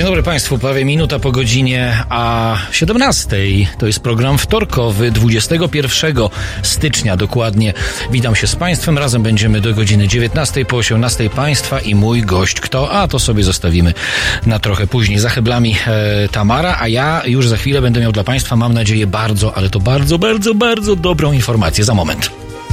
Dzień dobry Państwu, prawie minuta po godzinie 17. To jest program wtorkowy 21 stycznia dokładnie. Witam się z Państwem, razem będziemy do godziny 19 po 18 Państwa i mój gość. Kto? A to sobie zostawimy na trochę później. Za heblami Tamara, a ja już za chwilę będę miał dla Państwa, mam nadzieję, bardzo, ale to bardzo dobrą informację. Za moment.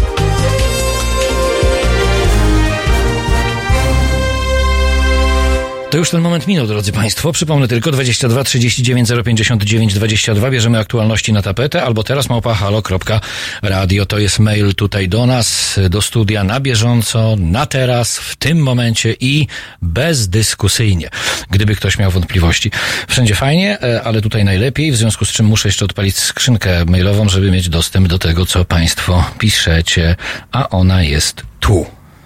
To już ten moment minął, drodzy Państwo. Przypomnę tylko 22 39 059 22. Bierzemy aktualności na tapetę, albo teraz @halo.radio. To jest mail tutaj do nas, do studia, na bieżąco, na teraz, w tym momencie i bezdyskusyjnie. Gdyby ktoś miał wątpliwości. Wszędzie fajnie, ale tutaj najlepiej, w związku z czym muszę jeszcze odpalić skrzynkę mailową, żeby mieć dostęp do tego, co Państwo piszecie, a ona jest tu.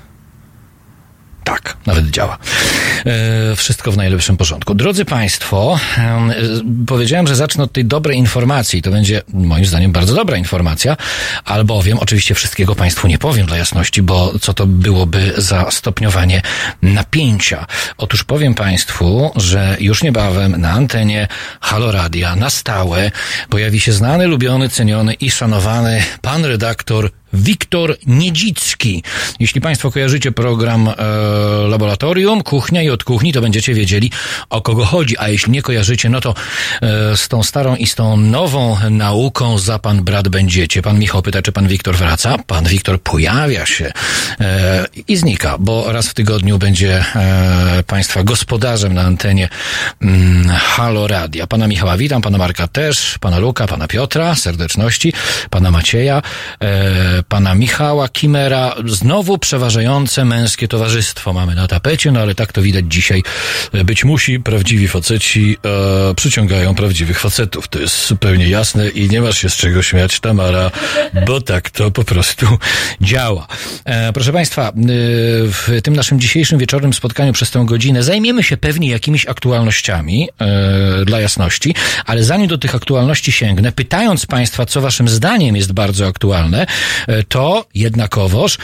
Tak, nawet działa. Wszystko w najlepszym porządku. Drodzy Państwo, powiedziałem, że zacznę od tej dobrej informacji. To będzie moim zdaniem bardzo dobra informacja, albowiem oczywiście wszystkiego Państwu nie powiem dla jasności, bo co to byłoby za stopniowanie napięcia. Otóż powiem Państwu, że już niebawem na antenie Halo Radia na stałe pojawi się znany, lubiony, ceniony i szanowany pan redaktor Wiktor Niedzicki. Jeśli Państwo kojarzycie program Laboratorium, Kuchnia i od kuchni, to będziecie wiedzieli, o kogo chodzi. A jeśli nie kojarzycie, no to z tą starą i z tą nową nauką za pan brat będziecie. Pan Michał pyta, czy pan Wiktor wraca. Pan Wiktor pojawia się i znika, bo raz w tygodniu będzie Państwa gospodarzem na antenie Halo Radia. Pana Michała witam, pana Marka też, pana Luka, pana Piotra, serdeczności, pana Macieja, pana Michała Kimera. Znowu przeważające męskie towarzystwo mamy na tapecie, no ale tak to widać dzisiaj być musi. Prawdziwi faceci przyciągają prawdziwych facetów. To jest zupełnie jasne i nie masz się z czego śmiać, Tamara, bo tak to po prostu działa. Proszę Państwa, w tym naszym dzisiejszym wieczornym spotkaniu przez tę godzinę zajmiemy się pewnie jakimiś aktualnościami, dla jasności, ale zanim do tych aktualności sięgnę, pytając Państwa, co Waszym zdaniem jest bardzo aktualne, to jednakowoż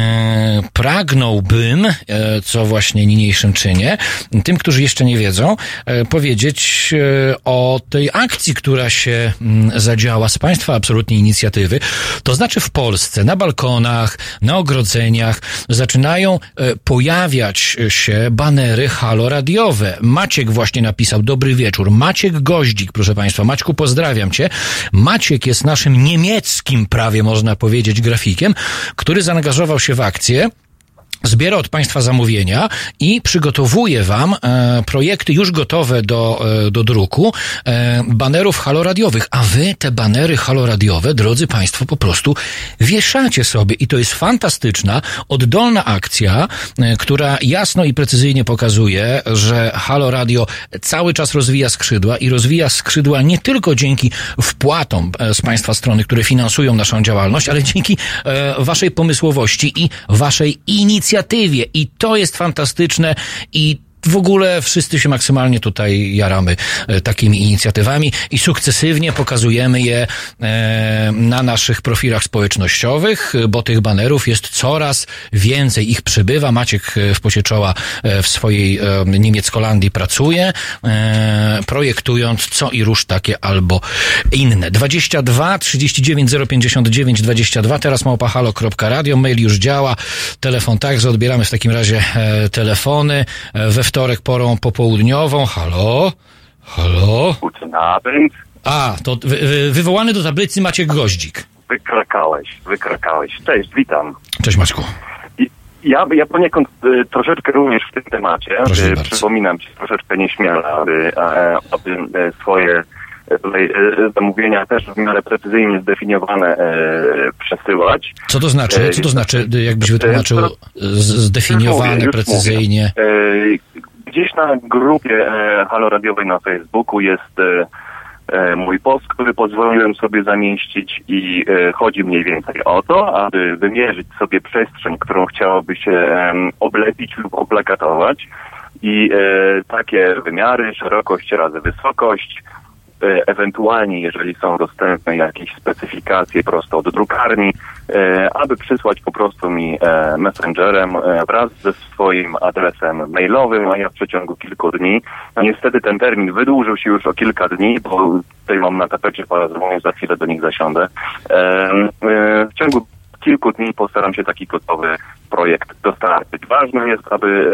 pragnąłbym, co właśnie niniejszym czynię, tym, którzy jeszcze nie wiedzą, powiedzieć o tej akcji, która się zadziała z Państwa absolutnie inicjatywy. To znaczy w Polsce na balkonach, na ogrodzeniach zaczynają pojawiać się banery haloradiowe. Maciek właśnie napisał, dobry wieczór. Maciek Goździk, proszę Państwa. Maćku, pozdrawiam Cię. Maciek jest naszym niemieckim, prawie można powiedzieć, grafikiem, który zaangażował się w akcję, zbiera od Państwa zamówienia i przygotowuje Wam projekty już gotowe do druku banerów haloradiowych, a Wy te banery haloradiowe, drodzy Państwo, po prostu wieszacie sobie i to jest fantastyczna, oddolna akcja, która jasno i precyzyjnie pokazuje, że Halo Radio cały czas rozwija skrzydła i rozwija skrzydła nie tylko dzięki wpłatom z Państwa strony, które finansują naszą działalność, ale dzięki Waszej pomysłowości i Waszej inicjatywie. I to jest fantastyczne i w ogóle wszyscy się maksymalnie tutaj jaramy takimi inicjatywami i sukcesywnie pokazujemy je na naszych profilach społecznościowych, bo tych banerów jest coraz więcej, ich przybywa. Maciek w pocie czoła w swojej Niemieckolandii pracuje, projektując co i róż takie albo inne. 22 39 059 22, teraz @halo.radio, mail już działa, telefon także, odbieramy w takim razie telefony we wtorek porą popołudniową. Halo? Halo? Guten Abend. A, to wywołany do tablicy Maciek Goździk. Wykrakałeś. Cześć, witam. Cześć Maćku. Ja poniekąd troszeczkę również w tym temacie. Przypominam Ci troszeczkę nieśmiale, aby swoje zamówienia też w miarę precyzyjnie zdefiniowane przesyłać. Co to znaczy? Jakbyś wytłumaczył zdefiniowane precyzyjnie? Gdzieś na grupie Halo Radiowej na Facebooku jest mój post, który pozwoliłem sobie zamieścić i chodzi mniej więcej o to, aby wymierzyć sobie przestrzeń, którą chciałoby się oblepić lub oplakatować i takie wymiary, szerokość razy wysokość ewentualnie, jeżeli są dostępne jakieś specyfikacje prosto od drukarni, aby przysłać po prostu mi messengerem wraz ze swoim adresem mailowym, a ja w przeciągu kilku dni. Niestety ten termin wydłużył się już o kilka dni, bo tutaj mam na tapecie parę zamówień, za chwilę do nich zasiądę. W ciągu kilku dni postaram się taki gotowy projekt dostarczyć. Ważne jest, aby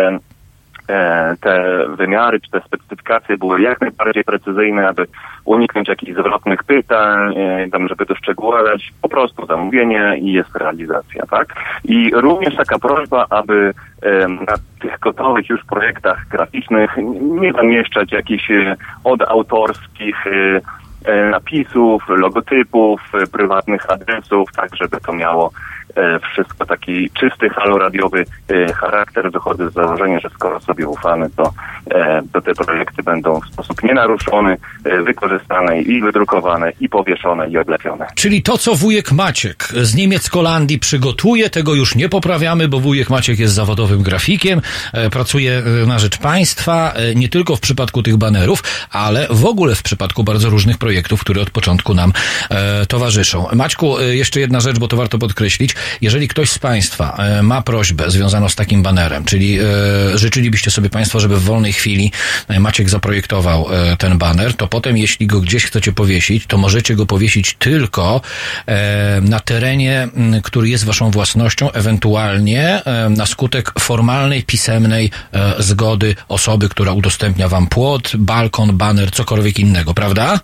te wymiary czy te specyfikacje były jak najbardziej precyzyjne, aby uniknąć jakichś zwrotnych pytań, żeby doszczegółować, po prostu zamówienie i jest realizacja, tak? I również taka prośba, aby na tych gotowych już projektach graficznych nie zamieszczać jakichś odautorskich napisów, logotypów, prywatnych adresów, tak żeby to miało wszystko taki czysty, haloradiowy charakter. Wychodzę z założenia, że skoro sobie ufamy, to te projekty będą w sposób nienaruszony, wykorzystane i wydrukowane, i powieszone, i oblepione. Czyli to, co wujek Maciek z Niemieckolandii przygotuje, tego już nie poprawiamy, bo wujek Maciek jest zawodowym grafikiem, pracuje na rzecz państwa, nie tylko w przypadku tych banerów, ale w ogóle w przypadku bardzo różnych projektów, które od początku nam towarzyszą. Maćku, jeszcze jedna rzecz, bo to warto podkreślić. Jeżeli ktoś z Państwa ma prośbę związaną z takim banerem, czyli życzylibyście sobie Państwo, żeby w wolnej chwili Maciek zaprojektował ten baner, to potem, jeśli go gdzieś chcecie powiesić, to możecie go powiesić tylko na terenie, który jest Waszą własnością, ewentualnie na skutek formalnej, pisemnej zgody osoby, która udostępnia Wam płot, balkon, baner, cokolwiek innego, prawda?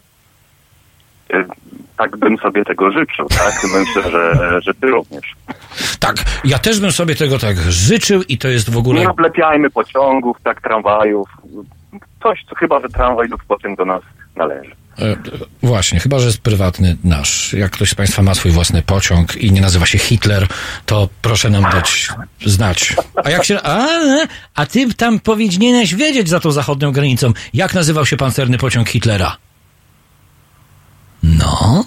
Tak bym sobie tego życzył, tak? Myślę, że ty również. Tak, ja też bym sobie tego tak życzył i to jest w ogóle... Nie oblepiajmy pociągów, tak, tramwajów. Coś, co chyba, że tramwaj lub pociąg do nas należy. Właśnie, chyba że jest prywatny nasz. Jak ktoś z Państwa ma swój własny pociąg i nie nazywa się Hitler, to proszę nam dać znać. A jak się... A ty tam powinieneś wiedzieć za tą zachodnią granicą, jak nazywał się pancerny pociąg Hitlera? No.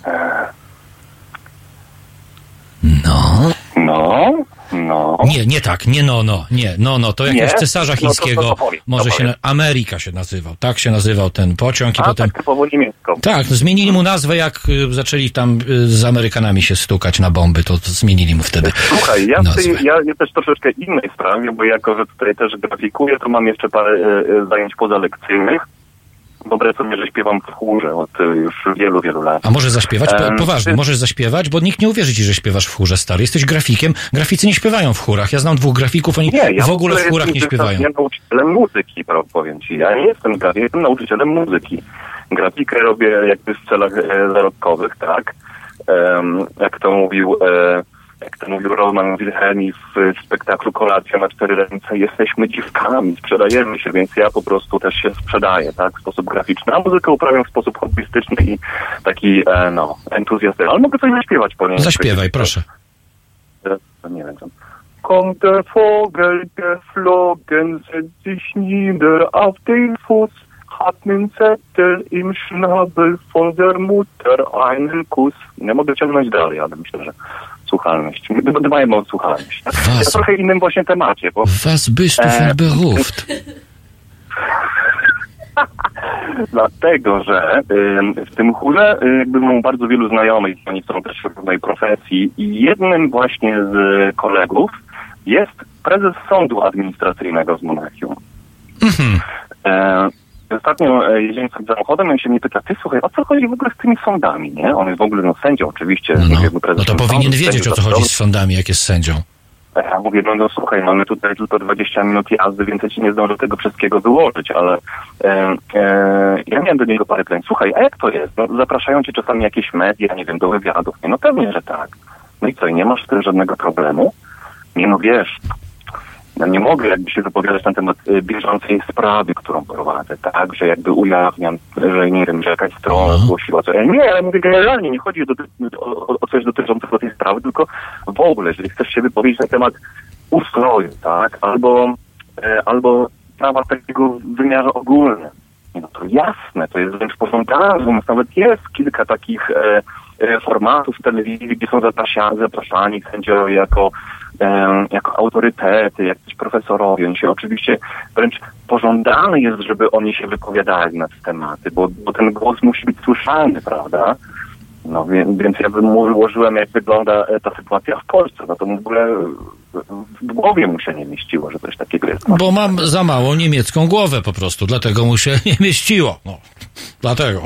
Nie tak, nie to jakiegoś cesarza chińskiego, to może się, Ameryka się nazywał, tak się nazywał ten pociąg i potem... tak, typowo niemiecką. Tak, zmienili mu nazwę, jak zaczęli tam z Amerykanami się stukać na bomby, to zmienili mu wtedy. Słuchaj, ja też troszeczkę innej sprawie, bo jako, że tutaj też grafikuję, to mam jeszcze parę zajęć pozalekcyjnych. Dobre sobie, że śpiewam w chórze od już wielu lat. A możesz zaśpiewać? Poważnie, możesz zaśpiewać, bo nikt nie uwierzy ci, że śpiewasz w chórze, stary. Jesteś grafikiem. Graficy nie śpiewają w chórach. Ja znam 2 grafików, oni w ogóle w chórach nie śpiewają. Ja jestem nauczycielem muzyki, powiem ci. Ja nie jestem grafikiem, jestem nauczycielem muzyki. Grafikę robię jakby w celach zarobkowych, tak? Jak to mówił Roman Wilhelmi w spektaklu Kolacja na 4 ręce, jesteśmy dziwkami, sprzedajemy się, więc ja po prostu też się sprzedaję, tak, w sposób graficzny, a muzykę uprawiam w sposób hobbystyczny i taki, entuzjastyczny. Ale mogę coś zaśpiewać po niej. Zaśpiewaj, proszę. Nie wiem, co. Kommt der Vogel geflogen, setzt sich nieder auf den Fuß, hat nen Zettel im Schnabel von der Mutter einen Kuss. Nie mogę ciągnąć dalej, ale myślę, że słuchalność. Dbajem o słuchalność. Ja trochę innym właśnie temacie, bo... Was bist du für Beruft? Dlatego, że w tym chórze jakby mam bardzo wielu znajomych, oni są też w mojej profesji i jednym właśnie z kolegów jest prezes sądu administracyjnego z Monachium. Ostatnio jeździłem sobie samochodem i on się mnie pyta, ty słuchaj, o co chodzi w ogóle z tymi sądami, nie? On jest w ogóle sędzią oczywiście. No to powinien wiedzieć, o co chodzi z sądami, jak jest sędzią. Ja mówię, no słuchaj, mamy tutaj tylko 20 minut jazdy, więc ja ci nie zdążę tego wszystkiego wyłożyć, ale ja miałem do niego parę pytań. Słuchaj, a jak to jest? No, zapraszają cię czasami jakieś media, nie wiem, do wywiadów. Nie, no pewnie, że tak. No i co, i nie masz z tym żadnego problemu? Nie, no wiesz... Ja nie mogę jakby się wypowiadać na temat bieżącej sprawy, którą prowadzę, tak, że jakby ujawniam, że nie wiem, że jakaś strona zgłosiła coś. Nie, ale mówię generalnie, nie chodzi o coś dotyczącego tej sprawy, tylko w ogóle, jeżeli chcesz się wypowiedzieć na temat ustroju, tak, albo prawa takiego w wymiarze ogólnym. No to jasne, to jest wręcz pożądane, nawet jest kilka takich formatów w telewizji, gdzie są zapraszani sędziowie jako jako autorytety, jakiś profesorowie. Oni się oczywiście wręcz pożądane jest, żeby oni się wypowiadali na te tematy, bo ten głos musi być słyszalny, prawda? No więc ja bym mu ułożyłem, jak wygląda ta sytuacja w Polsce. No to w ogóle w głowie mu się nie mieściło, że coś takiego jest. Bo mam za małą niemiecką głowę po prostu, dlatego mu się nie mieściło. No, dlatego.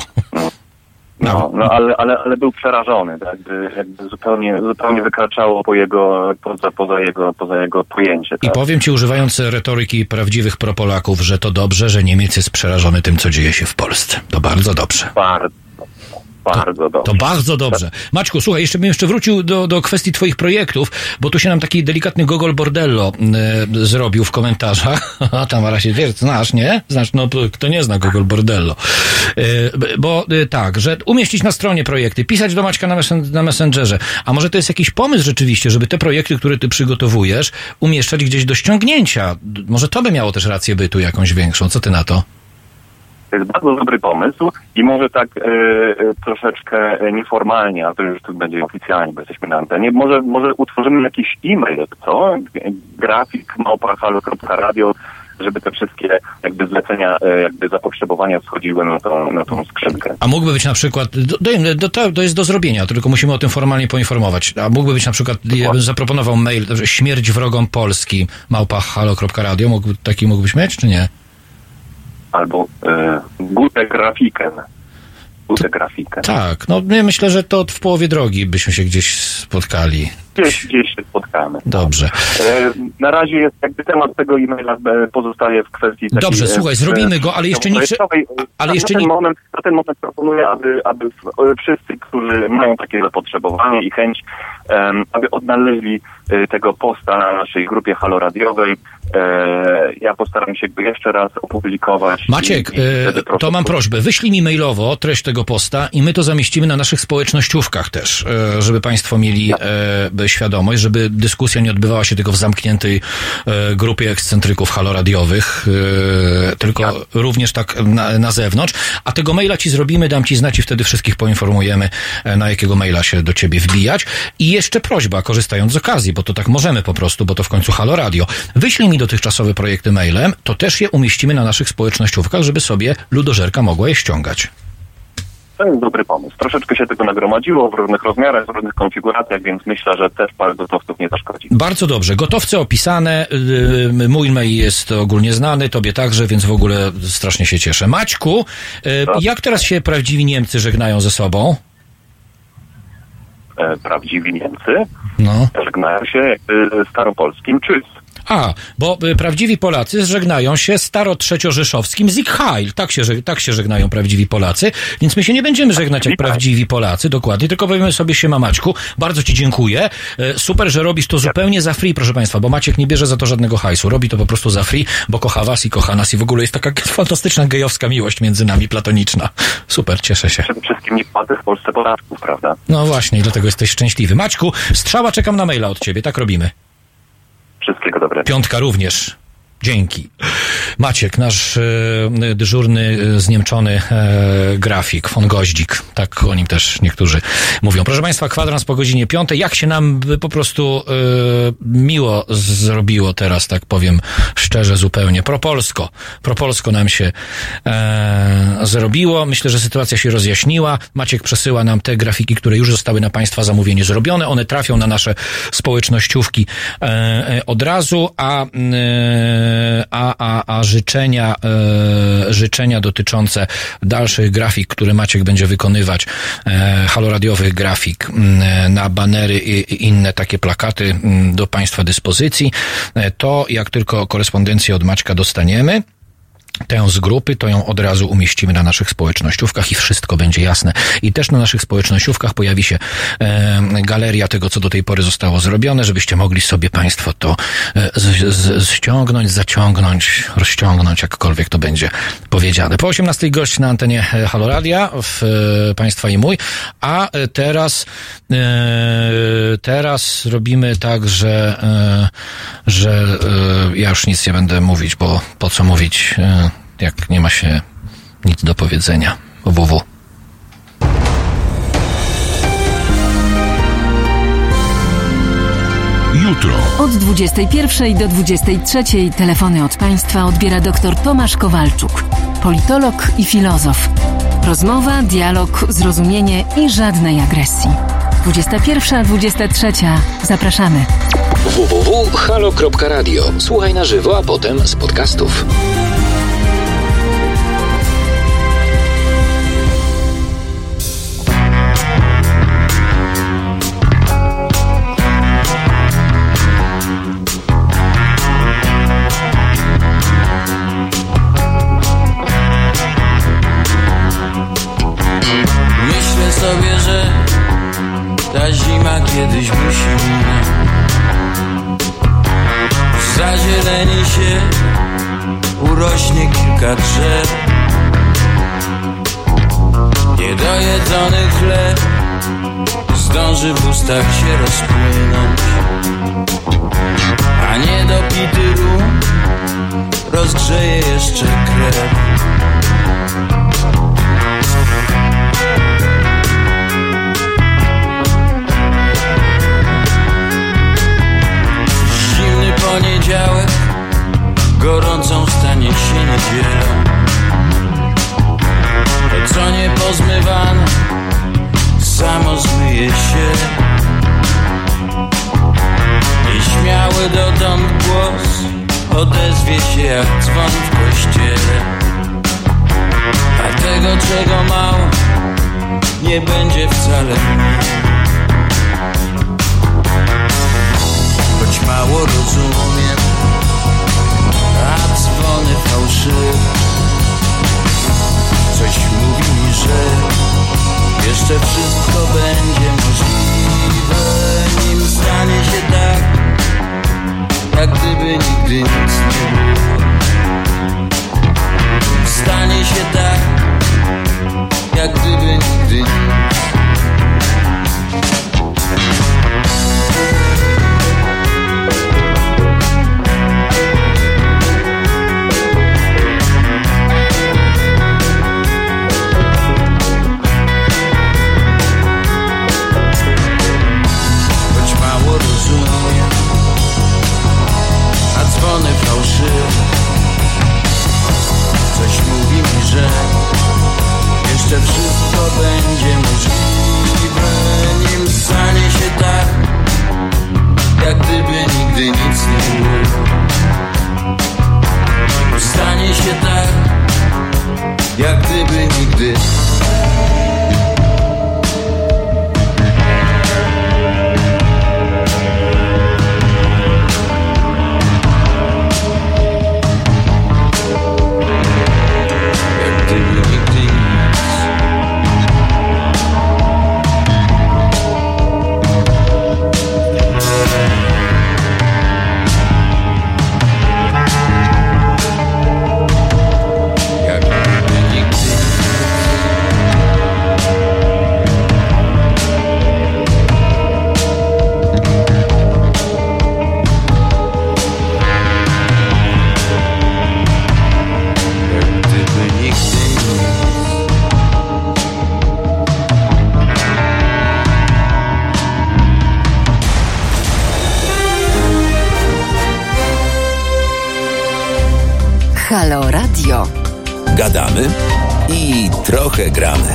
Ale był przerażony, tak? Jakby zupełnie wykraczało poza jego pojęcie. Tak? I powiem ci, używając retoryki prawdziwych propolaków, że to dobrze, że Niemiec jest przerażony tym, co dzieje się w Polsce. To bardzo dobrze. Bardzo dobrze. To bardzo dobrze. Maćku, słuchaj, bym wrócił do kwestii twoich projektów, bo tu się nam taki delikatny gogol bordello zrobił w komentarzach. A Tamara się znasz, nie? Znasz, no kto nie zna gogol bordello. Bo tak, że umieścić na stronie projekty, pisać do Maćka na Messengerze. A może to jest jakiś pomysł rzeczywiście, żeby te projekty, które ty przygotowujesz, umieszczać gdzieś do ściągnięcia? Może to by miało też rację bytu jakąś większą. Co ty na to? To jest bardzo dobry pomysł i może tak troszeczkę nieformalnie, a to już tu będzie oficjalnie, bo jesteśmy na antenie, może utworzymy jakiś e-mail, co? grafik@halo.radio, żeby te wszystkie jakby zlecenia, jakby zapotrzebowania schodziły na tą skrzynkę. A mógłby być na przykład, to jest do zrobienia, tylko musimy o tym formalnie poinformować. A mógłby być na przykład, ja bym zaproponował mail, śmierć wrogom Polski, @halo.radio, taki mógłbyś mieć, czy nie? Albo Gute Grafiken. Tak, no myślę, że to w połowie drogi byśmy się gdzieś spotkali. Gdzieś się spotkamy. Dobrze. Na razie jest jakby temat tego e-maila pozostaje w kwestii takiej... Dobrze, słuchaj, zrobimy go, ale jeszcze nie... Na ten moment proponuję, aby wszyscy, którzy mają takie zapotrzebowanie i chęć, aby odnaleźli tego posta na naszej grupie Halo Radiowej. Ja postaram się go jeszcze raz opublikować. Maciek, to mam prośbę, wyślij mi mailowo treść tego posta i my to zamieścimy na naszych społecznościówkach też, żeby państwo mieli świadomość, żeby dyskusja nie odbywała się tylko w zamkniętej grupie ekscentryków haloradiowych, tylko również tak na zewnątrz. A tego maila ci zrobimy, dam ci znać i wtedy wszystkich poinformujemy, na jakiego maila się do ciebie wbijać. I jeszcze prośba, korzystając z okazji, bo to tak możemy po prostu, bo to w końcu Halo Radio. Wyślij mi dotychczasowe projekty mailem, to też je umieścimy na naszych społecznościówkach, żeby sobie ludożerka mogła je ściągać. To jest dobry pomysł. Troszeczkę się tego nagromadziło w różnych rozmiarach, w różnych konfiguracjach, więc myślę, że też parę gotowców nie zaszkodzi. Bardzo dobrze. Gotowce opisane, mój mail jest ogólnie znany, tobie także, więc w ogóle strasznie się cieszę. Maćku, jak teraz się prawdziwi Niemcy żegnają ze sobą? Prawdziwi Niemcy żegnają się jakby staropolskim tschüss. Bo prawdziwi Polacy żegnają się staro-trzeciorzeszowskim Sieg Heil. Tak się żegnają prawdziwi Polacy, więc my się nie będziemy żegnać jak prawdziwi Polacy, dokładnie, tylko powiemy sobie siema Maćku, bardzo ci dziękuję, super, że robisz to zupełnie za free, proszę państwa, bo Maciek nie bierze za to żadnego hajsu, robi to po prostu za free, bo kocha was i kocha nas i w ogóle jest taka fantastyczna gejowska miłość między nami, platoniczna. Super, cieszę się. Przede wszystkim nie płacę w Polsce podatków, prawda? No właśnie, dlatego jesteś szczęśliwy. Maćku, strzała, czekam na maila od ciebie, tak robimy. Wszystkiego dobrego. Piątka również. Dzięki. Maciek, nasz dyżurny, zniemczony grafik, von Goździk, tak o nim też niektórzy mówią. Proszę państwa, kwadrans po godzinie 5. Jak się nam po prostu miło zrobiło teraz, tak powiem szczerze zupełnie. Propolsko nam się zrobiło. Myślę, że sytuacja się rozjaśniła. Maciek przesyła nam te grafiki, które już zostały na państwa zamówienie zrobione. One trafią na nasze społecznościówki od razu, a życzenia dotyczące dalszych grafik, które Maciek będzie wykonywać, haloradiowych grafik na banery i inne takie plakaty do państwa dyspozycji, to jak tylko korespondencję od Maćka dostaniemy, tę z grupy, to ją od razu umieścimy na naszych społecznościówkach i wszystko będzie jasne. I też na naszych społecznościówkach pojawi się galeria tego, co do tej pory zostało zrobione, żebyście mogli sobie państwo to ściągnąć, zaciągnąć, rozciągnąć, jakkolwiek to będzie powiedziane. Po 18 gość na antenie Halo Radia, państwa i mój, a teraz robimy tak, że ja już nic nie będę mówić, bo po co mówić, jak nie ma się nic do powiedzenia. www. Jutro jutro. Od 21 do 23 telefony od Państwa odbiera dr Tomasz Kowalczuk, politolog i filozof. Rozmowa, dialog, zrozumienie i żadnej agresji. 21-23. Zapraszamy. www.halo.radio. Słuchaj na żywo, a potem z podcastów. Myślę sobie, że ta zima kiedyś musi minąć. Zazieleni się, urośnie kilka drzew. Niedojedzony chleb zdąży w ustach się rozpłynąć, a niedopity rum rozgrzeje jeszcze krew. Poniedziałek gorącą stanie się niedzielą. To co nie pozmywane samo zmyje się. Nieśmiały dotąd głos odezwie się jak dzwon w kościele. A tego czego mało nie będzie wcale mniej. Choć mało rozumiem, a dzwony fałszywe. Coś mówi mi, że jeszcze wszystko będzie możliwe, nim stanie się tak, jak gdyby nigdy nic nie było. Stanie się tak, jak gdyby nigdy nic. Dzwony fałszywe. Coś mówi mi, że jeszcze wszystko będzie możliwe, nim stanie się tak, jak gdyby nigdy nic nie było. Nim stanie się tak, jak gdyby nigdy. Halo Radio. Gadamy i trochę gramy.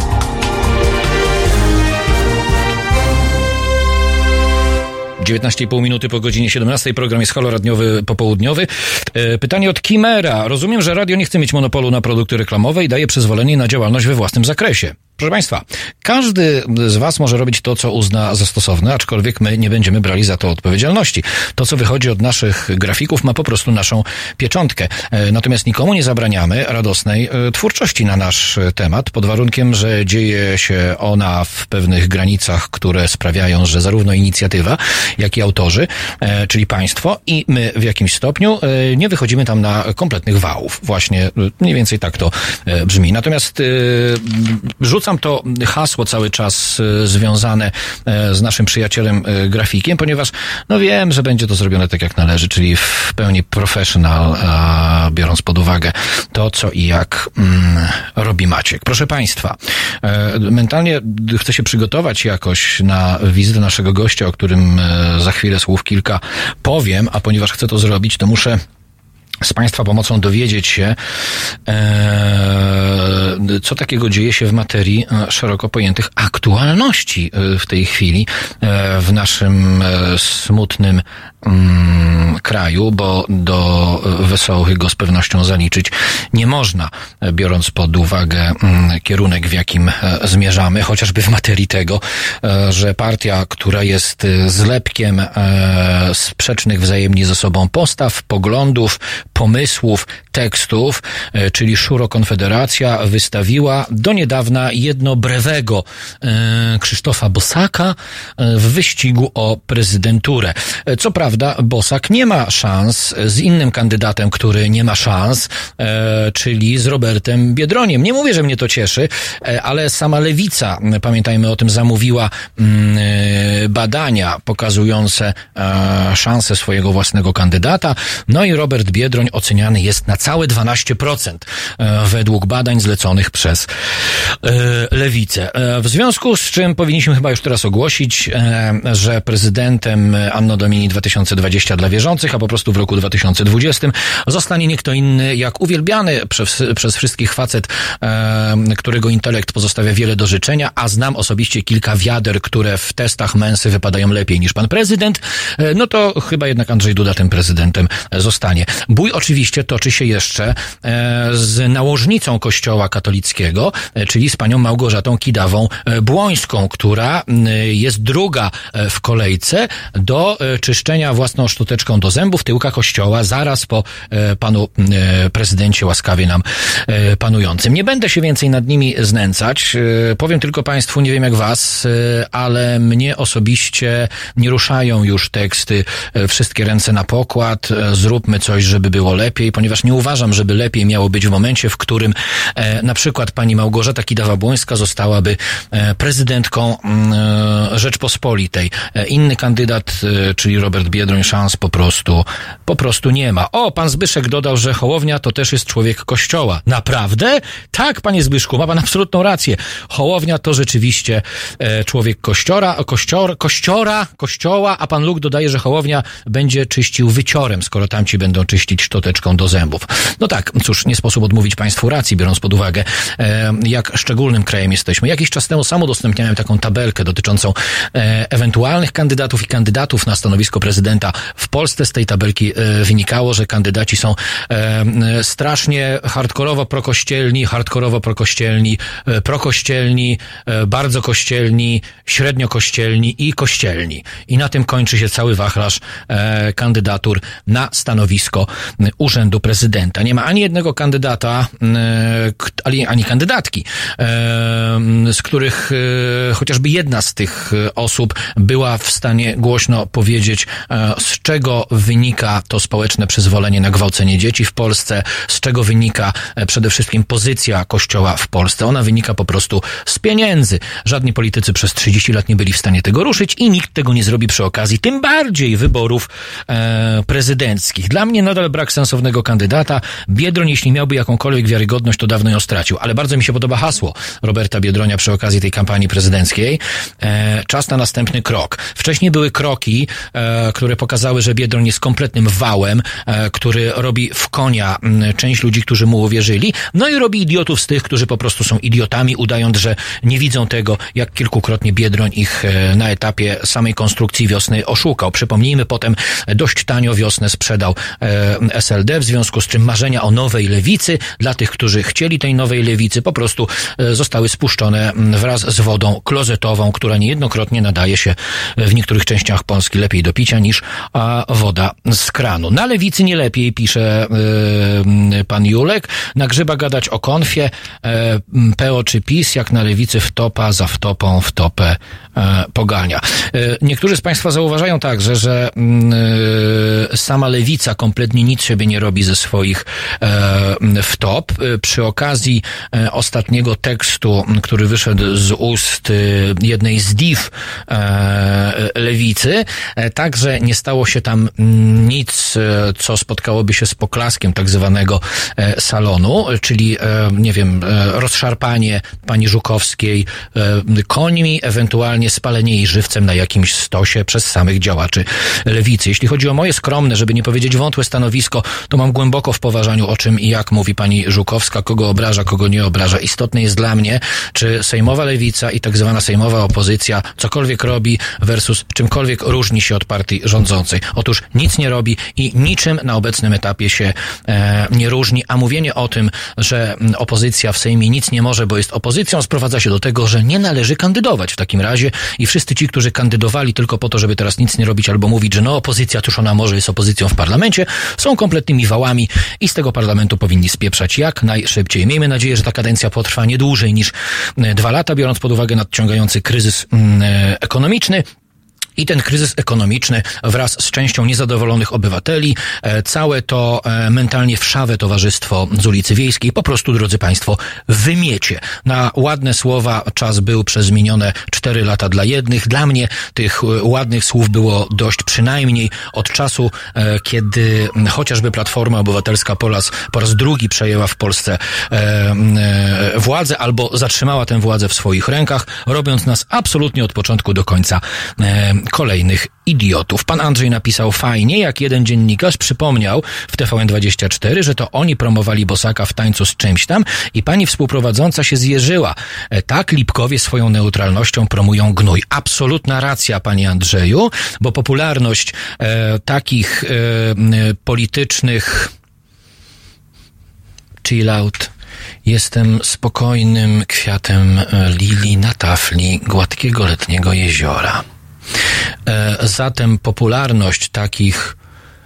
Dziewiętnaście i pół minuty po godzinie 17. Program jest Halo Radiowy popołudniowy. Pytanie od Kimera. Rozumiem, że radio nie chce mieć monopolu na produkty reklamowe i daje przyzwolenie na działalność we własnym zakresie. Proszę Państwa, każdy z Was może robić to, co uzna za stosowne, aczkolwiek my nie będziemy brali za to odpowiedzialności. To, co wychodzi od naszych grafików, ma po prostu naszą pieczątkę. Natomiast nikomu nie zabraniamy radosnej twórczości na nasz temat, pod warunkiem, że dzieje się ona w pewnych granicach, które sprawiają, że zarówno inicjatywa, jak i autorzy, czyli Państwo i my w jakimś stopniu nie wychodzimy tam na kompletnych wałów. Właśnie mniej więcej tak to brzmi. Natomiast rzucam to hasło cały czas związane z naszym przyjacielem grafikiem, ponieważ no wiem, że będzie to zrobione tak jak należy, czyli w pełni professional, biorąc pod uwagę to, co i jak robi Maciek. Proszę Państwa, mentalnie chcę się przygotować jakoś na wizytę naszego gościa, o którym za chwilę słów kilka powiem, a ponieważ chcę to zrobić, to muszę z Państwa pomocą dowiedzieć się, co takiego dzieje się w materii szeroko pojętych aktualności w tej chwili w naszym smutnym kraju, bo do wesołych go z pewnością zaliczyć nie można, biorąc pod uwagę kierunek, w jakim zmierzamy, chociażby w materii tego, że partia, która jest zlepkiem sprzecznych wzajemnie ze sobą postaw, poglądów, pomysłów, tekstów, czyli Szuro-Konfederacja, wystawiła do niedawna jednobrewego Krzysztofa Bosaka w wyścigu o prezydenturę. Co prawda Bosak nie ma szans z innym kandydatem, który nie ma szans, czyli z Robertem Biedroniem. Nie mówię, że mnie to cieszy, ale sama Lewica, pamiętajmy o tym, zamówiła badania pokazujące szanse swojego własnego kandydata. No i Robert Biedroń oceniany jest na całe 12% według badań zleconych przez Lewicę. W związku z czym powinniśmy chyba już teraz ogłosić, że prezydentem Anno Domini 2020 dla wierzących, a po prostu w roku 2020 zostanie nie kto inny jak uwielbiany przez wszystkich facet, którego intelekt pozostawia wiele do życzenia, a znam osobiście kilka wiader, które w testach Mensy wypadają lepiej niż pan prezydent, no to chyba jednak Andrzej Duda tym prezydentem zostanie. Bój oczywiście toczy się jeszcze z nałożnicą Kościoła katolickiego, czyli z panią Małgorzatą Kidawą-Błońską, która jest druga w kolejce do czyszczenia własną szczoteczką do zębów tyłka Kościoła zaraz po panu prezydencie łaskawie nam panującym. Nie będę się więcej nad nimi znęcać. Powiem tylko Państwu, nie wiem jak Was, ale mnie osobiście nie ruszają już teksty wszystkie ręce na pokład, zróbmy coś, żeby było lepiej, ponieważ nie uważam, żeby lepiej miało być w momencie, w którym na przykład pani Małgorzata Kidawa-Błońska zostałaby prezydentką Rzeczpospolitej. Inny kandydat, czyli Robert Biedroń, szans po prostu nie ma. O, pan Zbyszek dodał, że Hołownia to też jest człowiek Kościoła. Naprawdę? Tak, panie Zbyszku, ma pan absolutną rację. Hołownia to rzeczywiście człowiek Kościoła, a pan Luk dodaje, że Hołownia będzie czyścił wyciorem, skoro tamci będą czyścić szczoteczką do zębów. No tak, cóż, nie sposób odmówić państwu racji, biorąc pod uwagę, jak szczególnym krajem jesteśmy. Jakiś czas temu sam udostępniałem taką tabelkę dotyczącą ewentualnych kandydatów i kandydatów na stanowisko prezydenta w Polsce. Z tej tabelki wynikało, że kandydaci są strasznie hardkorowo prokościelni, bardzo kościelni, średnio kościelni i kościelni. I na tym kończy się cały wachlarz kandydatur na stanowisko urzędu prezydenta. Nie ma ani jednego kandydata, ani kandydatki, z których chociażby jedna z tych osób była w stanie głośno powiedzieć, z czego wynika to społeczne przyzwolenie na gwałcenie dzieci w Polsce, z czego wynika przede wszystkim pozycja Kościoła w Polsce. Ona wynika po prostu z pieniędzy. Żadni politycy przez 30 lat nie byli w stanie tego ruszyć i nikt tego nie zrobi przy okazji, tym bardziej wyborów prezydenckich. Dla mnie nadal brak sensownego kandydata. Biedroń, jeśli miałby jakąkolwiek wiarygodność, to dawno ją stracił. Ale bardzo mi się podoba hasło Roberta Biedronia przy okazji tej kampanii prezydenckiej. Czas na następny krok. Wcześniej były kroki, które pokazały, że Biedroń jest kompletnym wałem, który robi w konia część ludzi, którzy mu uwierzyli, no i robi idiotów z tych, którzy po prostu są idiotami, udając, że nie widzą tego, jak kilkukrotnie Biedroń ich na etapie samej konstrukcji Wiosny oszukał. Przypomnijmy, potem dość tanio Wiosnę sprzedał SLD, w związku z czym marzenia o nowej lewicy dla tych, którzy chcieli tej nowej lewicy, po prostu zostały spuszczone wraz z wodą klozetową, która niejednokrotnie nadaje się w niektórych częściach Polski lepiej do picia niż woda z kranu. Na lewicy nie lepiej, pisze pan Julek. Na Grzyba gadać o konfie, PO czy PiS, jak na lewicy wtopa za wtopą, wtopę pogania. Niektórzy z państwa zauważają także, że sama lewica kompletnie nic sobie nie robi ze swoich wtop. Przy okazji ostatniego tekstu, który wyszedł z ust jednej z div lewicy, także nie stało się tam nic, co spotkałoby się z poklaskiem tak zwanego salonu, czyli, nie wiem, rozszarpanie pani Żukowskiej końmi, ewentualnie normalnie spalenie jej żywcem na jakimś stosie przez samych działaczy lewicy. Jeśli chodzi o moje skromne, żeby nie powiedzieć wątłe stanowisko, to mam głęboko w poważaniu, o czym i jak mówi pani Żukowska, kogo obraża, kogo nie obraża. Istotne jest dla mnie, czy sejmowa lewica i tak zwana sejmowa opozycja cokolwiek robi versus czymkolwiek różni się od partii rządzącej. Otóż nic nie robi i niczym na obecnym etapie się nie różni, a mówienie o tym, że opozycja w Sejmie nic nie może, bo jest opozycją, sprowadza się do tego, że nie należy kandydować w takim razie i wszyscy ci, którzy kandydowali tylko po to, żeby teraz nic nie robić albo mówić, że no opozycja, tuż ona może jest opozycją w parlamencie, są kompletnymi wałami i z tego parlamentu powinni spieprzać jak najszybciej. Miejmy nadzieję, że ta kadencja potrwa nie dłużej niż 2 lata, biorąc pod uwagę nadciągający kryzys ekonomiczny. I ten kryzys ekonomiczny wraz z częścią niezadowolonych obywateli, całe to mentalnie wszawe towarzystwo z ulicy Wiejskiej po prostu, drodzy państwo, wymiecie. Na ładne słowa czas był przez minione 4 lata dla jednych. Dla mnie tych ładnych słów było dość, przynajmniej od czasu, kiedy chociażby Platforma Obywatelska po raz drugi przejęła w Polsce władzę albo zatrzymała tę władzę w swoich rękach, robiąc nas absolutnie od początku do końca kolejnych idiotów. Pan Andrzej napisał fajnie, jak jeden dziennikarz przypomniał w TVN24, że to oni promowali Bosaka w tańcu z czymś tam i pani współprowadząca się zjeżyła. Tak Lipkowie swoją neutralnością promują gnój. Absolutna racja, panie Andrzeju, bo popularność takich politycznych chill out. Jestem spokojnym kwiatem lilii na tafli gładkiego letniego jeziora. Zatem popularność takich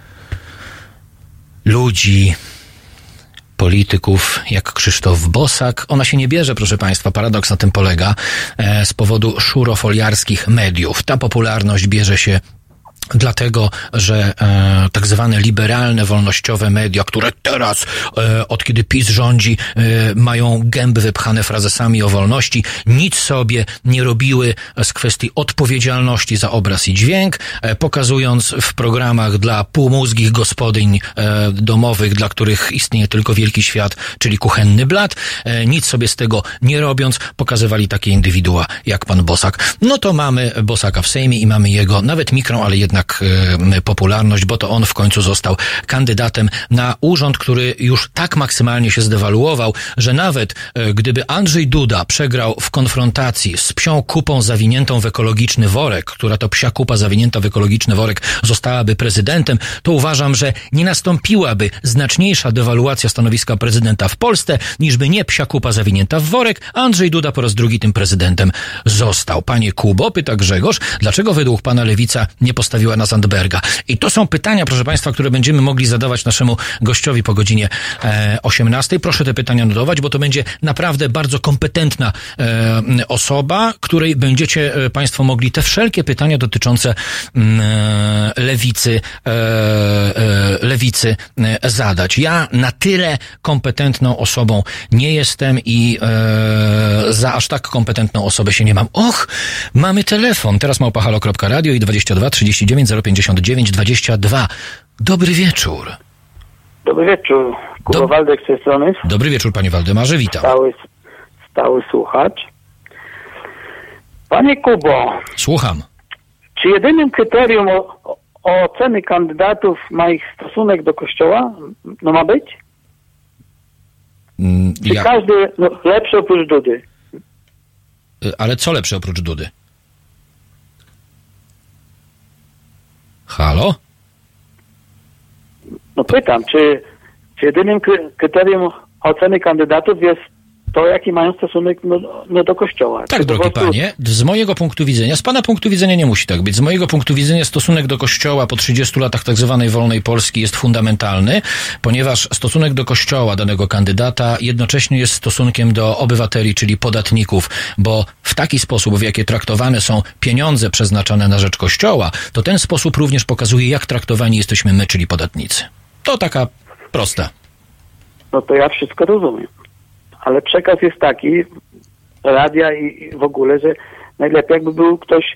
ludzi, polityków jak Krzysztof Bosak, ona się nie bierze, proszę państwa, paradoks na tym polega, z powodu szurofoliarskich mediów. Ta popularność bierze się dlatego, że tak zwane liberalne, wolnościowe media, które teraz, od kiedy PiS rządzi, mają gęby wypchane frazesami o wolności, nic sobie nie robiły z kwestii odpowiedzialności za obraz i dźwięk, pokazując w programach dla półmózgich gospodyń domowych, dla których istnieje tylko wielki świat, czyli kuchenny blat, nic sobie z tego nie robiąc, pokazywali takie indywidua jak pan Bosak. No to mamy Bosaka w Sejmie i mamy jego nawet mikrą, ale jednak popularność, bo to on w końcu został kandydatem na urząd, który już tak maksymalnie się zdewaluował, że nawet gdyby Andrzej Duda przegrał w konfrontacji z psią kupą zawiniętą w ekologiczny worek, która to psia kupa zawinięta w ekologiczny worek zostałaby prezydentem, to uważam, że nie nastąpiłaby znaczniejsza dewaluacja stanowiska prezydenta w Polsce, niżby nie psia kupa zawinięta w worek, a Andrzej Duda po raz drugi tym prezydentem został. Panie Kubo, pyta Grzegorz, dlaczego według pana Lewica nie postawiła na Zandberga? I to są pytania, proszę państwa, które będziemy mogli zadawać naszemu gościowi po godzinie 18. Proszę te pytania notować, bo to będzie naprawdę bardzo kompetentna osoba, której będziecie państwo mogli te wszelkie pytania dotyczące lewicy zadać. Ja na tyle kompetentną osobą nie jestem i za aż tak kompetentną osobę się nie mam. Och, mamy telefon. Teraz małpahalo.radio i 22 39 059 22. Dobry wieczór. Dobry wieczór. Kuba Waldek z tej strony. Dobry wieczór, panie Waldemarze, witam. Stały słuchacz. Panie Kubo. Słucham. Czy jedynym kryterium oceny kandydatów ma ich stosunek do Kościoła? No ma być? Czy każdy lepszy oprócz Dudy? Ale co lepsze oprócz Dudy? Halo? No pytam, czy jedynym kryterium oceny kandydatów jest to, jaki mają stosunek do Kościoła. Tak, drogi panie, z mojego punktu widzenia, z pana punktu widzenia nie musi tak być. Z mojego punktu widzenia stosunek do Kościoła po 30 latach tak zwanej wolnej Polski jest fundamentalny, ponieważ stosunek do Kościoła danego kandydata jednocześnie jest stosunkiem do obywateli, czyli podatników, bo w taki sposób, w jaki traktowane są pieniądze przeznaczane na rzecz Kościoła, to ten sposób również pokazuje, jak traktowani jesteśmy my, czyli podatnicy. To taka prosta. No to ja wszystko rozumiem. Ale przekaz jest taki, radia i w ogóle, że najlepiej jakby był ktoś,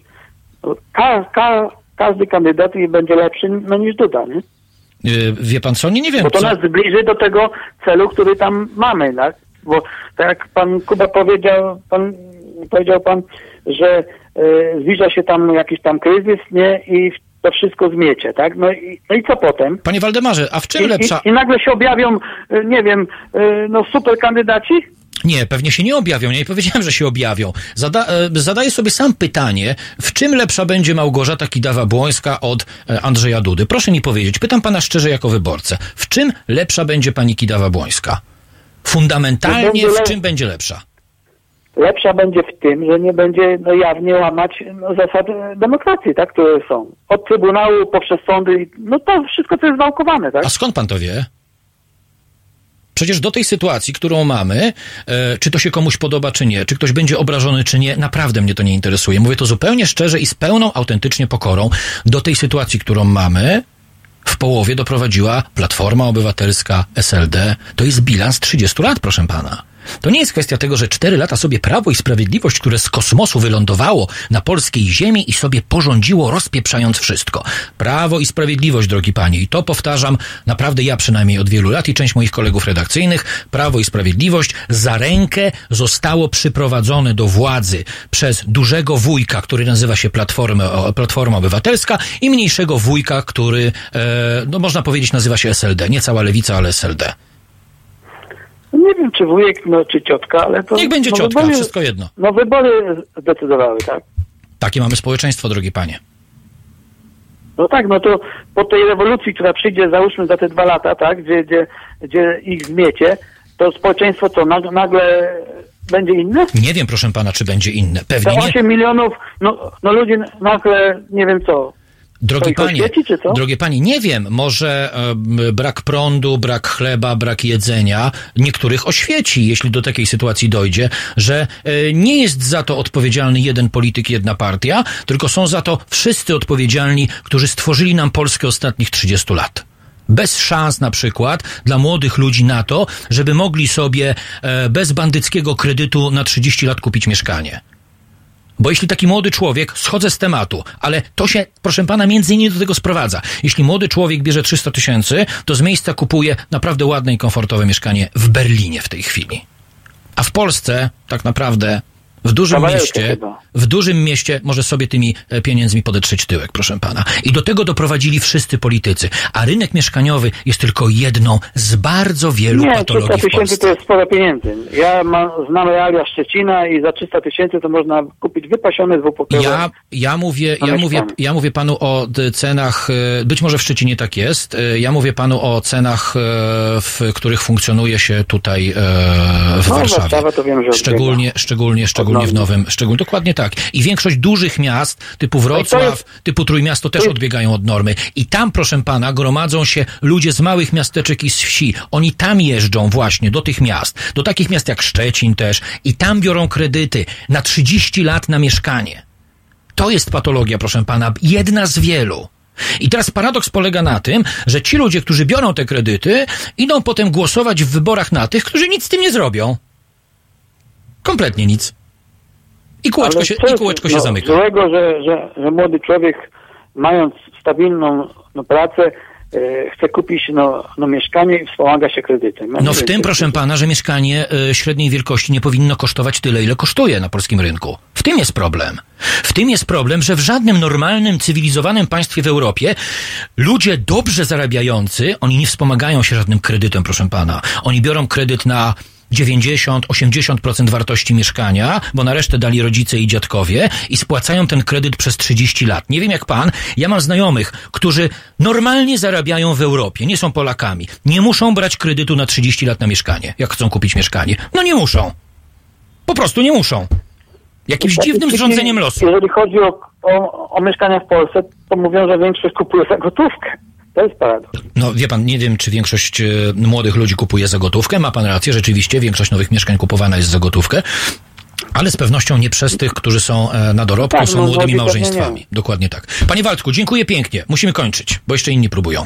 każdy kandydat będzie lepszy niż Duda, nie? Wie pan co? Nie wiem. Bo to nas zbliży do tego celu, który tam mamy, tak? Bo tak jak pan Kuba powiedział pan, że zbliża się tam jakiś tam kryzys, nie? I to wszystko zmiecie, tak? No i co potem? Panie Waldemarze, a w czym lepsza... I nagle się objawią, nie wiem, super kandydaci? Nie, pewnie się nie objawią. Ja nie powiedziałem, że się objawią. Zadaję sobie sam pytanie, w czym lepsza będzie Małgorzata Kidawa-Błońska od Andrzeja Dudy? Proszę mi powiedzieć, pytam pana szczerze jako wyborcę, w czym lepsza będzie pani Kidawa-Błońska? Fundamentalnie w czym będzie lepsza? Lepsza będzie w tym, że nie będzie jawnie łamać zasad demokracji, tak, które są. Od Trybunału poprzez sądy, to wszystko to jest wałkowane, tak? A skąd pan to wie? Przecież do tej sytuacji, którą mamy, czy to się komuś podoba, czy nie, czy ktoś będzie obrażony, czy nie, naprawdę mnie to nie interesuje. Mówię to zupełnie szczerze i z pełną autentycznie pokorą. Do tej sytuacji, którą mamy, w połowie doprowadziła Platforma Obywatelska, SLD. To jest bilans 30 lat, proszę pana. To nie jest kwestia tego, że 4 lata sobie Prawo i Sprawiedliwość, które z kosmosu wylądowało na polskiej ziemi i sobie porządziło, rozpieprzając wszystko. Prawo i Sprawiedliwość, drogi panie, i to powtarzam naprawdę ja przynajmniej od wielu lat i część moich kolegów redakcyjnych, Prawo i Sprawiedliwość za rękę zostało przyprowadzone do władzy przez dużego wujka, który nazywa się Platforma Obywatelska i mniejszego wujka, który, można powiedzieć, nazywa się SLD. Nie cała lewica, ale SLD. Nie wiem, czy wujek, czy ciotka, ale to... Niech będzie ciotka, wybory, wszystko jedno. Wybory zdecydowały, tak? Takie mamy społeczeństwo, drogie panie. No tak, to po tej rewolucji, która przyjdzie, załóżmy, za te 2 lata, tak? Gdzie ich zmiecie, to społeczeństwo co, nagle będzie inne? Nie wiem, proszę pana, czy będzie inne. Pewnie nie. 8 milionów, ludzi nagle, nie wiem co... Drogie panie, nie wiem, może brak prądu, brak chleba, brak jedzenia niektórych oświeci, jeśli do takiej sytuacji dojdzie, że nie jest za to odpowiedzialny jeden polityk, jedna partia, tylko są za to wszyscy odpowiedzialni, którzy stworzyli nam Polskę ostatnich 30 lat. Bez szans na przykład dla młodych ludzi na to, żeby mogli sobie bez bandyckiego kredytu na 30 lat kupić mieszkanie. Bo jeśli taki młody człowiek, schodzę z tematu, ale to się, proszę pana, między innymi do tego sprowadza. Jeśli młody człowiek bierze 300 000, to z miejsca kupuje naprawdę ładne i komfortowe mieszkanie w Berlinie w tej chwili. A w Polsce tak naprawdę w dużym mieście może sobie tymi pieniędzmi podetrzeć tyłek, proszę pana. I do tego doprowadzili wszyscy politycy. A rynek mieszkaniowy jest tylko jedną z bardzo wielu patologii w Polsce. 300 000 to jest sporo pieniędzy. Ja znam realia Szczecina i za 300 000 to można kupić wypasione dwupokojowe. Ja mówię panu o cenach, być może w Szczecinie tak jest, ja mówię panu o cenach, w których funkcjonuje się tutaj w Warszawie. Warszawa to wiem, że Szczególnie w Nowym, dokładnie tak. I większość dużych miast, typu Wrocław, typu Trójmiasto też odbiegają od normy. I tam, proszę pana, gromadzą się ludzie z małych miasteczek i z wsi. Oni tam jeżdżą właśnie do tych miast. Do takich miast jak Szczecin też. I tam biorą kredyty na 30 lat na mieszkanie. To jest patologia, proszę pana, jedna z wielu. I teraz paradoks polega na tym, że ci ludzie, którzy biorą te kredyty, idą potem głosować w wyborach na tych, którzy nic z tym nie zrobią. Kompletnie nic. I kółeczko się zamyka. Złego, że młody człowiek, mając stabilną pracę, chce kupić mieszkanie i wspomaga się kredytem. W tym, proszę pana, że mieszkanie średniej wielkości nie powinno kosztować tyle, ile kosztuje na polskim rynku. W tym jest problem. W tym jest problem, że w żadnym normalnym, cywilizowanym państwie w Europie ludzie dobrze zarabiający, oni nie wspomagają się żadnym kredytem, proszę pana. Oni biorą kredyt na 90-80% wartości mieszkania, bo na resztę dali rodzice i dziadkowie i spłacają ten kredyt przez 30 lat. Nie wiem jak pan, ja mam znajomych, którzy normalnie zarabiają w Europie, nie są Polakami. Nie muszą brać kredytu na 30 lat na mieszkanie, jak chcą kupić mieszkanie. Nie muszą. Po prostu nie muszą. Jakimś dziwnym zrządzeniem losu. Jeżeli chodzi o mieszkania w Polsce, to mówią, że większość kupuje za gotówkę. To jest paradoks. Wie pan, nie wiem, czy większość młodych ludzi kupuje za gotówkę. Ma pan rację, rzeczywiście większość nowych mieszkań kupowana jest za gotówkę, ale z pewnością nie przez tych, którzy są na dorobku, są młodymi małżeństwami. Dokładnie tak. Panie Waldku, dziękuję pięknie. Musimy kończyć, bo jeszcze inni próbują.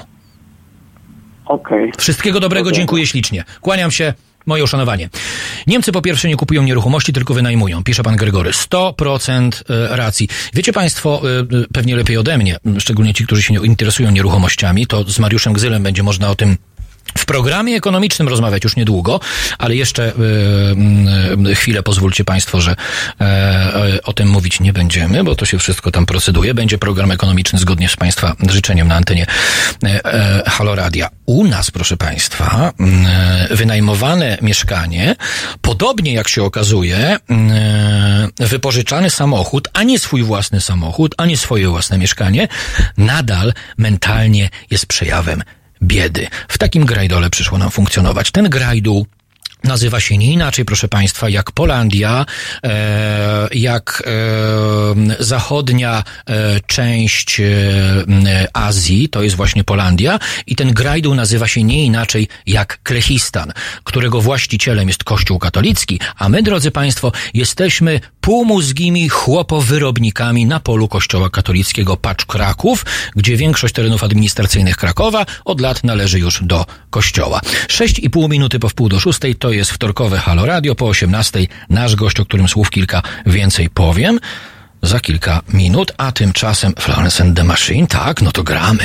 Okej. Wszystkiego dobrego, dziękuję ślicznie. Kłaniam się. Moje uszanowanie. Niemcy po pierwsze nie kupują nieruchomości, tylko wynajmują. Pisze pan Gregory. 100% racji. Wiecie państwo, pewnie lepiej ode mnie, szczególnie ci, którzy się interesują nieruchomościami, to z Mariuszem Gzylem będzie można o tym W programie ekonomicznym rozmawiać już niedługo, ale jeszcze chwilę pozwólcie państwo, że o tym mówić nie będziemy, bo to się wszystko tam proceduje. Będzie program ekonomiczny zgodnie z państwa życzeniem na antenie Halo Radia. U nas, proszę państwa, wynajmowane mieszkanie, podobnie jak się okazuje, wypożyczany samochód, a nie swój własny samochód, a nie swoje własne mieszkanie, nadal mentalnie jest przejawem biedy. W takim grajdole przyszło nam funkcjonować. Ten grajdół nazywa się nie inaczej, proszę państwa, jak Polandia, jak zachodnia część Azji, to jest właśnie Polandia, i ten grajdół nazywa się nie inaczej jak Klechistan, którego właścicielem jest Kościół katolicki, a my, drodzy państwo, jesteśmy półmózgimi chłopowyrobnikami na polu Kościoła katolickiego Pacz Kraków, gdzie większość terenów administracyjnych Krakowa od lat należy już do Kościoła. 6,5 minuty po 5:30 to jest wtorkowe Halo Radio, po 18:00 nasz gość, o którym słów kilka więcej powiem, za kilka minut, a tymczasem Florence and the Machine, tak, no to gramy.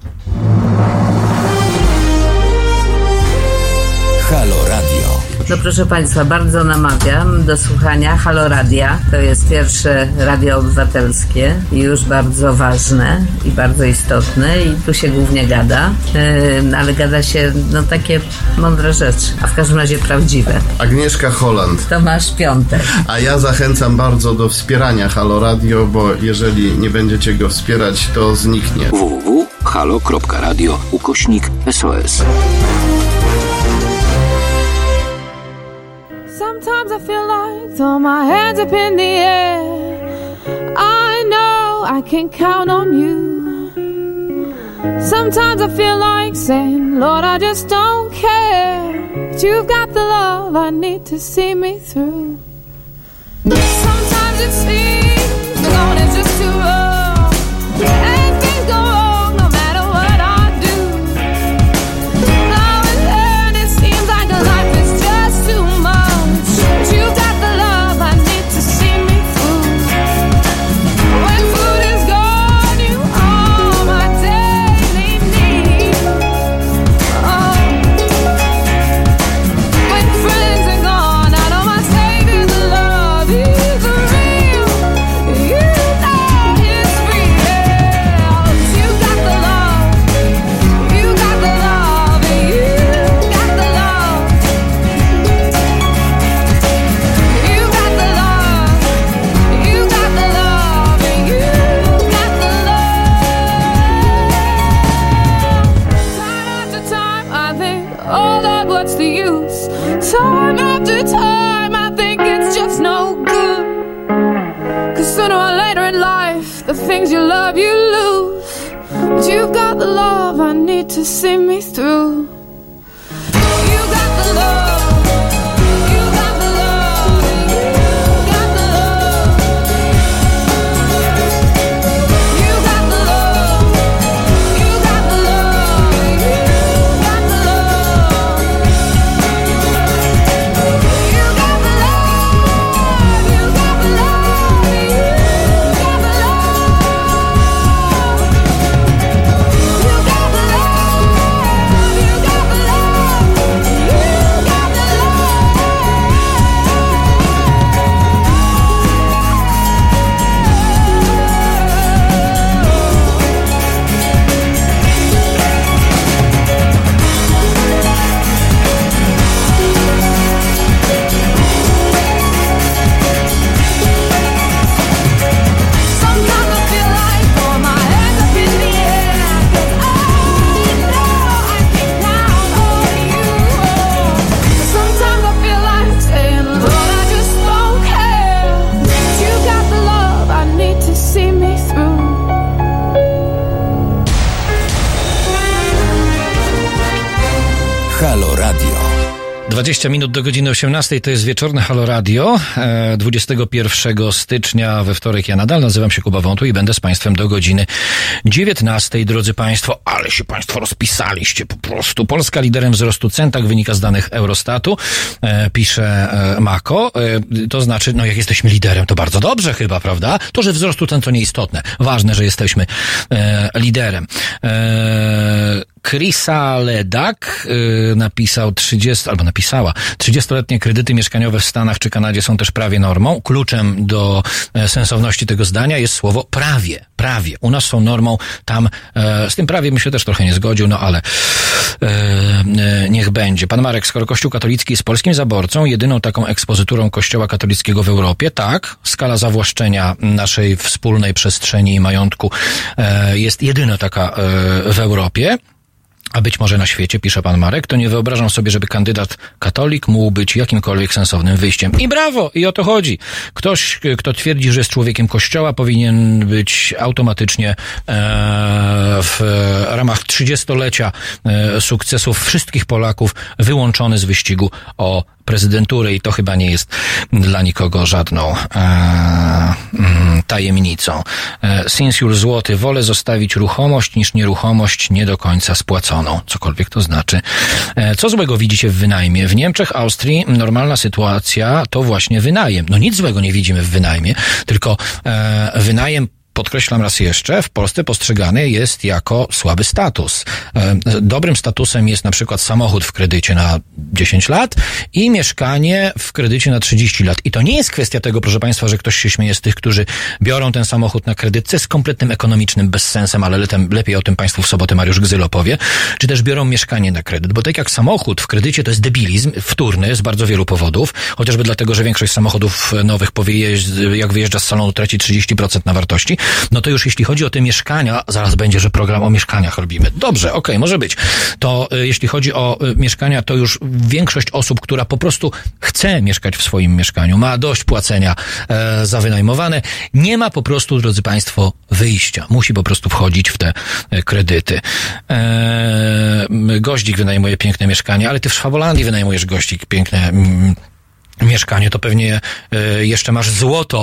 Halo Radio. No proszę państwa, bardzo namawiam do słuchania Halo Radia. To jest pierwsze radio obywatelskie i już bardzo ważne i bardzo istotne i tu się głównie gada, ale gada się no takie mądre rzeczy, a w każdym razie prawdziwe. Agnieszka Holland. Tomasz Piątek. A ja zachęcam bardzo do wspierania Halo Radio, bo jeżeli nie będziecie go wspierać, to zniknie. www.halo.radio/SOS. Sometimes I feel like throw my hands up in the air. I know I can count on you. Sometimes I feel like saying, Lord, I just don't care. But you've got the love I need to see me through. Sometimes it seems the going is just too rough. And things go wrong no matter what I do. Now and then it seems like life is just too much. You got the love I need to see me through. When food is gone, you are my daily need. Oh. When friends are gone, I know my Savior's love is real. You know it's real. You got the love. You got the love. You got the love. You got the love, you got the love, and you got the love. Time after time I think, oh Lord, what's the use? Time after time I think it's just no good. 'Cause sooner or later in life, the things you love you lose. But you've got the love I need to see me through. You got the love. You got the love, and you got the love. You got the love. You got the love, and you got the love. You got the love. You got the love, and you got the love. You got the love. You got the Halo Radio. 20 minut do godziny 18 to jest wieczorne Halo Radio. 21 stycznia we wtorek ja nadal nazywam się Kuba Wątły i będę z Państwem do godziny 19. Drodzy Państwo, ale się Państwo rozpisaliście po prostu. Polska liderem wzrostu cen, tak wynika z danych Eurostatu, pisze Mako. To znaczy, no jak jesteśmy liderem, to bardzo dobrze chyba, prawda? To, że wzrostu cen to nieistotne. Ważne, że jesteśmy liderem. Chrisa Ledak napisała 30-letnie kredyty mieszkaniowe w Stanach czy Kanadzie są też prawie normą. Kluczem do sensowności tego zdania jest słowo prawie. Prawie. U nas są normą, tam z tym prawie bym się też trochę nie zgodził, no ale niech będzie. Pan Marek, skoro Kościół katolicki jest polskim zaborcą, jedyną taką ekspozyturą Kościoła katolickiego w Europie, tak, skala zawłaszczenia naszej wspólnej przestrzeni i majątku jest jedyna taka w Europie, a być może na świecie, pisze pan Marek, to nie wyobrażam sobie, żeby kandydat katolik mógł być jakimkolwiek sensownym wyjściem. I brawo! I o to chodzi. Ktoś, kto twierdzi, że jest człowiekiem Kościoła, powinien być automatycznie w ramach 30-lecia sukcesów wszystkich Polaków wyłączony z wyścigu o prezydenturę i to chyba nie jest dla nikogo żadną tajemnicą. Sinsiul złoty, wolę zostawić ruchomość niż nieruchomość nie do końca spłaconą. Cokolwiek to znaczy. Co złego widzicie w wynajmie? W Niemczech, Austrii normalna sytuacja to właśnie wynajem. No nic złego nie widzimy w wynajmie, tylko wynajem, podkreślam raz jeszcze, w Polsce postrzegany jest jako słaby status. Dobrym statusem jest na przykład samochód w kredycie na 10 lat i mieszkanie w kredycie na 30 lat. I to nie jest kwestia tego, proszę Państwa, że ktoś się śmieje z tych, którzy biorą ten samochód na kredyt, co jest kompletnym ekonomicznym bezsensem, ale lepiej o tym Państwu w sobotę Mariusz Gzyl opowie, czy też biorą mieszkanie na kredyt. Bo tak jak samochód w kredycie to jest debilizm wtórny z bardzo wielu powodów, chociażby dlatego, że większość samochodów nowych jak wyjeżdża z salonu traci 30% na wartości. No to już jeśli chodzi o te mieszkania, zaraz będzie, że program o mieszkaniach robimy. Dobrze, okej, może być. To jeśli chodzi o mieszkania, to już większość osób, która po prostu chce mieszkać w swoim mieszkaniu, ma dość płacenia za wynajmowane, nie ma po prostu, drodzy Państwo, wyjścia. Musi po prostu wchodzić w te kredyty. Goździk wynajmuje piękne mieszkanie, ale ty w Szwabolandii wynajmujesz, Goździk, piękne mieszkanie, to pewnie jeszcze masz złoto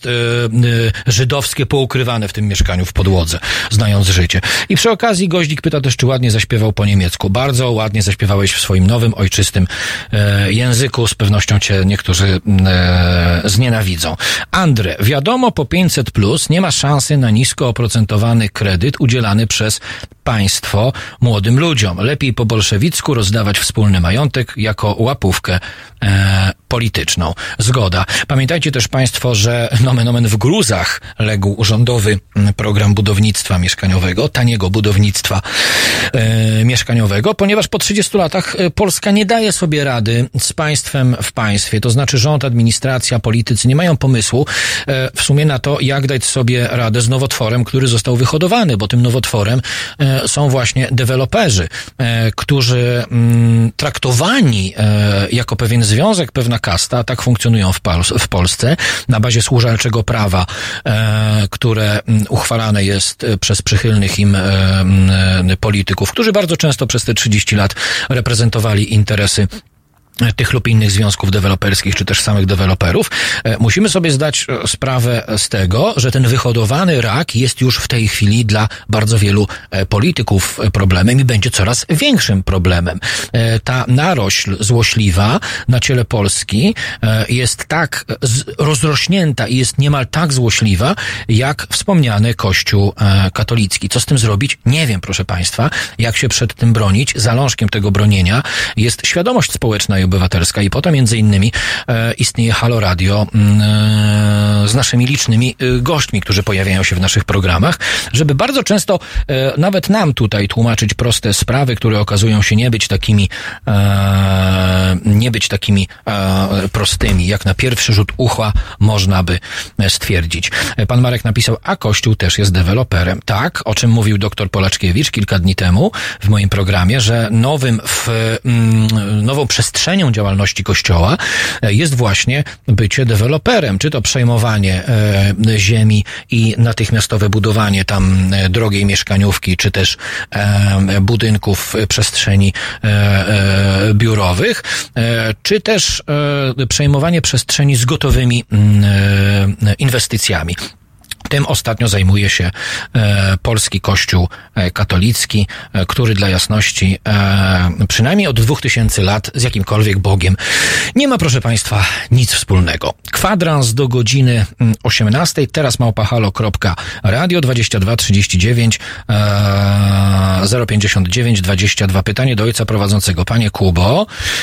żydowskie poukrywane w tym mieszkaniu w podłodze, znając życie. I przy okazji Goździk pyta też, czy ładnie zaśpiewał po niemiecku. Bardzo ładnie zaśpiewałeś w swoim nowym, ojczystym języku. Z pewnością cię niektórzy znienawidzą. Andre, wiadomo, po 500+ nie ma szansy na nisko oprocentowany kredyt udzielany przez państwo młodym ludziom. Lepiej po bolszewicku rozdawać wspólny majątek jako łapówkę polityczną. Zgoda. Pamiętajcie też Państwo, że nomen omen w gruzach legł rządowy program budownictwa mieszkaniowego, taniego budownictwa mieszkaniowego, ponieważ po 30 latach Polska nie daje sobie rady z państwem w państwie. To znaczy rząd, administracja, politycy nie mają pomysłu w sumie na to, jak dać sobie radę z nowotworem, który został wyhodowany, bo tym nowotworem są właśnie deweloperzy, którzy traktowani jako pewien związek, pewna kasta, tak funkcjonują w Polsce, na bazie służalczego prawa, które uchwalane jest przez przychylnych im polityków, którzy bardzo często przez te 30 lat reprezentowali interesy tych lub innych związków deweloperskich, czy też samych deweloperów. Musimy sobie zdać sprawę z tego, że ten wyhodowany rak jest już w tej chwili dla bardzo wielu polityków problemem i będzie coraz większym problemem. Ta narośl złośliwa na ciele Polski jest tak rozrośnięta i jest niemal tak złośliwa, jak wspomniany Kościół katolicki. Co z tym zrobić? Nie wiem, proszę Państwa, jak się przed tym bronić. Zalążkiem tego bronienia jest świadomość społeczna i obywatelska i po to między innymi istnieje Halo Radio z naszymi licznymi gośćmi, którzy pojawiają się w naszych programach, żeby bardzo często nawet nam tutaj tłumaczyć proste sprawy, które okazują się nie być takimi prostymi, jak na pierwszy rzut ucha można by stwierdzić. Pan Marek napisał, a Kościół też jest deweloperem. Tak, o czym mówił dr Polaczkiewicz kilka dni temu w moim programie, że nową przestrzenią działalności Kościoła jest właśnie bycie deweloperem, czy to przejmowanie ziemi i natychmiastowe budowanie tam drogiej mieszkaniówki, czy też budynków, przestrzeni biurowych, czy też przejmowanie przestrzeni z gotowymi inwestycjami. Tym ostatnio zajmuje się polski Kościół katolicki, który dla jasności przynajmniej od 2000 lat z jakimkolwiek Bogiem nie ma, proszę Państwa, nic wspólnego. Kwadrans do godziny 18. Teraz małpahalo.radio 22 39 059 22. Pytanie do ojca prowadzącego. Panie Kubo,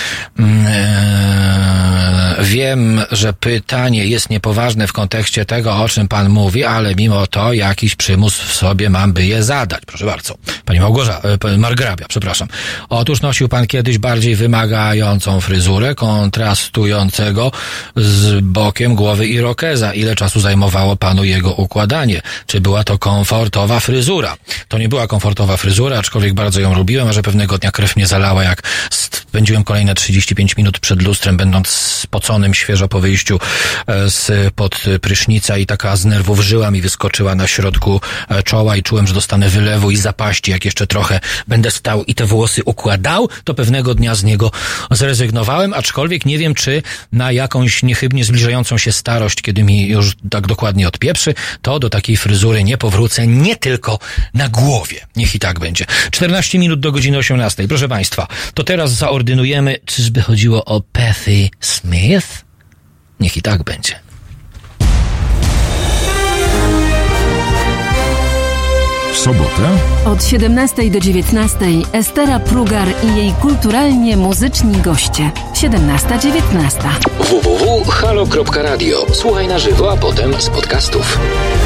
wiem, że pytanie jest niepoważne w kontekście tego, o czym Pan mówi, ale mimo to jakiś przymus w sobie mam, by je zadać. Proszę bardzo. Pani Margrabia, przepraszam. Otóż nosił Pan kiedyś bardziej wymagającą fryzurę, kontrastującego z bokiem głowy irokeza. Ile czasu zajmowało Panu jego układanie? Czy była to komfortowa fryzura? To nie była komfortowa fryzura, aczkolwiek bardzo ją lubiłem, a że pewnego dnia krew mnie zalała, jak spędziłem kolejne 35 minut przed lustrem, będąc spoconym świeżo po wyjściu spod prysznica i taka z nerwów żyła mi wyskoczyła na środku czoła i czułem, że dostanę wylewu i zapaści, jak jeszcze trochę będę stał i te włosy układał, to pewnego dnia z niego zrezygnowałem, aczkolwiek nie wiem, czy na jakąś niechybnie zbliżającą się starość, kiedy mi już tak dokładnie odpieprzy, to do takiej fryzury nie powrócę, nie tylko na głowie. Niech i tak będzie. 14 minut do godziny 18. Proszę Państwa, to teraz zaordynujemy, czyżby chodziło o Patti Smith? Niech i tak będzie. W sobotę od 17 do 19 Estera Prugar i jej kulturalnie muzyczni goście. 17-19. www.halo.radio. Słuchaj na żywo, a potem z podcastów.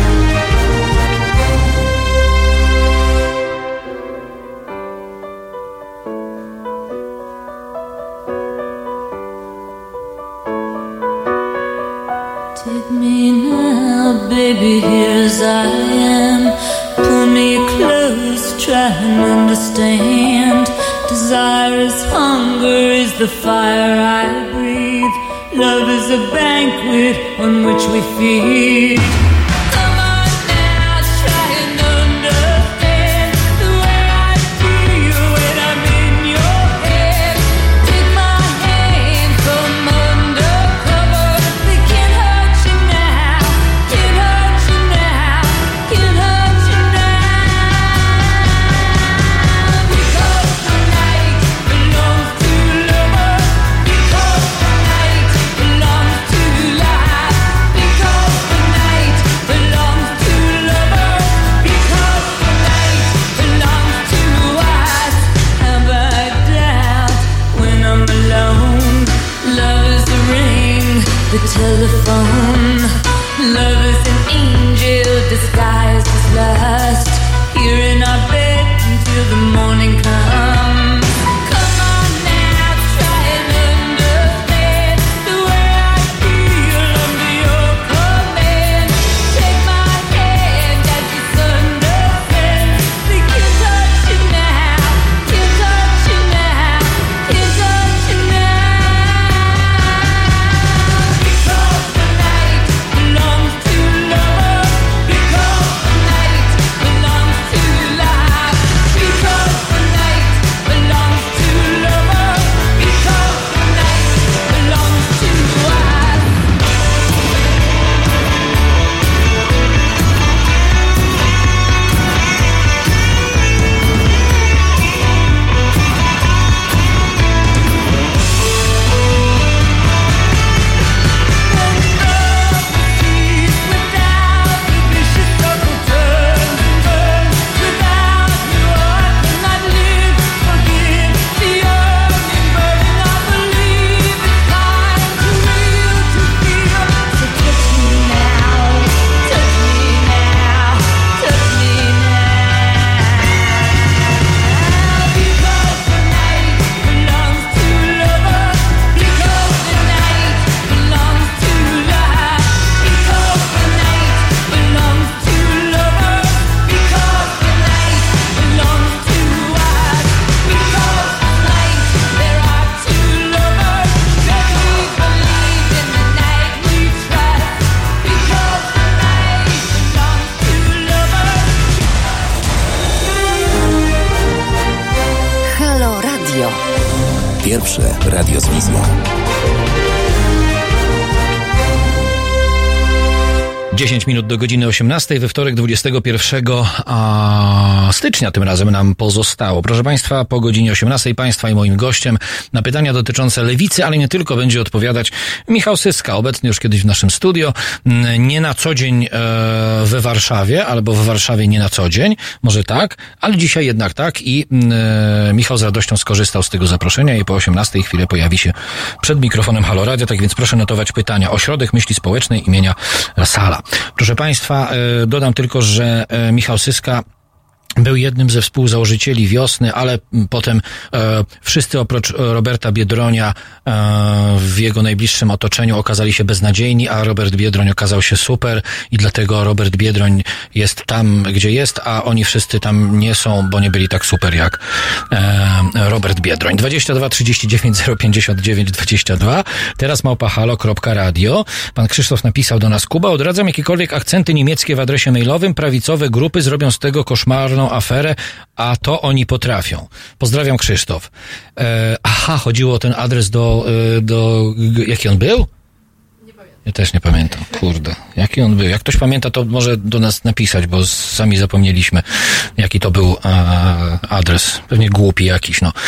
Take me now, baby, here as I am. Pull me close, try and understand. Desire is hunger, is the fire I breathe. Love is a banquet on which we feed. Come on now, try and understand the way I feel when I'm in your head. Take my hand from undercover. They can't hurt you now, can't hurt you now, can't hurt you now. Because the night belongs to lovers. Because the night belongs to life. Because the night belongs to lovers. Because the night belongs to us. Have I doubt when I'm alone? Love is the ring, the telephone. Love is an angel disguised as lust. Here in our bed until the morning comes. Come on now, try and understand the way I feel under your command. Take my hand as the sun descends. They can't touch you now, can't touch you now, can't touch you now. Because the night belongs to lovers. Because the night belongs to life. Because the night belongs to lovers. Because the night belongs to us. Without the vicious circle turns and burns. Without you I cannot live. Forgive the yearning burden. I believe it's time to real to feel. So touch me now, touch me now, touch me now. Because the night belongs to lovers. Because the night belongs to life. Because the night belongs to lovers. Because the night belongs to us. Because tonight there are two lovers. That we believe in the night we trust. Because the night belongs to lovers. Halo Radio. Pierwsze radio z wizją. 10 minut do godziny 18 we wtorek 21 stycznia tym razem nam pozostało. Proszę Państwa, po godzinie 18 Państwa i moim gościem na pytania dotyczące lewicy, ale nie tylko, będzie odpowiadać Michał Syska, obecny już kiedyś w naszym studio, nie na co dzień we Warszawie, albo w Warszawie nie na co dzień, może tak, ale dzisiaj jednak tak i Michał z radością skorzystał z tego zaproszenia i po 18 chwilę pojawi się przed mikrofonem Halo Radio, tak więc proszę notować pytania. Ośrodek Myśli Społecznej imienia Sala. Proszę Państwa, dodam tylko, że Michał Syska był jednym ze współzałożycieli Wiosny, ale potem wszyscy oprócz Roberta Biedronia w jego najbliższym otoczeniu okazali się beznadziejni, a Robert Biedroń okazał się super i dlatego Robert Biedroń jest tam, gdzie jest, a oni wszyscy tam nie są, bo nie byli tak super jak Robert Biedroń. 22 39 059 22. Teraz @halo.radio. Pan Krzysztof napisał do nas: Kuba, odradzam jakiekolwiek akcenty niemieckie w adresie mailowym. Prawicowe grupy zrobią z tego koszmarną aferę, a to oni potrafią. Pozdrawiam, Krzysztof. Chodziło o ten adres do jaki on był? Nie pamiętam. Ja też nie pamiętam. Kurde. Jaki on był? Jak ktoś pamięta, to może do nas napisać, bo sami zapomnieliśmy, jaki to był adres. Pewnie głupi jakiś, no.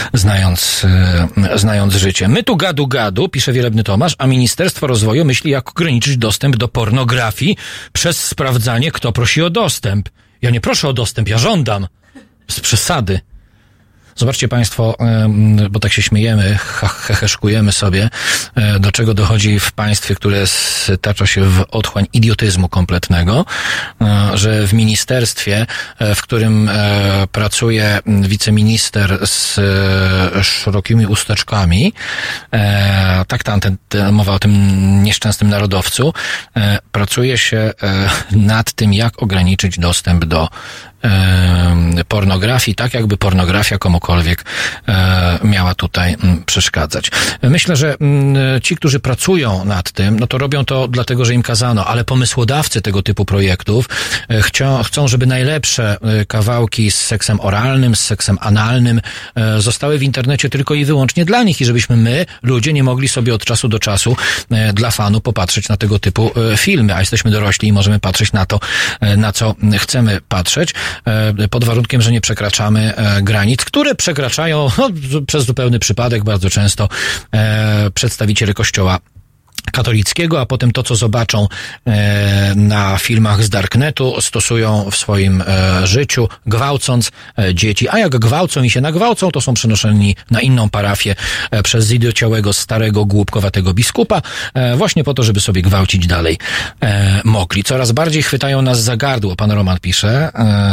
Znając życie. My tu gadu, pisze Wielebny Tomasz, a Ministerstwo Rozwoju myśli, jak ograniczyć dostęp do pornografii przez sprawdzanie, kto prosi o dostęp. Ja nie proszę o dostęp, ja żądam. Z przesady. Zobaczcie Państwo, bo tak się śmiejemy, heheszkujemy sobie, do czego dochodzi w państwie, które stacza się w otchłań idiotyzmu kompletnego, że w ministerstwie, w którym pracuje wiceminister z szerokimi usteczkami, tak mowa o tym nieszczęsnym narodowcu, pracuje się nad tym, jak ograniczyć dostęp do pornografii, tak jakby pornografia komukolwiek miała tutaj przeszkadzać. Myślę, że ci, którzy pracują nad tym, no to robią to dlatego, że im kazano, ale pomysłodawcy tego typu projektów chcą, żeby najlepsze kawałki z seksem oralnym, z seksem analnym zostały w internecie tylko i wyłącznie dla nich i żebyśmy my, ludzie, nie mogli sobie od czasu do czasu dla fanu popatrzeć na tego typu filmy, a jesteśmy dorośli i możemy patrzeć na to, na co chcemy patrzeć, pod warunkiem, że nie przekraczamy granic, które przekraczają przez zupełny przypadek bardzo często przedstawiciele Kościoła katolickiego, a potem to, co zobaczą na filmach z Darknetu, stosują w swoim życiu, gwałcąc dzieci. A jak gwałcą i się nagwałcą, to są przenoszeni na inną parafię przez zidiociałego, starego, głupkowatego biskupa, właśnie po to, żeby sobie gwałcić dalej mogli. Coraz bardziej chwytają nas za gardło, pan Roman pisze.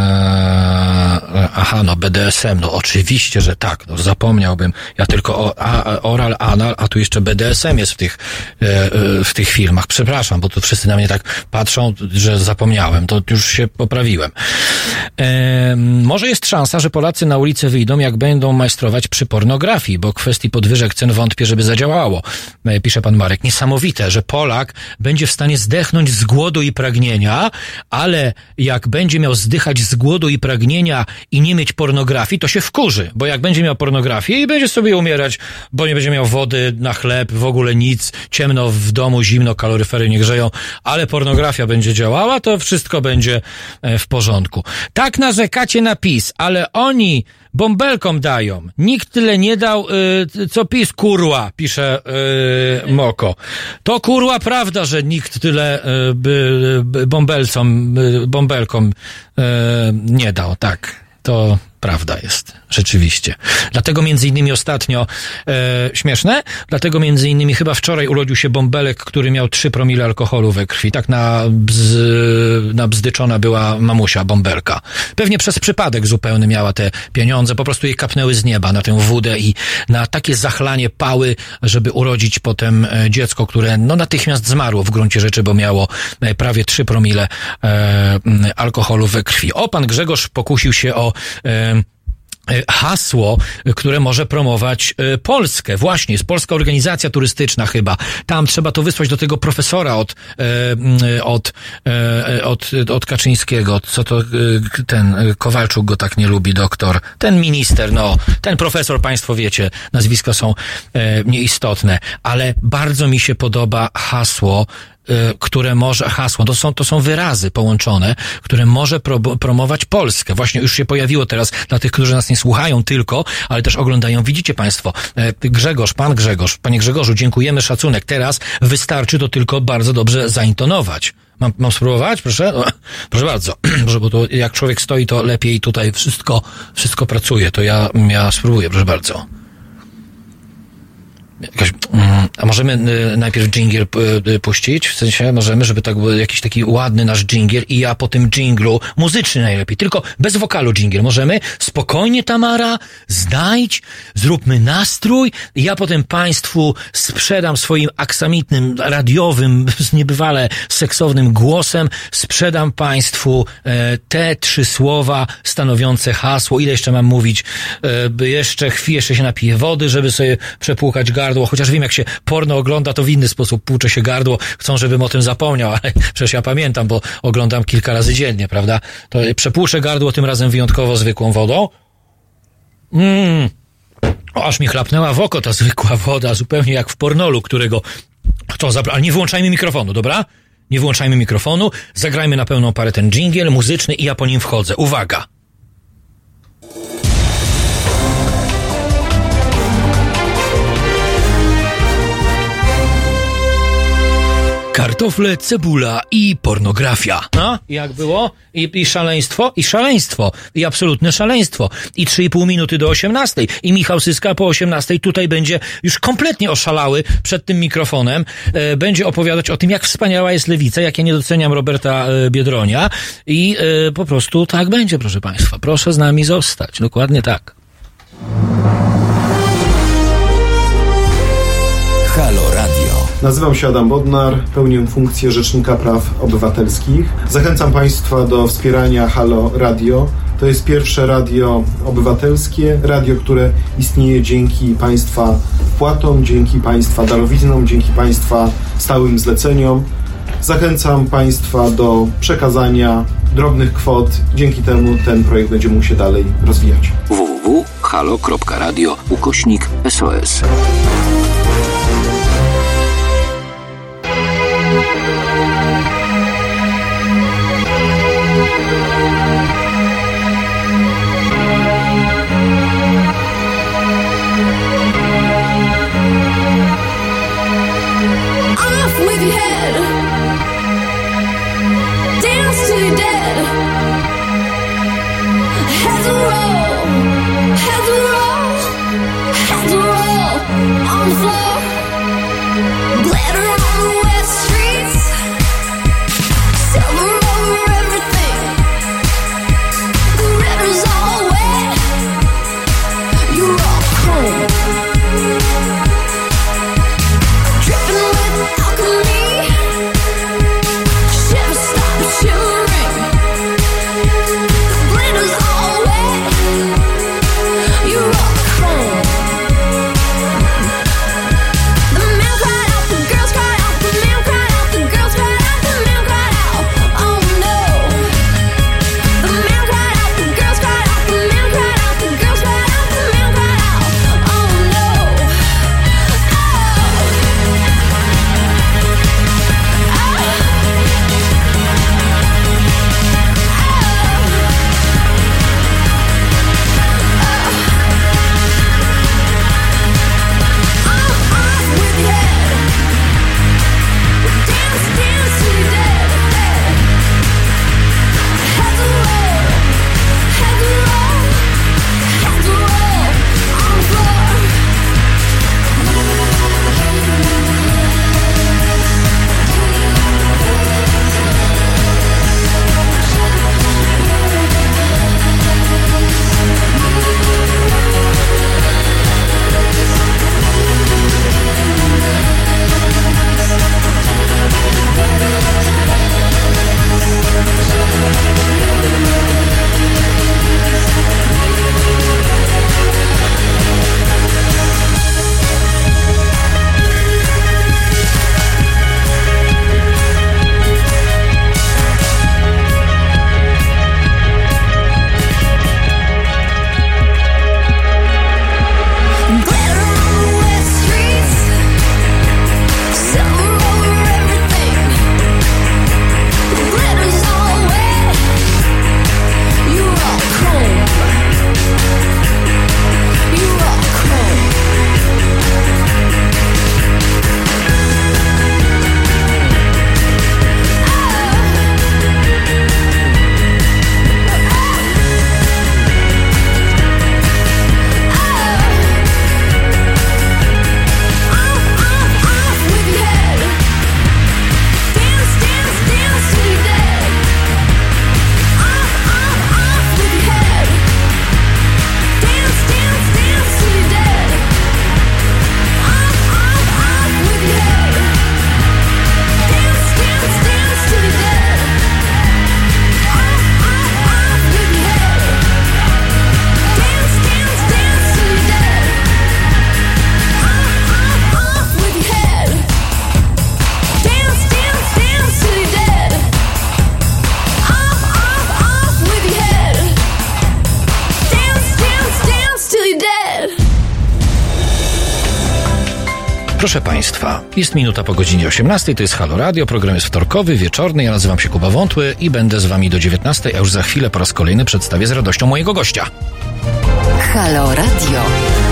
BDSM, no oczywiście, że tak, no zapomniałbym. Ja tylko oral, anal, a tu jeszcze BDSM jest w tych filmach. Przepraszam, bo tu wszyscy na mnie tak patrzą, że zapomniałem. To już się poprawiłem. Może jest szansa, że Polacy na ulicę wyjdą, jak będą majstrować przy pornografii, bo kwestii podwyżek cen wątpię, żeby zadziałało. Pisze pan Marek. Niesamowite, że Polak będzie w stanie zdechnąć z głodu i pragnienia, ale jak będzie miał zdychać z głodu i pragnienia i nie mieć pornografii, to się wkurzy, bo jak będzie miał pornografię i będzie sobie umierać, bo nie będzie miał wody na chleb, w ogóle nic, ciemno w domu, zimno, kaloryfery nie grzeją, ale pornografia będzie działała, to wszystko będzie w porządku. Tak narzekacie na PiS, ale oni bąbelkom dają. Nikt tyle nie dał, co PiS, kurwa, pisze Moko. To kurwa prawda, że nikt tyle bąbelkom nie dał, tak. To prawda jest, rzeczywiście. Dlatego między innymi ostatnio, śmieszne, dlatego między innymi chyba wczoraj urodził się bąbelek, który miał 3 promile alkoholu we krwi. Tak nabzdyczona była mamusia bąbelka. Pewnie przez przypadek zupełny miała te pieniądze, po prostu jej kapnęły z nieba na tę wódę i na takie zachlanie pały, żeby urodzić potem dziecko, które no natychmiast zmarło w gruncie rzeczy, bo miało prawie 3 promile alkoholu we krwi. O, pan Grzegorz pokusił się o hasło, które może promować Polskę. Właśnie, jest Polska Organizacja Turystyczna chyba. Tam trzeba to wysłać do tego profesora od Kaczyńskiego. Co to ten Kowalczuk go tak nie lubi, doktor. Ten minister, no, ten profesor, państwo wiecie, nazwiska są nieistotne, ale bardzo mi się podoba hasło które może, hasło, to są wyrazy połączone, które może promować Polskę. Właśnie już się pojawiło teraz dla tych, którzy nas nie słuchają tylko, ale też oglądają. Widzicie państwo, pan Grzegorz, panie Grzegorzu, dziękujemy, szacunek. Teraz wystarczy to tylko bardzo dobrze zaintonować. Mam spróbować? Proszę? Proszę bardzo. Bo to jak człowiek stoi, to lepiej tutaj wszystko pracuje. To ja spróbuję, proszę bardzo. A możemy najpierw dżingiel puścić? W sensie możemy, żeby tak był jakiś taki ładny nasz dżingiel i ja po tym dżinglu, muzyczny najlepiej, tylko bez wokalu dżingiel. Możemy? Spokojnie, Tamara, znajdź, zróbmy nastrój i ja potem państwu sprzedam swoim aksamitnym, radiowym, niebywale seksownym głosem, sprzedam państwu te 3 słowa stanowiące hasło. Ile jeszcze mam mówić? Jeszcze się napiję wody, żeby sobie przepłukać gardło. Chociaż wiem, jak się porno ogląda, to w inny sposób płucze się gardło. Chcą, żebym o tym zapomniał, ale przecież ja pamiętam, bo oglądam kilka razy dziennie, prawda? To przepłuszę gardło tym razem wyjątkowo zwykłą wodą. Aż mi chlapnęła w oko ta zwykła woda, zupełnie jak w pornolu, którego ale nie wyłączajmy mikrofonu, dobra? Nie wyłączajmy mikrofonu, zagrajmy na pełną parę ten dżingiel muzyczny i ja po nim wchodzę. Uwaga! Kartofle, cebula i pornografia. No, jak było? I szaleństwo? I szaleństwo. I absolutne szaleństwo. I 3,5 minuty do 18. I Michał Syska po 18 tutaj będzie już kompletnie oszalały przed tym mikrofonem. Będzie opowiadać o tym, jak wspaniała jest lewica, jak ja nie doceniam Roberta Biedronia. I po prostu tak będzie, proszę państwa. Proszę z nami zostać. Dokładnie tak. Halo Radio. Nazywam się Adam Bodnar, pełnię funkcję Rzecznika Praw Obywatelskich. Zachęcam Państwa do wspierania Halo Radio. To jest pierwsze radio obywatelskie, radio, które istnieje dzięki Państwa wpłatom, dzięki Państwa darowiznom, dzięki Państwa stałym zleceniom. Zachęcam Państwa do przekazania drobnych kwot. Dzięki temu ten projekt będzie mógł się dalej rozwijać. www.halo.radio/SOS Off with your head, dance till you're dead. Heads will roll, heads will roll, heads will roll on the floor. Glitter on the wet streets, silver over everything. Proszę Państwa, jest minuta po godzinie 18, to jest Halo Radio, program jest wtorkowy, wieczorny, ja nazywam się Kuba Wątły i będę z Wami do 19, a już za chwilę po raz kolejny przedstawię z radością mojego gościa. Halo Radio.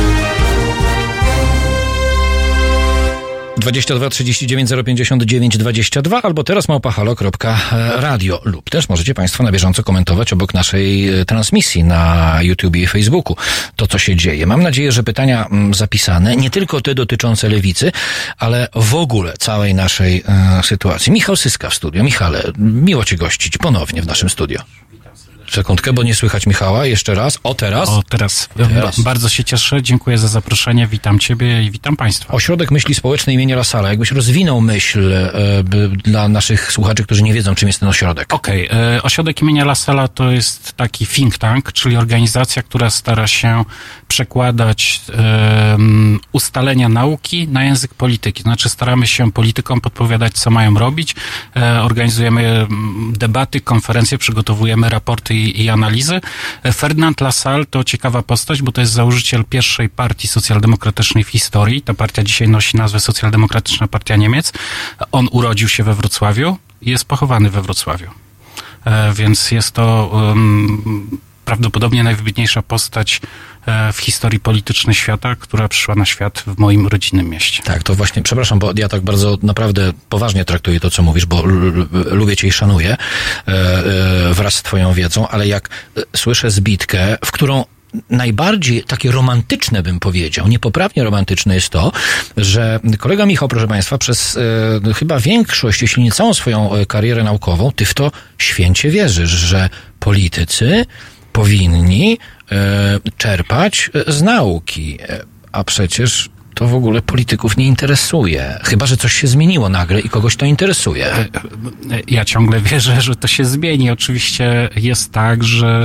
22 39 059 22 albo teraz @halo.radio lub też możecie Państwo na bieżąco komentować obok naszej transmisji na YouTube i Facebooku to, co się dzieje. Mam nadzieję, że pytania zapisane, nie tylko te dotyczące lewicy, ale w ogóle całej naszej sytuacji. Michał Syska w studio. Michale, miło Cię gościć ponownie w naszym studio. Sekundkę, bo nie słychać Michała. Jeszcze raz. Teraz. Bardzo się cieszę. Dziękuję za zaproszenie. Witam Ciebie i witam Państwa. Ośrodek Myśli Społecznej imienia Lasala. Jakbyś rozwinął myśl dla naszych słuchaczy, którzy nie wiedzą, czym jest ten ośrodek. Ośrodek imienia Lasala to jest taki think tank, czyli organizacja, która stara się przekładać ustalenia nauki na język polityki. Znaczy staramy się politykom podpowiadać, co mają robić. Organizujemy debaty, konferencje, przygotowujemy raporty i analizy. Ferdynand Lassalle to ciekawa postać, bo to jest założyciel pierwszej partii socjaldemokratycznej w historii. Ta partia dzisiaj nosi nazwę Socjaldemokratyczna Partia Niemiec. On urodził się we Wrocławiu i jest pochowany we Wrocławiu. Więc jest to prawdopodobnie najwybitniejsza postać w historii politycznej świata, która przyszła na świat w moim rodzinnym mieście. Tak, to właśnie, przepraszam, bo ja tak bardzo naprawdę poważnie traktuję to, co mówisz, bo lubię Cię i szanuję wraz z Twoją wiedzą, ale jak słyszę zbitkę, w którą najbardziej takie romantyczne, bym powiedział, niepoprawnie romantyczne jest to, że kolega Michał, proszę Państwa, przez chyba większość, jeśli nie całą swoją karierę naukową, ty w to święcie wierzysz, że politycy powinni czerpać z nauki, a przecież to w ogóle polityków nie interesuje. Chyba że coś się zmieniło nagle i kogoś to interesuje. Ja ciągle wierzę, że to się zmieni. Oczywiście jest tak,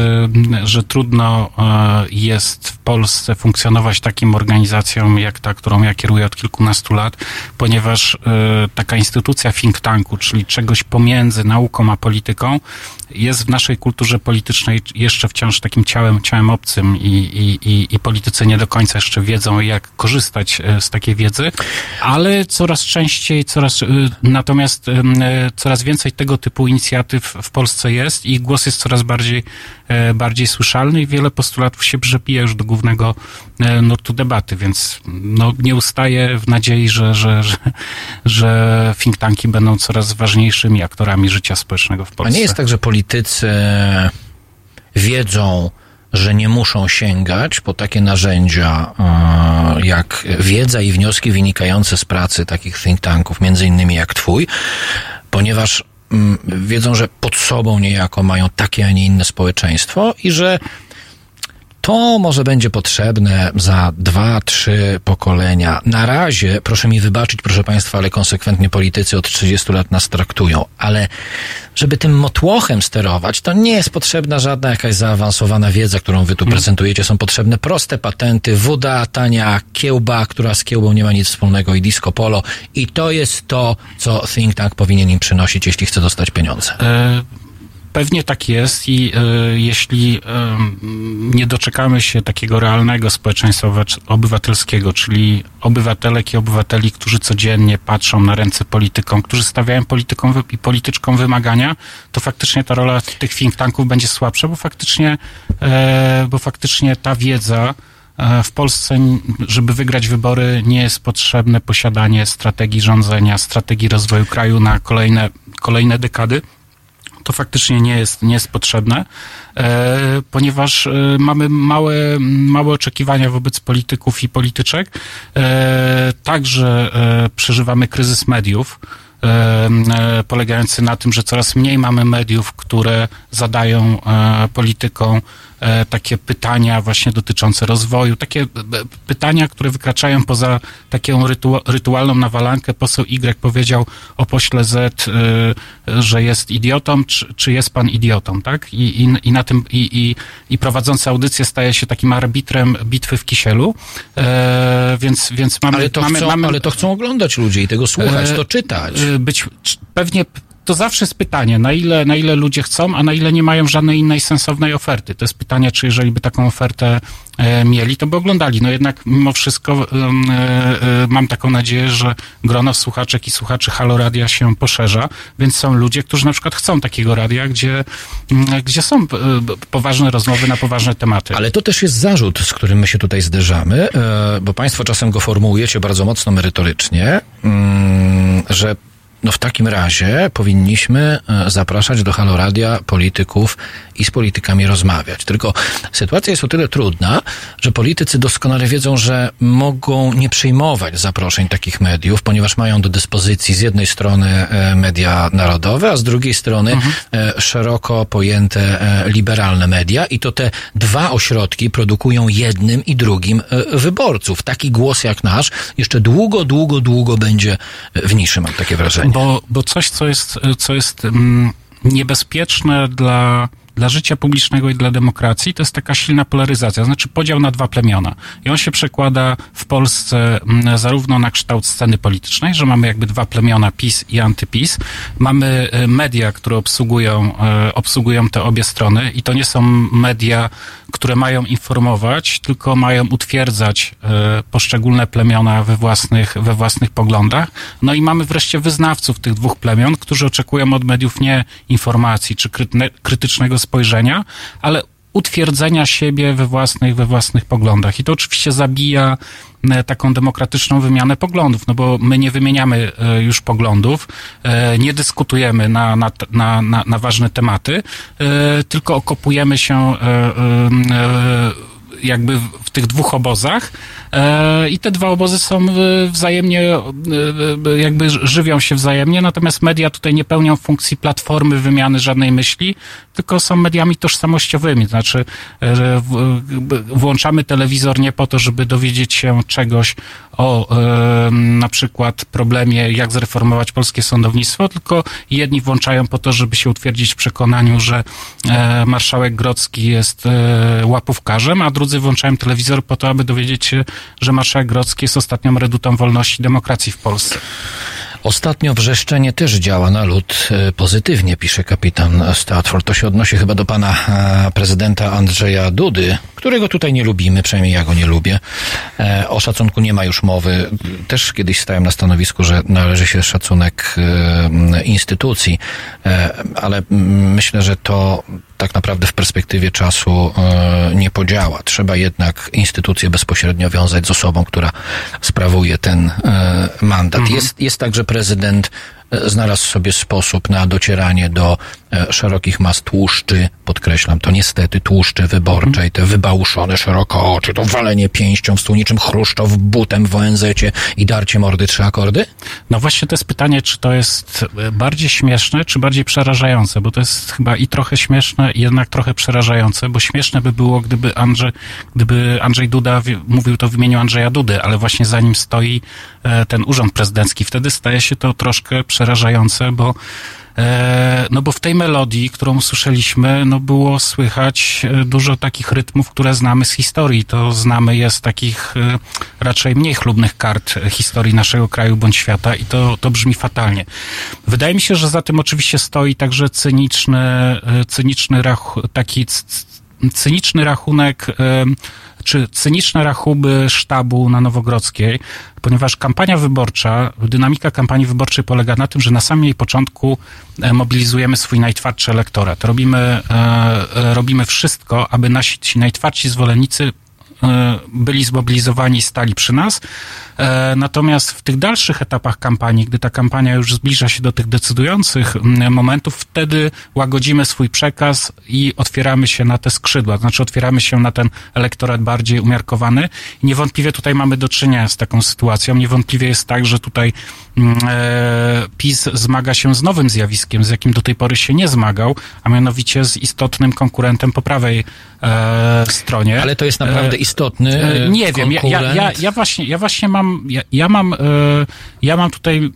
że trudno jest w Polsce funkcjonować takim organizacjom jak ta, którą ja kieruję od kilkunastu lat, ponieważ taka instytucja think tanku, czyli czegoś pomiędzy nauką a polityką, jest w naszej kulturze politycznej jeszcze wciąż takim ciałem obcym i politycy nie do końca jeszcze wiedzą, jak korzystać z takiej wiedzy, ale coraz częściej, natomiast coraz więcej tego typu inicjatyw w Polsce jest i głos jest coraz bardziej słyszalny i wiele postulatów się przebija już do głównego nurtu debaty, więc nie ustaję w nadziei, że think tanki będą coraz ważniejszymi aktorami życia społecznego w Polsce. A nie jest tak, że politycy wiedzą, że nie muszą sięgać po takie narzędzia jak wiedza i wnioski wynikające z pracy takich think tanków, między innymi jak Twój, ponieważ wiedzą, że pod sobą niejako mają takie, a nie inne społeczeństwo i że to może będzie potrzebne za 2-3 pokolenia. Na razie, proszę mi wybaczyć, proszę Państwa, ale konsekwentnie politycy od 30 lat nas traktują. Ale żeby tym motłochem sterować, to nie jest potrzebna żadna jakaś zaawansowana wiedza, którą Wy tu prezentujecie. Są potrzebne proste patenty, woda, tania kiełba, która z kiełbą nie ma nic wspólnego i disco polo. I to jest to, co think tank powinien im przynosić, jeśli chce dostać pieniądze. Pewnie tak jest i jeśli nie doczekamy się takiego realnego społeczeństwa obywatelskiego, czyli obywatelek i obywateli, którzy codziennie patrzą na ręce politykom, którzy stawiają politykom i polityczkom wymagania, to faktycznie ta rola tych think tanków będzie słabsza, bo faktycznie ta wiedza w Polsce, żeby wygrać wybory, nie jest potrzebne posiadanie strategii rządzenia, strategii rozwoju kraju na kolejne dekady. To faktycznie nie jest potrzebne, ponieważ mamy małe oczekiwania wobec polityków i polityczek. Także przeżywamy kryzys mediów, polegający na tym, że coraz mniej mamy mediów, które zadają politykom takie pytania właśnie dotyczące rozwoju, takie pytania, które wykraczają poza taką rytualną nawalankę. Poseł Y powiedział o pośle Z, że jest idiotą, czy jest pan idiotą, tak? I na tym i prowadzący audycję staje się takim arbitrem bitwy w Kisielu, więc mamy... Ale to chcą oglądać ludzie i tego słuchać, to czytać. to zawsze jest pytanie, na ile ludzie chcą, a na ile nie mają żadnej innej sensownej oferty. To jest pytanie, czy jeżeli by taką ofertę mieli, to by oglądali. No jednak mimo wszystko mam taką nadzieję, że grono słuchaczek i słuchaczy Halo Radia się poszerza, więc są ludzie, którzy na przykład chcą takiego radia, gdzie są poważne rozmowy na poważne tematy. Ale to też jest zarzut, z którym my się tutaj zderzamy, bo państwo czasem go formułujecie bardzo mocno merytorycznie, że no w takim razie powinniśmy zapraszać do Halo Radia polityków i z politykami rozmawiać. Tylko sytuacja jest o tyle trudna, że politycy doskonale wiedzą, że mogą nie przyjmować zaproszeń takich mediów, ponieważ mają do dyspozycji z jednej strony media narodowe, a z drugiej strony szeroko pojęte liberalne media i to te dwa ośrodki produkują jednym i drugim wyborców. Taki głos jak nasz jeszcze długo będzie w niszy, mam takie wrażenie. Bo coś, co jest niebezpieczne dla życia publicznego i dla demokracji, to jest taka silna polaryzacja, znaczy podział na dwa plemiona. I on się przekłada w Polsce zarówno na kształt sceny politycznej, że mamy jakby dwa plemiona, PiS i antyPiS. Mamy media, które obsługują te obie strony i to nie są media, które mają informować, tylko mają utwierdzać poszczególne plemiona we własnych poglądach. No i mamy wreszcie wyznawców tych dwóch plemion, którzy oczekują od mediów nie informacji czy krytycznego spojrzenia, ale utwierdzenia siebie we własnych poglądach. I to oczywiście zabija taką demokratyczną wymianę poglądów, no bo my nie wymieniamy już poglądów, nie dyskutujemy na ważne tematy, tylko okopujemy się jakby w tych dwóch obozach i te dwa obozy są wzajemnie, jakby żywią się wzajemnie, natomiast media tutaj nie pełnią funkcji platformy wymiany żadnej myśli, tylko są mediami tożsamościowymi, znaczy włączamy telewizor nie po to, żeby dowiedzieć się czegoś o na przykład problemie, jak zreformować polskie sądownictwo, tylko jedni włączają po to, żeby się utwierdzić w przekonaniu, że marszałek Grodzki jest łapówkarzem, a drudzy włączają telewizor po to, aby dowiedzieć się, że marszałek Grodzki jest ostatnią redutą wolności i demokracji w Polsce. Ostatnio wrzeszczenie też działa na lud pozytywnie, pisze kapitan Stratford. To się odnosi chyba do pana prezydenta Andrzeja Dudy, którego tutaj nie lubimy, przynajmniej ja go nie lubię. O szacunku nie ma już mowy. Też kiedyś stałem na stanowisku, że należy się szacunek instytucji, ale myślę, że to tak naprawdę w perspektywie czasu nie podziała. Trzeba jednak instytucję bezpośrednio wiązać z osobą, która sprawuje ten mandat. Jest tak, że prezydent znalazł sobie sposób na docieranie do szerokich mas tłuszczy, podkreślam, to niestety tłuszczy wyborczej, te wybałuszone szeroko oczy, to walenie pięścią w stół niczym Chruszczow butem w ONZ-cie i darcie mordy 3 akordy? No właśnie to jest pytanie, czy to jest bardziej śmieszne, czy bardziej przerażające, bo to jest chyba i trochę śmieszne, i jednak trochę przerażające, bo śmieszne by było, gdyby Andrzej Duda mówił to w imieniu Andrzeja Dudy, ale właśnie za nim stoi ten urząd prezydencki. Wtedy staje się to troszkę przerażające, bo w tej melodii, którą usłyszeliśmy, było słychać dużo takich rytmów, które znamy z historii. To znamy je z takich raczej mniej chlubnych kart historii naszego kraju bądź świata i to brzmi fatalnie. Wydaje mi się, że za tym oczywiście stoi także cyniczny rachunek czy cyniczne rachuby sztabu na Nowogrodzkiej, ponieważ dynamika kampanii wyborczej polega na tym, że na samym jej początku mobilizujemy swój najtwardszy elektorat. Robimy wszystko, aby nasi ci najtwardsi zwolennicy byli zmobilizowani i stali przy nas. Natomiast w tych dalszych etapach kampanii, gdy ta kampania już zbliża się do tych decydujących momentów, wtedy łagodzimy swój przekaz i otwieramy się na te skrzydła, znaczy otwieramy się na ten elektorat bardziej umiarkowany. I niewątpliwie tutaj mamy do czynienia z taką sytuacją. Niewątpliwie jest tak, że tutaj PiS zmaga się z nowym zjawiskiem, z jakim do tej pory się nie zmagał, a mianowicie z istotnym konkurentem po prawej stronie. Ale to jest naprawdę istotny nie wiem, ja mam tutaj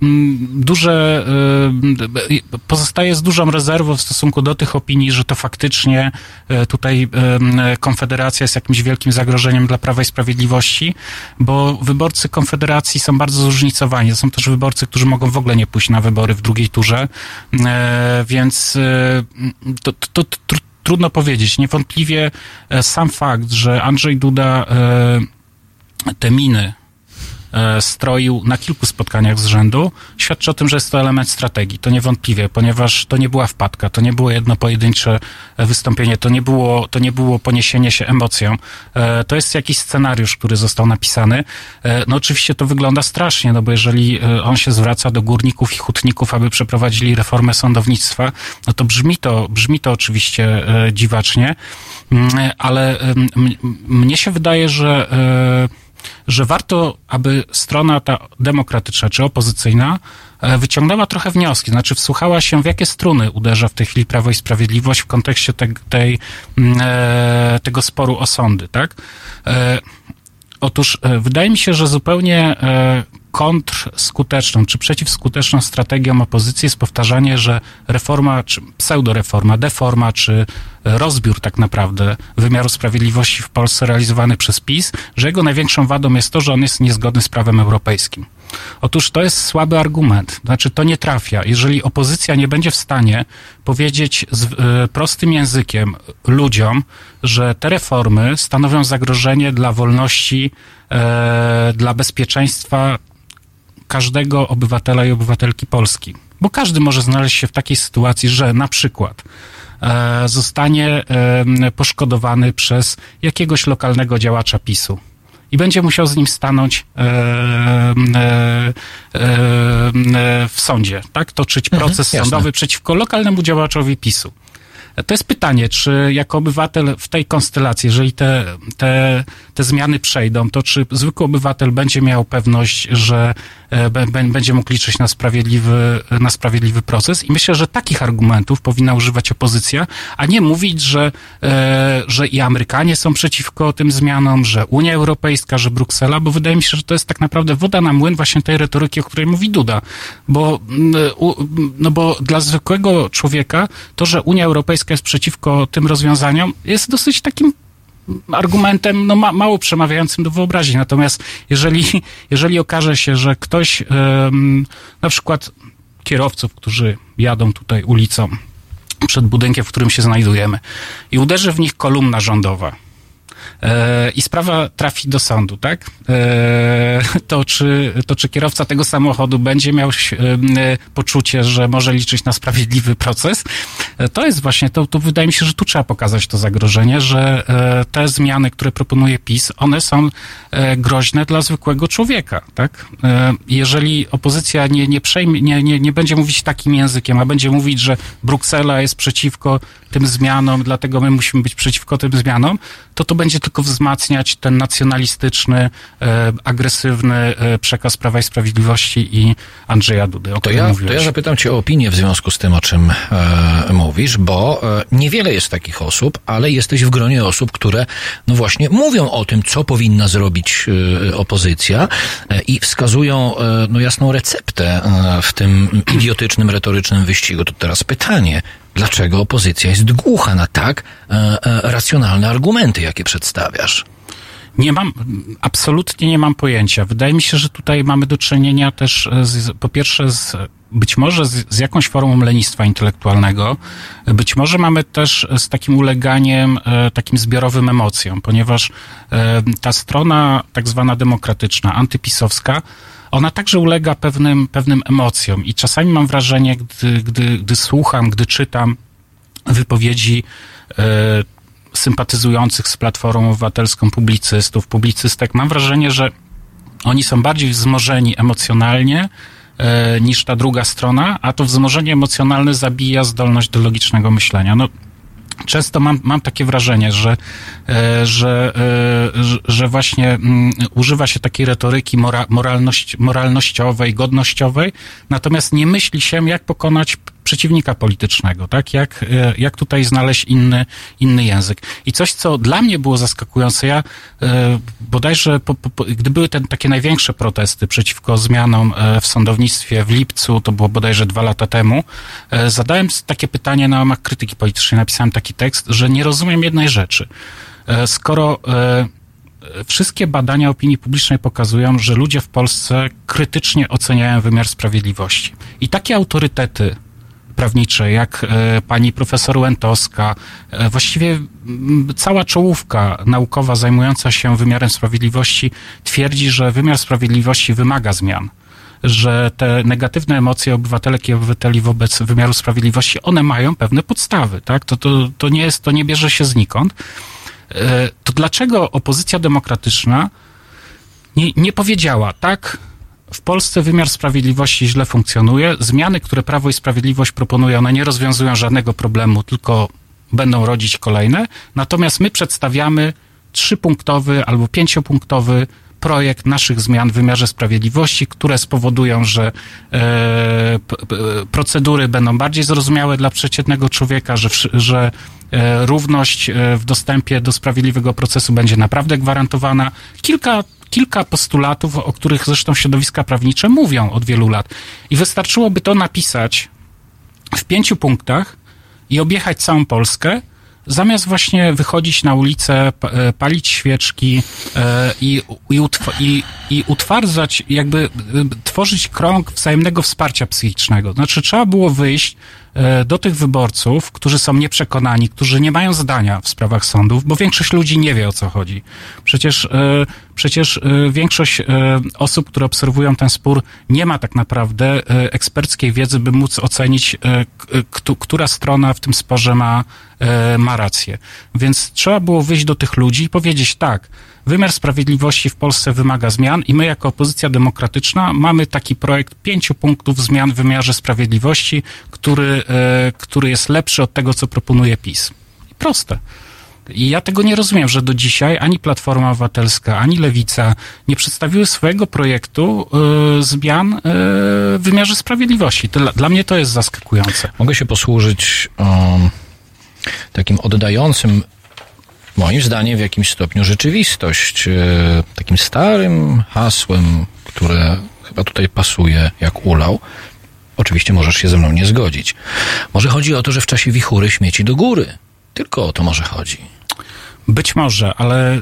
pozostaję z dużą rezerwą w stosunku do tych opinii, że to faktycznie tutaj Konfederacja jest jakimś wielkim zagrożeniem dla Prawa i Sprawiedliwości, bo wyborcy Konfederacji są bardzo zróżnicowani. To są też wyborcy wyborcy, którzy mogą w ogóle nie pójść na wybory w drugiej turze, więc to trudno powiedzieć. Niewątpliwie sam fakt, że Andrzej Duda te miny stroił na kilku spotkaniach z rzędu, świadczy o tym, że jest to element strategii. To niewątpliwie, ponieważ to nie była wpadka, to nie było jedno pojedyncze wystąpienie, to nie było poniesienie się emocją. To jest jakiś scenariusz, który został napisany. No oczywiście to wygląda strasznie, no bo jeżeli on się zwraca do górników i hutników, aby przeprowadzili reformę sądownictwa, no to brzmi to oczywiście dziwacznie, ale mnie się wydaje, że warto, aby strona ta demokratyczna czy opozycyjna wyciągnęła trochę wnioski, znaczy wsłuchała się, w jakie struny uderza w tej chwili Prawo i Sprawiedliwość w kontekście tego sporu o sądy, tak? Otóż wydaje mi się, że zupełnie kontrskuteczną czy przeciwskuteczną strategią opozycji jest powtarzanie, że reforma, czy pseudoreforma, deforma, czy rozbiór tak naprawdę wymiaru sprawiedliwości w Polsce realizowany przez PiS, że jego największą wadą jest to, że on jest niezgodny z prawem europejskim. Otóż to jest słaby argument. Znaczy to nie trafia. Jeżeli opozycja nie będzie w stanie powiedzieć prostym językiem ludziom, że te reformy stanowią zagrożenie dla wolności, dla bezpieczeństwa każdego obywatela i obywatelki Polski. Bo każdy może znaleźć się w takiej sytuacji, że na przykład zostanie poszkodowany przez jakiegoś lokalnego działacza PiS-u i będzie musiał z nim stanąć w sądzie, tak? Toczyć proces sądowy przeciwko lokalnemu działaczowi PiS-u. To jest pytanie, czy jako obywatel w tej konstelacji, jeżeli te zmiany przejdą, to czy zwykły obywatel będzie miał pewność, że będzie mógł liczyć na sprawiedliwy proces? I myślę, że takich argumentów powinna używać opozycja, a nie mówić, że i Amerykanie są przeciwko tym zmianom, że Unia Europejska, że Bruksela, bo wydaje mi się, że to jest tak naprawdę woda na młyn właśnie tej retoryki, o której mówi Duda. Bo dla zwykłego człowieka to, że Unia Europejska jest przeciwko tym rozwiązaniom, jest dosyć takim argumentem mało przemawiającym do wyobraźni. Natomiast jeżeli okaże się, że ktoś, na przykład kierowców, którzy jadą tutaj ulicą przed budynkiem, w którym się znajdujemy i uderzy w nich kolumna rządowa i sprawa trafi do sądu, tak? To czy kierowca tego samochodu będzie miał poczucie, że może liczyć na sprawiedliwy proces? To jest właśnie, to wydaje mi się, że tu trzeba pokazać to zagrożenie, że te zmiany, które proponuje PiS, one są groźne dla zwykłego człowieka, tak? Jeżeli opozycja nie będzie mówić takim językiem, a będzie mówić, że Bruksela jest przeciwko tym zmianom, dlatego my musimy być przeciwko tym zmianom, to będzie tylko wzmacniać ten nacjonalistyczny, agresywny przekaz Prawa i Sprawiedliwości i Andrzeja Dudy, o którym mówiłeś. To ja zapytam cię o opinię w związku z tym, o czym mówisz, bo niewiele jest takich osób, ale jesteś w gronie osób, które no właśnie mówią o tym, co powinna zrobić opozycja i wskazują jasną receptę w tym idiotycznym, retorycznym wyścigu. To teraz pytanie, dlaczego opozycja jest głucha na tak racjonalne argumenty, jakie przedstawiasz? Absolutnie nie mam pojęcia. Wydaje mi się, że tutaj mamy do czynienia też po pierwsze być może z jakąś formą lenistwa intelektualnego, być może mamy też z takim uleganiem takim zbiorowym emocjom, ponieważ ta strona tak zwana demokratyczna, antypisowska, ona także ulega pewnym emocjom i czasami mam wrażenie, gdy słucham, gdy czytam wypowiedzi sympatyzujących z Platformą Obywatelską publicystek, mam wrażenie, że oni są bardziej wzmożeni emocjonalnie niż ta druga strona, a to wzmożenie emocjonalne zabija zdolność do logicznego myślenia. Często mam takie wrażenie, że właśnie używa się takiej retoryki moralnościowej, godnościowej, natomiast nie myśli się, jak pokonać przeciwnika politycznego, tak? Jak tutaj znaleźć inny język. I coś, co dla mnie było zaskakujące, ja bodajże, gdy były takie największe protesty przeciwko zmianom w sądownictwie w lipcu, to było bodajże 2 lata temu, zadałem takie pytanie na łamach krytyki politycznej, napisałem taki tekst, że nie rozumiem jednej rzeczy. Skoro wszystkie badania opinii publicznej pokazują, że ludzie w Polsce krytycznie oceniają wymiar sprawiedliwości. I takie autorytety prawnicze, jak pani profesor Łętowska, właściwie cała czołówka naukowa zajmująca się wymiarem sprawiedliwości twierdzi, że wymiar sprawiedliwości wymaga zmian, że te negatywne emocje obywatelek i obywateli wobec wymiaru sprawiedliwości, one mają pewne podstawy, tak? To nie bierze się znikąd. To dlaczego opozycja demokratyczna nie powiedziała, tak, w Polsce wymiar sprawiedliwości źle funkcjonuje, zmiany, które Prawo i Sprawiedliwość proponuje, one nie rozwiązują żadnego problemu, tylko będą rodzić kolejne, natomiast my przedstawiamy 3-punktowy albo 5-punktowy projekt naszych zmian w wymiarze sprawiedliwości, które spowodują, że procedury będą bardziej zrozumiałe dla przeciętnego człowieka, że równość w dostępie do sprawiedliwego procesu będzie naprawdę gwarantowana. Kilka postulatów, o których zresztą środowiska prawnicze mówią od wielu lat. I wystarczyłoby to napisać w 5 punktach i objechać całą Polskę, zamiast właśnie wychodzić na ulicę, palić świeczki i utwardzać, jakby tworzyć krąg wzajemnego wsparcia psychicznego. Znaczy trzeba było wyjść do tych wyborców, którzy są nieprzekonani, którzy nie mają zdania w sprawach sądów, bo większość ludzi nie wie, o co chodzi. Przecież większość osób, które obserwują ten spór, nie ma tak naprawdę eksperckiej wiedzy, by móc ocenić, która strona w tym sporze ma rację. Więc trzeba było wyjść do tych ludzi i powiedzieć tak, wymiar sprawiedliwości w Polsce wymaga zmian i my jako opozycja demokratyczna mamy taki projekt 5 punktów zmian w wymiarze sprawiedliwości, który jest lepszy od tego, co proponuje PiS. Proste. I ja tego nie rozumiem, że do dzisiaj ani Platforma Obywatelska, ani Lewica nie przedstawiły swojego projektu zmian w wymiarze sprawiedliwości. Dla mnie to jest zaskakujące. Mogę się posłużyć takim oddającym, moim zdaniem, w jakimś stopniu rzeczywistość, takim starym hasłem, które chyba tutaj pasuje jak ulał. Oczywiście możesz się ze mną nie zgodzić. Może chodzi o to, że w czasie wichury śmieci do góry. Tylko o to może chodzi. Być może, ale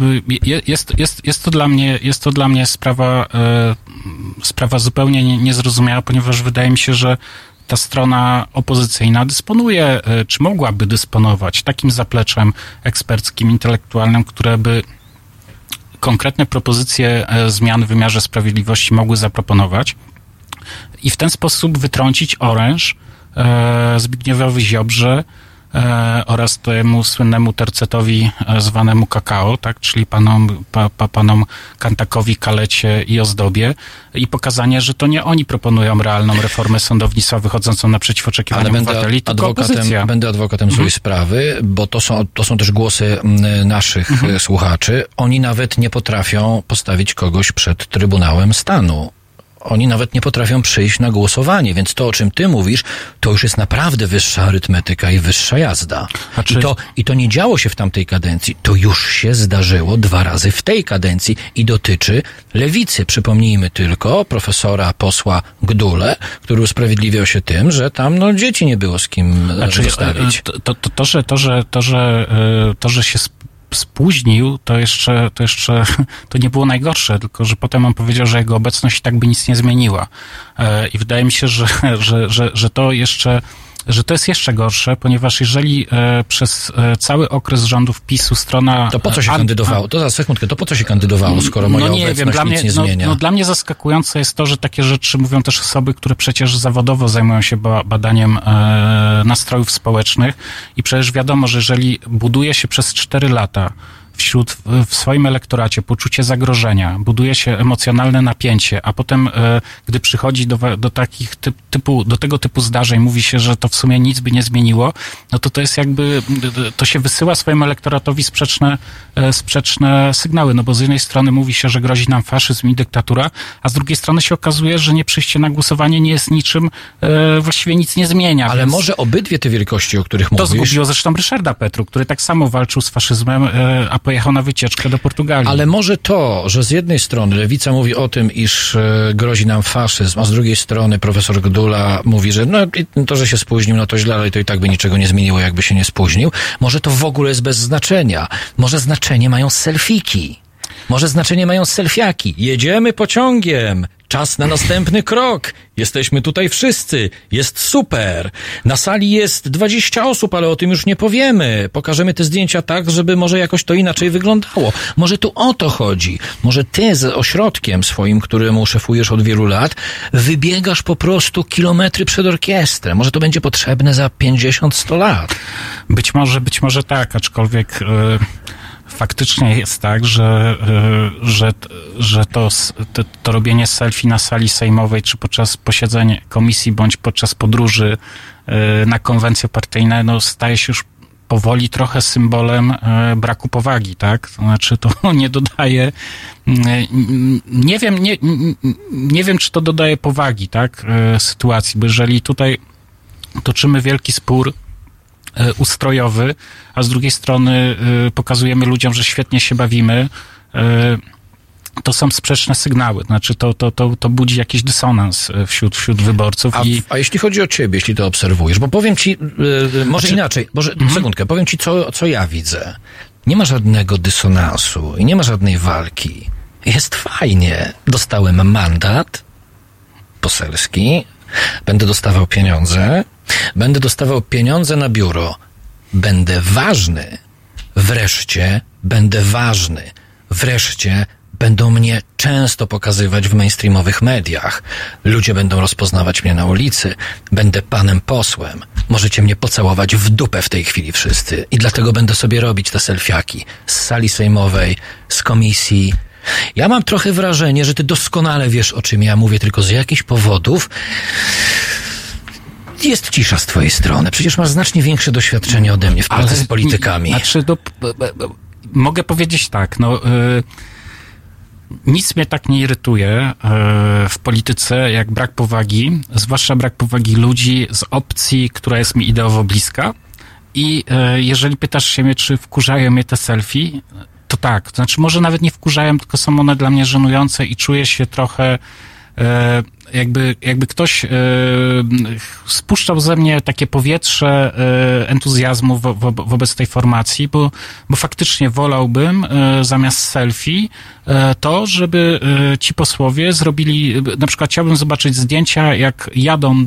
jest to dla mnie sprawa zupełnie niezrozumiała, ponieważ wydaje mi się, że ta strona opozycyjna dysponuje, czy mogłaby dysponować takim zapleczem eksperckim, intelektualnym, które by konkretne propozycje zmian w wymiarze sprawiedliwości mogły zaproponować i w ten sposób wytrącić oręż Zbigniewowi Ziobrze oraz temu słynnemu tercetowi zwanemu Kakao, tak, czyli panom Kantakowi, Kalecie i Ozdobie i pokazanie, że to nie oni proponują realną reformę sądownictwa wychodzącą naprzeciw oczekiwaniom obywateli, tylko opozycja. Będę adwokatem złej sprawy, bo to są też głosy naszych słuchaczy. Oni nawet nie potrafią postawić kogoś przed Trybunałem Stanu. Oni nawet nie potrafią przyjść na głosowanie, więc to, o czym ty mówisz, to już jest naprawdę wyższa arytmetyka i wyższa jazda. I to nie działo się w tamtej kadencji, to już się zdarzyło 2 razy w tej kadencji i dotyczy Lewicy. Przypomnijmy tylko profesora posła Gdule, który usprawiedliwiał się tym, że tam dzieci nie było z kim zostawić. To, że się spóźnił, to nie było najgorsze, tylko że potem on powiedział, że jego obecność i tak by nic nie zmieniła. I wydaje mi się, że to jest jeszcze gorsze, ponieważ jeżeli przez cały okres rządów PiS-u strona... To po co się kandydowało? To za sekundkę, to po co się kandydowało, skoro moja obecność nic nie zmienia? Dla mnie zaskakujące jest to, że takie rzeczy mówią też osoby, które przecież zawodowo zajmują się badaniem nastrojów społecznych i przecież wiadomo, że jeżeli buduje się przez 4 lata w swoim elektoracie poczucie zagrożenia, buduje się emocjonalne napięcie, a potem, gdy przychodzi do takich do tego typu zdarzeń, mówi się, że to w sumie nic by nie zmieniło, no to jest jakby, to się wysyła swojemu elektoratowi sprzeczne sygnały, no bo z jednej strony mówi się, że grozi nam faszyzm i dyktatura, a z drugiej strony się okazuje, że nieprzyjście na głosowanie nie jest niczym, właściwie nic nie zmienia. Ale więc może obydwie te wielkości, o których mówisz... To zgubiło zresztą Ryszarda Petru, który tak samo walczył z faszyzmem, a pojechał na wycieczkę do Portugalii. Ale może to, że z jednej strony Lewica mówi o tym, iż grozi nam faszyzm, a z drugiej strony profesor Gdula mówi, że to, że się spóźnił, no to źle, ale to i tak by niczego nie zmieniło, jakby się nie spóźnił. Może to w ogóle jest bez znaczenia. Może znaczenie mają selfiki. Może znaczenie mają selfiaki. Jedziemy pociągiem. Czas na następny krok. Jesteśmy tutaj wszyscy. Jest super. Na sali jest 20 osób, ale o tym już nie powiemy. Pokażemy te zdjęcia tak, żeby może jakoś to inaczej wyglądało. Może tu o to chodzi. Może ty z ośrodkiem swoim, któremu szefujesz od wielu lat, wybiegasz po prostu kilometry przed orkiestrę. Może to będzie potrzebne za 50-100 lat. Być może tak, aczkolwiek faktycznie jest tak, że to robienie selfie na sali sejmowej, czy podczas posiedzeń komisji, bądź podczas podróży na konwencje partyjne, no staje się już powoli trochę symbolem braku powagi, tak? To znaczy, to nie dodaje, nie wiem, czy to dodaje powagi, tak? Sytuacji, bo jeżeli tutaj toczymy wielki spór ustrojowy, a z drugiej strony pokazujemy ludziom, że świetnie się bawimy, to są sprzeczne sygnały. Znaczy to budzi jakiś dysonans wśród wyborców. A jeśli chodzi o ciebie, jeśli to obserwujesz, bo powiem ci, może inaczej, sekundkę, powiem ci, co ja widzę. Nie ma żadnego dysonansu i nie ma żadnej walki. Jest fajnie. Dostałem mandat poselski, będę dostawał pieniądze, na biuro. Będę ważny. Wreszcie będę ważny. Wreszcie będą mnie często pokazywać w mainstreamowych mediach. Ludzie będą rozpoznawać mnie na ulicy. Będę panem posłem. Możecie mnie pocałować w dupę w tej chwili wszyscy. I dlatego będę sobie robić te selfiaki z sali sejmowej, z komisji. Ja mam trochę wrażenie, że ty doskonale wiesz, o czym ja mówię, tylko z jakichś powodów jest cisza z twojej strony. Przecież masz znacznie większe doświadczenie ode mnie w pracy z politykami. Znaczy, mogę powiedzieć tak, nic mnie tak nie irytuje w polityce jak brak powagi, zwłaszcza brak powagi ludzi z opcji, która jest mi ideowo bliska. I jeżeli pytasz się mnie, czy wkurzają mnie te selfie, to tak. To znaczy, może nawet nie wkurzają, tylko są one dla mnie żenujące i czuję się trochę jakby ktoś spuszczał ze mnie takie powietrze entuzjazmu wobec tej formacji, bo faktycznie wolałbym zamiast selfie to, żeby ci posłowie zrobili, na przykład chciałbym zobaczyć zdjęcia, jak jadą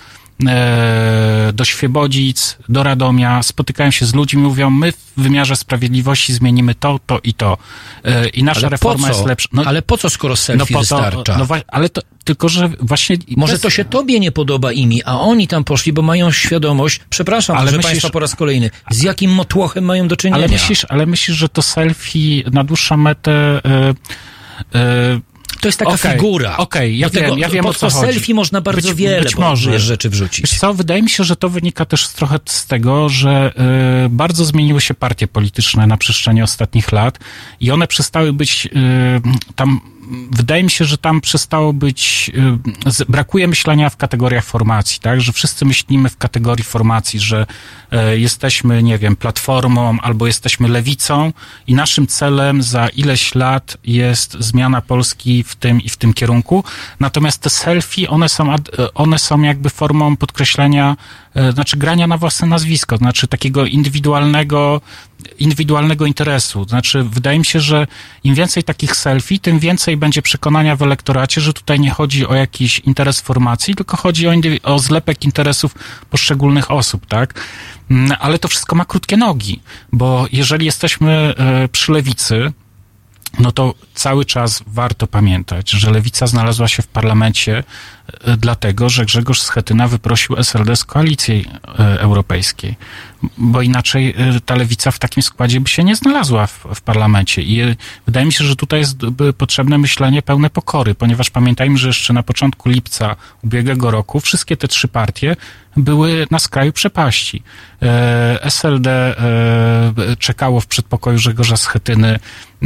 do Świebodzic, do Radomia, spotykają się z ludźmi, mówią, my w wymiarze sprawiedliwości zmienimy to i to. I nasza reforma jest lepsza. Ale po co, skoro selfie wystarcza? Ale to, tylko że właśnie... Może to się tobie nie podoba a oni tam poszli, bo mają świadomość, przepraszam, ale państwa po raz kolejny, z jakim motłochem mają do czynienia? Ale myślisz, że to selfie na dłuższą metę... To jest taka figura. Ja wiem o co chodzi. Selfie można bardzo wiele rzeczy wrzucić. Wiesz co, wydaje mi się, że to wynika też trochę z tego, że bardzo zmieniły się partie polityczne na przestrzeni ostatnich lat i one przestały być tam... Wydaje mi się, że tam przestało być, brakuje myślenia w kategoriach formacji, tak, że wszyscy myślimy w kategorii formacji, że jesteśmy, nie wiem, Platformą albo jesteśmy Lewicą i naszym celem za ileś lat jest zmiana Polski w tym kierunku. Natomiast te selfie, one są jakby formą podkreślenia, znaczy grania na własne nazwisko, znaczy takiego indywidualnego interesu. Znaczy, wydaje mi się, że im więcej takich selfie, tym więcej będzie przekonania w elektoracie, że tutaj nie chodzi o jakiś interes formacji, tylko chodzi o zlepek interesów poszczególnych osób, tak? Ale to wszystko ma krótkie nogi, bo jeżeli jesteśmy przy lewicy, no to cały czas warto pamiętać, że lewica znalazła się w parlamencie dlatego, że Grzegorz Schetyna wyprosił SLD z koalicji europejskiej, bo inaczej ta lewica w takim składzie by się nie znalazła w parlamencie i wydaje mi się, że tutaj jest potrzebne myślenie pełne pokory, ponieważ pamiętajmy, że jeszcze na początku lipca ubiegłego roku wszystkie te trzy partie były na skraju przepaści. SLD czekało w przedpokoju Grzegorza Schetyny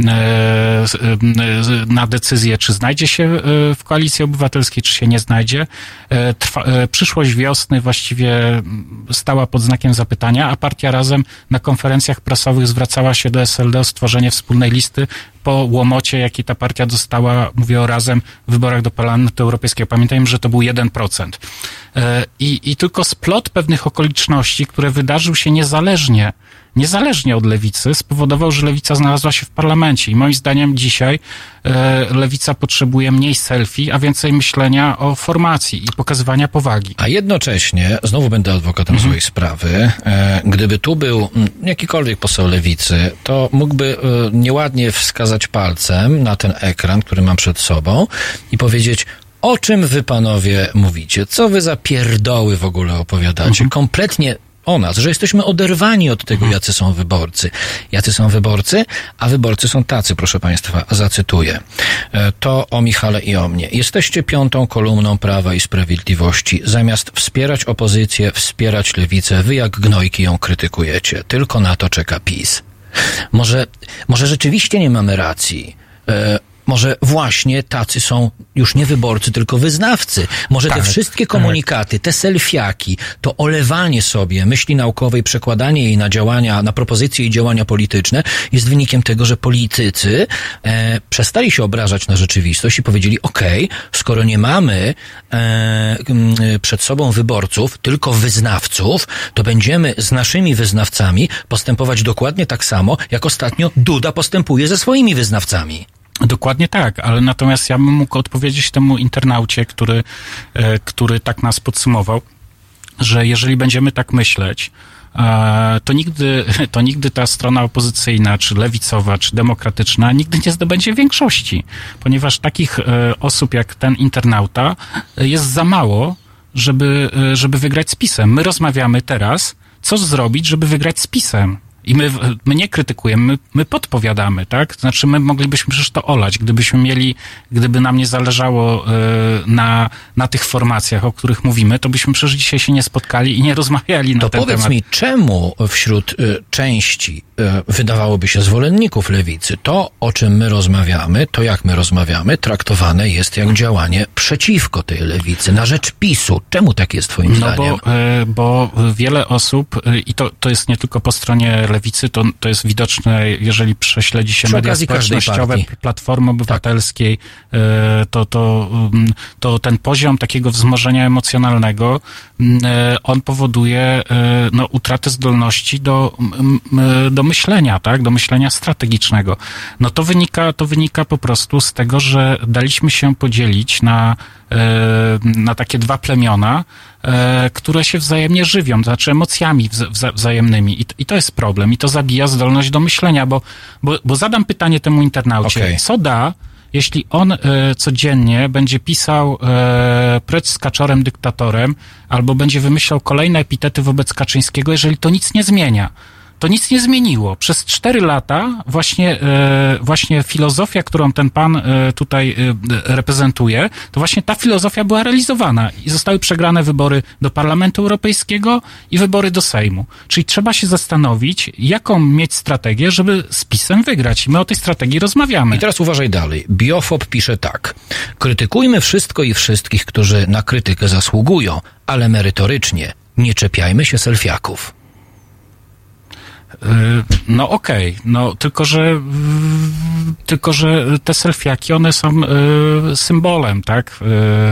na decyzję, czy znajdzie się w Koalicji Obywatelskiej, czy się nie znajdzie. Przyszłość wiosny właściwie stała pod znakiem zapytania, a partia Razem na konferencjach prasowych zwracała się do SLD o stworzenie wspólnej listy po łomocie, jaki ta partia dostała, mówię o Razem, w wyborach do Parlamentu Europejskiego. Pamiętajmy, że to był 1%. I tylko splot pewnych okoliczności, które wydarzył się niezależnie niezależnie od lewicy, spowodował, że lewica znalazła się w parlamencie. I moim zdaniem dzisiaj lewica potrzebuje mniej selfie, a więcej myślenia o formacji i pokazywania powagi. A jednocześnie, znowu będę adwokatem złej sprawy, gdyby tu był jakikolwiek poseł lewicy, to mógłby nieładnie wskazać palcem na ten ekran, który mam przed sobą i powiedzieć: o czym wy, panowie, mówicie? Co wy za pierdoły w ogóle opowiadacie? Kompletnie o nas, że jesteśmy oderwani od tego, jacy są wyborcy. Jacy są wyborcy? A wyborcy są tacy, proszę państwa, zacytuję. To o Michale i o mnie. Jesteście piątą kolumną Prawa i Sprawiedliwości. Zamiast wspierać opozycję, wspierać lewicę, wy jak gnojki ją krytykujecie. Tylko na to czeka PiS. Może rzeczywiście nie mamy racji. Może właśnie tacy są już nie wyborcy, tylko wyznawcy. Może te wszystkie komunikaty, te selfiaki, to olewanie sobie myśli naukowej, przekładanie jej na działania, na propozycje i działania polityczne jest wynikiem tego, że politycy przestali się obrażać na rzeczywistość i powiedzieli: okej, skoro nie mamy przed sobą wyborców, tylko wyznawców, to będziemy z naszymi wyznawcami postępować dokładnie tak samo, jak ostatnio Duda postępuje ze swoimi wyznawcami. Dokładnie tak, ale natomiast ja bym mógł odpowiedzieć temu internaucie, który tak nas podsumował, że jeżeli będziemy tak myśleć, to nigdy ta strona opozycyjna, czy lewicowa, czy demokratyczna nigdy nie zdobędzie większości, ponieważ takich osób jak ten internauta jest za mało, żeby wygrać z PiS-em. My rozmawiamy teraz, co zrobić, żeby wygrać z PiS-em. I my nie krytykujemy, my podpowiadamy, tak? Znaczy my moglibyśmy przecież to olać, gdyby nam nie zależało na tych formacjach, o których mówimy, to byśmy przecież dzisiaj się nie spotkali i nie rozmawiali na ten temat. To powiedz mi, czemu wśród części wydawałoby się zwolenników lewicy to, o czym my rozmawiamy, to jak my rozmawiamy, traktowane jest jak działanie przeciwko tej lewicy, na rzecz PiS-u. Czemu tak jest twoim zdaniem? Bo wiele osób, i to jest nie tylko po stronie lewicy, to jest widoczne, jeżeli prześledzi się media społecznościowe Platformy Obywatelskiej, to ten poziom takiego wzmożenia emocjonalnego, on powoduje utratę zdolności do myślenia, tak? Do myślenia strategicznego. No to wynika po prostu z tego, że daliśmy się podzielić na takie dwa plemiona, które się wzajemnie żywią, znaczy emocjami wzajemnymi. I to jest problem. I to zabija zdolność do myślenia, bo zadam pytanie temu internaucie. Co da, jeśli on codziennie będzie pisał precz z Kaczorem dyktatorem, albo będzie wymyślał kolejne epitety wobec Kaczyńskiego, jeżeli to nic nie zmienia? To nic nie zmieniło. Przez 4 lata właśnie filozofia, którą ten pan tutaj reprezentuje, to właśnie ta filozofia była realizowana i zostały przegrane wybory do Parlamentu Europejskiego i wybory do Sejmu. Czyli trzeba się zastanowić, jaką mieć strategię, żeby z PiS-em wygrać. I my o tej strategii rozmawiamy. I teraz uważaj dalej. Biofob pisze tak. Krytykujmy wszystko i wszystkich, którzy na krytykę zasługują, ale merytorycznie. Nie czepiajmy się selfiaków. No okej, tylko że te selfiaki, one są symbolem, tak?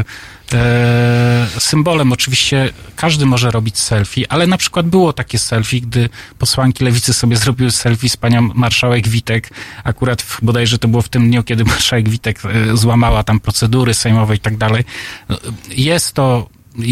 Symbolem oczywiście każdy może robić selfie, ale na przykład było takie selfie, gdy posłanki lewicy sobie zrobiły selfie z panią marszałek Witek, akurat bodajże to było w tym dniu, kiedy marszałek Witek złamała tam procedury sejmowe i tak dalej. Jest to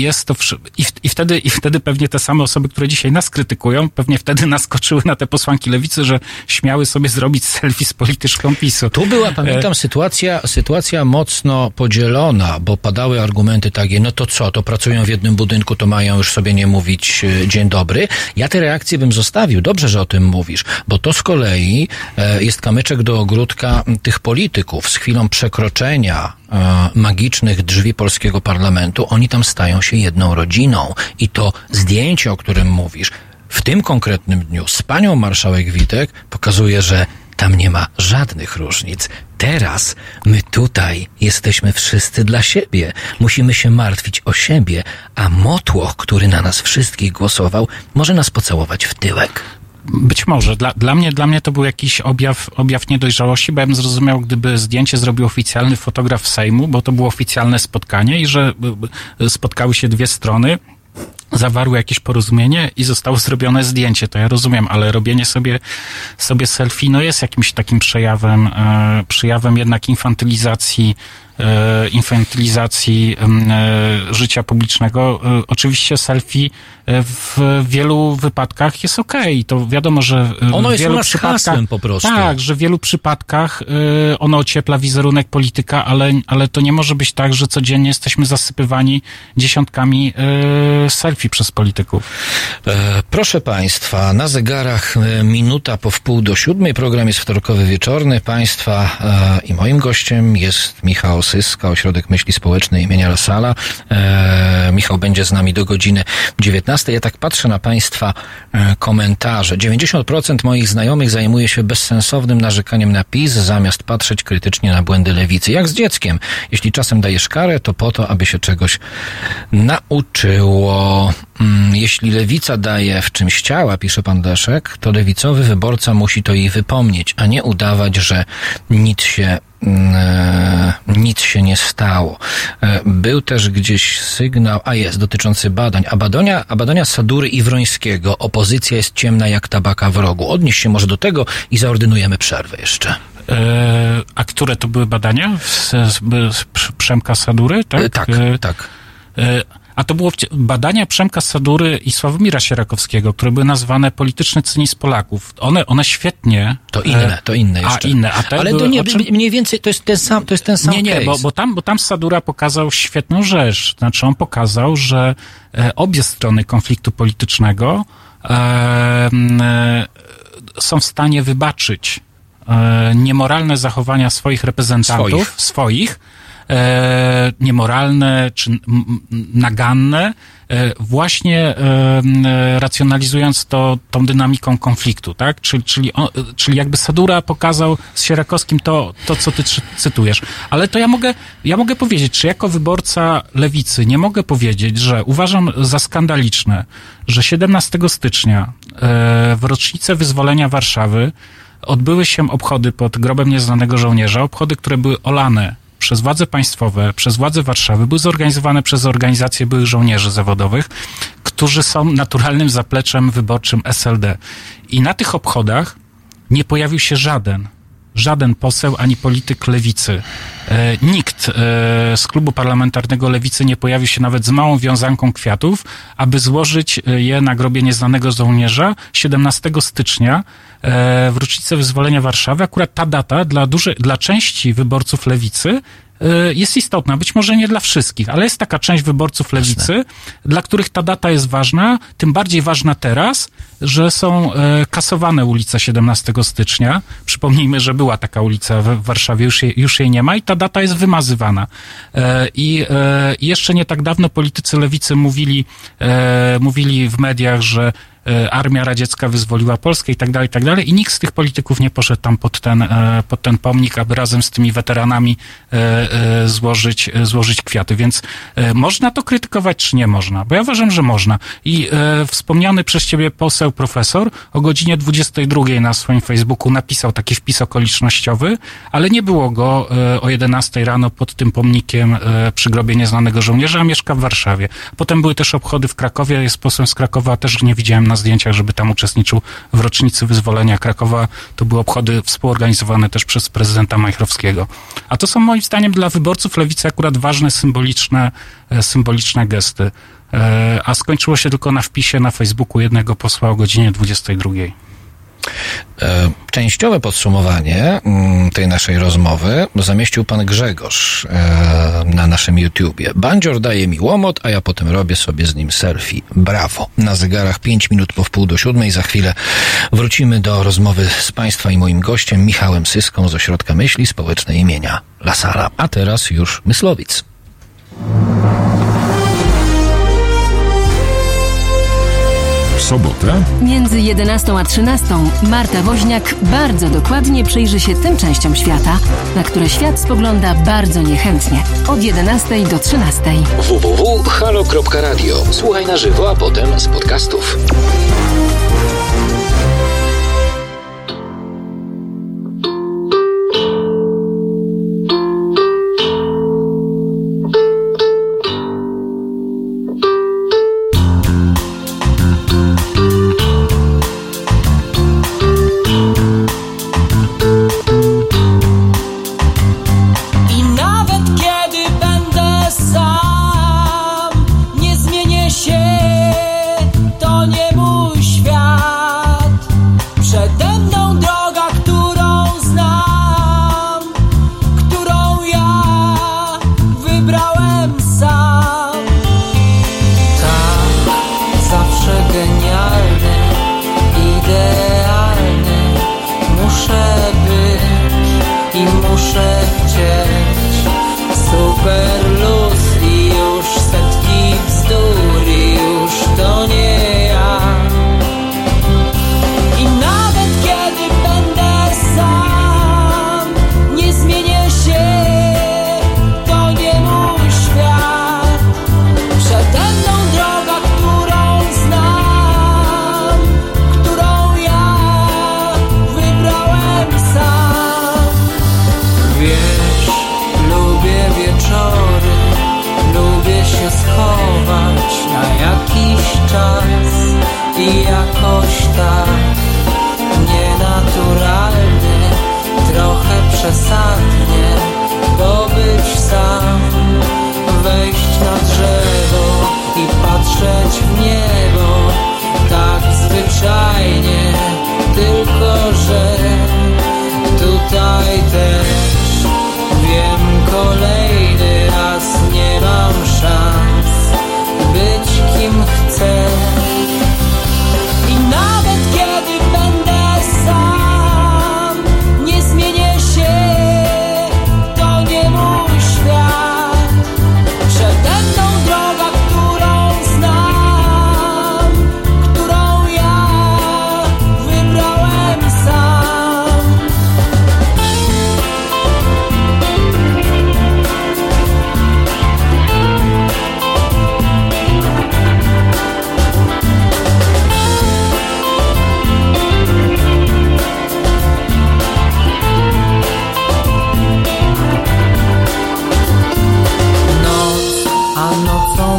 i wtedy pewnie te same osoby, które dzisiaj nas krytykują, pewnie wtedy naskoczyły na te posłanki lewicy, że śmiały sobie zrobić selfie z polityczką PiS-u. Tu była, pamiętam, sytuacja mocno podzielona, bo padały argumenty takie, no to co, to pracują w jednym budynku, to mają już sobie nie mówić dzień dobry. Ja te reakcje bym zostawił. Dobrze, że o tym mówisz, bo to z kolei jest kamyczek do ogródka tych polityków. Z chwilą przekroczenia magicznych drzwi polskiego parlamentu, oni tam stają się jedną rodziną. I to zdjęcie, o którym mówisz, w tym konkretnym dniu z panią marszałek Witek pokazuje, że tam nie ma żadnych różnic. Teraz my tutaj jesteśmy wszyscy dla siebie. Musimy się martwić o siebie, a motłoch, który na nas wszystkich głosował, może nas pocałować w tyłek. Być może. Dla mnie to był jakiś objaw niedojrzałości, bo ja bym zrozumiał, gdyby zdjęcie zrobił oficjalny fotograf Sejmu, bo to było oficjalne spotkanie i że spotkały się dwie strony zawarły jakieś porozumienie i zostało zrobione zdjęcie. To ja rozumiem, ale robienie sobie selfie, no jest jakimś takim przejawem jednak infantylizacji życia publicznego. Oczywiście selfie w wielu wypadkach jest okej. To wiadomo, że ono w jest wielu przypadkach hasłem po prostu. Tak, że w wielu przypadkach ono ociepla wizerunek polityka, ale to nie może być tak, że codziennie jesteśmy zasypywani dziesiątkami selfie przez polityków. Proszę Państwa, na zegarach minuta po 6:30. Program jest wtorkowy wieczorny. Państwa i moim gościem jest Michał Syska, Ośrodek Myśli Społecznej imienia Lasala. Michał będzie z nami do godziny 19. Ja tak patrzę na Państwa komentarze. 90% moich znajomych zajmuje się bezsensownym narzekaniem na PiS, zamiast patrzeć krytycznie na błędy lewicy. Jak z dzieckiem. Jeśli czasem dajesz karę, to po to, aby się czegoś nauczyło. Jeśli lewica daje w czymś ciała, pisze pan Leszek, to lewicowy wyborca musi to jej wypomnieć, a nie udawać, że nic się nie stało. Był też gdzieś sygnał, dotyczący badań. A badania Sadury i Wrońskiego. Opozycja jest ciemna jak tabaka w rogu. Odnieś się może do tego i zaordynujemy przerwę jeszcze. A które to były badania? Przemka Sadury? Tak. Tak. A to było badania Przemka Sadury i Sławomira Sierakowskiego, które były nazwane polityczny cynizm Polaków. One świetnie... To inne jeszcze. A te ale były, to nie, mniej więcej to jest ten sam Nie, bo tam Sadura pokazał świetną rzecz. Znaczy on pokazał, że obie strony konfliktu politycznego są w stanie wybaczyć niemoralne zachowania swoich reprezentantów, swoich niemoralne czy naganne, właśnie racjonalizując to tą dynamiką konfliktu, tak? Czyli jakby Sadura pokazał z Sierakowskim to co ty cytujesz. Ale to ja mogę powiedzieć, czy jako wyborca lewicy nie mogę powiedzieć, że uważam za skandaliczne, że 17 stycznia w rocznicę wyzwolenia Warszawy odbyły się obchody pod grobem nieznanego żołnierza, obchody, które były olane przez władze państwowe, przez władze Warszawy, były zorganizowane przez organizacje byłych żołnierzy zawodowych, którzy są naturalnym zapleczem wyborczym SLD. I na tych obchodach nie pojawił się żaden poseł ani polityk lewicy. Nikt z klubu parlamentarnego Lewicy nie pojawił się nawet z małą wiązanką kwiatów, aby złożyć je na grobie nieznanego żołnierza 17 stycznia w rocznicę wyzwolenia Warszawy. Akurat ta data dla części wyborców lewicy jest istotna. Być może nie dla wszystkich, ale jest taka część wyborców lewicy, dla których ta data jest ważna, tym bardziej ważna teraz, że są kasowane ulice 17 stycznia. Przypomnijmy, że była taka ulica w Warszawie, już jej nie ma i ta data jest wymazywana. I jeszcze nie tak dawno politycy lewicy mówili w mediach, że Armia Radziecka wyzwoliła Polskę i tak dalej, i nikt z tych polityków nie poszedł tam pod ten pomnik, aby razem z tymi weteranami złożyć kwiaty. Więc można to krytykować, czy nie można? Bo ja uważam, że można. I wspomniany przez ciebie poseł profesor o godzinie 22 na swoim Facebooku napisał taki wpis okolicznościowy, ale nie było go o 11 rano pod tym pomnikiem przy grobie nieznanego żołnierza, a mieszka w Warszawie. Potem były też obchody w Krakowie, jest posłem z Krakowa, też nie widziałem na zdjęciach, żeby tam uczestniczył w rocznicy wyzwolenia Krakowa. To były obchody współorganizowane też przez prezydenta Majchrowskiego. A to są moim zdaniem dla wyborców lewicy akurat ważne, symboliczne gesty. A skończyło się tylko na wpisie na Facebooku jednego posła o godzinie 22. Częściowe podsumowanie tej naszej rozmowy zamieścił pan Grzegorz na naszym YouTubie. Bandzior daje mi łomot, a ja potem robię sobie z nim selfie. Brawo. Na zegarach 5 minut po 6:30. Za chwilę wrócimy do rozmowy z państwa i moim gościem Michałem Syską z Ośrodka Myśli Społecznej imienia Lasala. A teraz już Myslowic. W sobotę? Między 11 a 13 Marta Woźniak bardzo dokładnie przyjrzy się tym częściom świata, na które świat spogląda bardzo niechętnie. Od 11 do 13. www.halo.radio. Słuchaj na żywo, a potem z podcastów.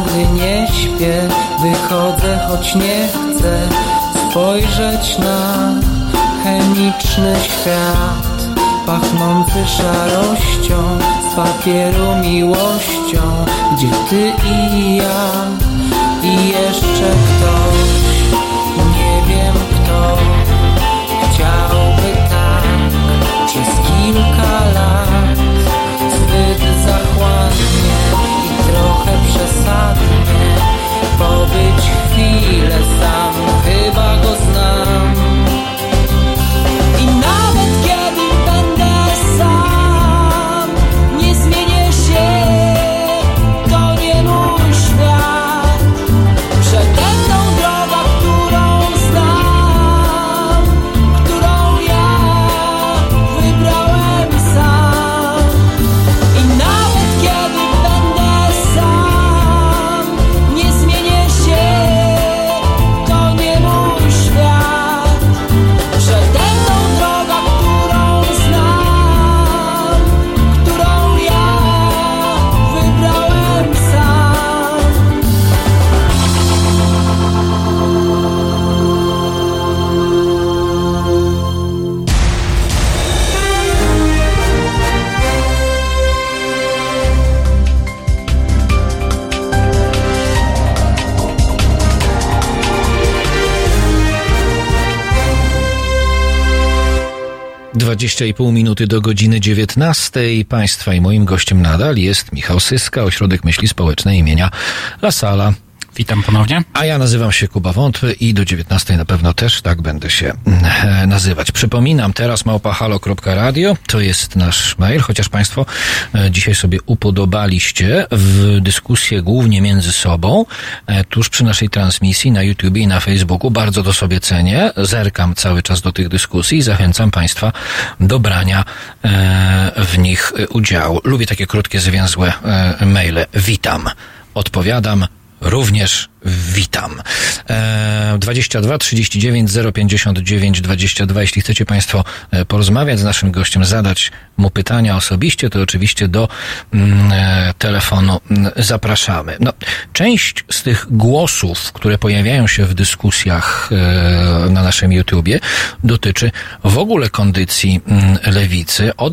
gdy nie śpię, wychodzę, choć nie chcę spojrzeć na chemiczny świat, pachnący szarością, z papieru miłością, gdzie ty i ja i jeszcze ktoś, nie wiem kto, chciałby tak przez kilka lat, zbyt zachłannie i trochę przesadnie, pobyć chwilę sam, chyba go znam. I nawet kiedy będę sam, nie zmienię się, to nie mój świat. Przede mną droga, którą znam, którą ja wybrałem sam. I nawet kiedy będę sam, nie zmienię się, to nie mój świat. Przede mną droga, którą znam, którą ja wybrałem sam. 20,5 minuty do godziny 19. Państwa i moim gościem nadal jest Michał Syska, Ośrodek Myśli Społecznej imienia La Sala. Witam ponownie. A ja nazywam się Kuba Wątły i do 19 na pewno też tak będę się nazywać. Przypominam, teraz @halo.radio to jest nasz mail, chociaż Państwo dzisiaj sobie upodobaliście w dyskusję głównie między sobą, tuż przy naszej transmisji na YouTubie i na Facebooku. Bardzo to sobie cenię. Zerkam cały czas do tych dyskusji i zachęcam Państwa do brania w nich udziału. Lubię takie krótkie, zwięzłe maile. Witam. Odpowiadam. Również witam. 22 39 059 22. Jeśli chcecie Państwo porozmawiać z naszym gościem, zadać mu pytania osobiście, to oczywiście do telefonu zapraszamy. No, część z tych głosów, które pojawiają się w dyskusjach na naszym YouTubie, dotyczy w ogóle kondycji lewicy. O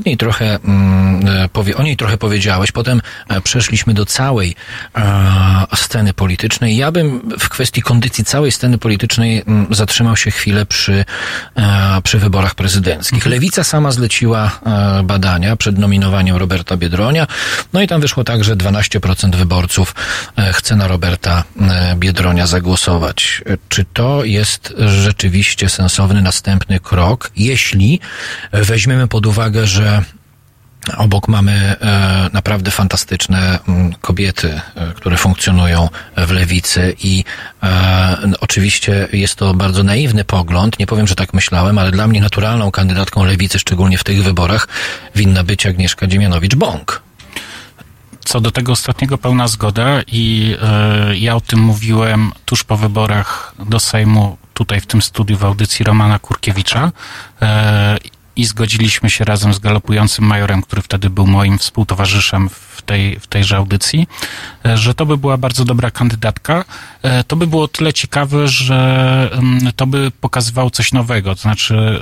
niej trochę powiedziałeś, potem przeszliśmy do całej sceny politycznej. Ja bym w kwestii kondycji całej sceny politycznej zatrzymał się chwilę przy wyborach prezydenckich. Lewica sama zleciła badania przed nominowaniem Roberta Biedronia. No i tam wyszło tak, że 12% wyborców chce na Roberta Biedronia zagłosować. Czy to jest rzeczywiście sensowny następny krok, jeśli weźmiemy pod uwagę, że obok mamy naprawdę fantastyczne kobiety, które funkcjonują w lewicy i oczywiście jest to bardzo naiwny pogląd, nie powiem, że tak myślałem, ale dla mnie naturalną kandydatką lewicy, szczególnie w tych wyborach, winna być Agnieszka Dziemianowicz-Bąk. Co do tego ostatniego pełna zgoda i ja o tym mówiłem tuż po wyborach do Sejmu, tutaj w tym studiu w audycji Romana Kurkiewicza. I zgodziliśmy się razem z galopującym majorem, który wtedy był moim współtowarzyszem w tejże audycji, że to by była bardzo dobra kandydatka. To by było tyle ciekawe, że to by pokazywało coś nowego. To znaczy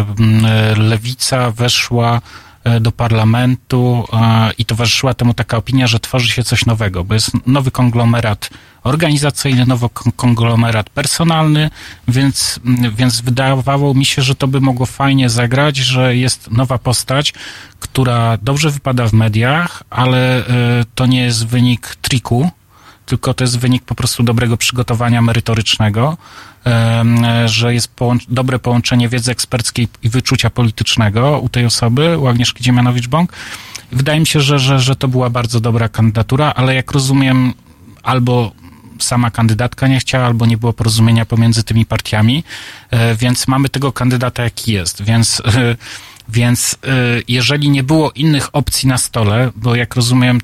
lewica weszła do parlamentu i towarzyszyła temu taka opinia, że tworzy się coś nowego, bo jest nowy konglomerat organizacyjny, nowy konglomerat personalny, więc wydawało mi się, że to by mogło fajnie zagrać, że jest nowa postać, która dobrze wypada w mediach, ale to nie jest wynik triku, tylko to jest wynik po prostu dobrego przygotowania merytorycznego, że jest dobre połączenie wiedzy eksperckiej i wyczucia politycznego u tej osoby, u Agnieszki Dziemianowicz-Bąk. Wydaje mi się, że to była bardzo dobra kandydatura, ale jak rozumiem, albo sama kandydatka nie chciała, albo nie było porozumienia pomiędzy tymi partiami, więc mamy tego kandydata, jaki jest. Więc jeżeli nie było innych opcji na stole, bo jak rozumiem,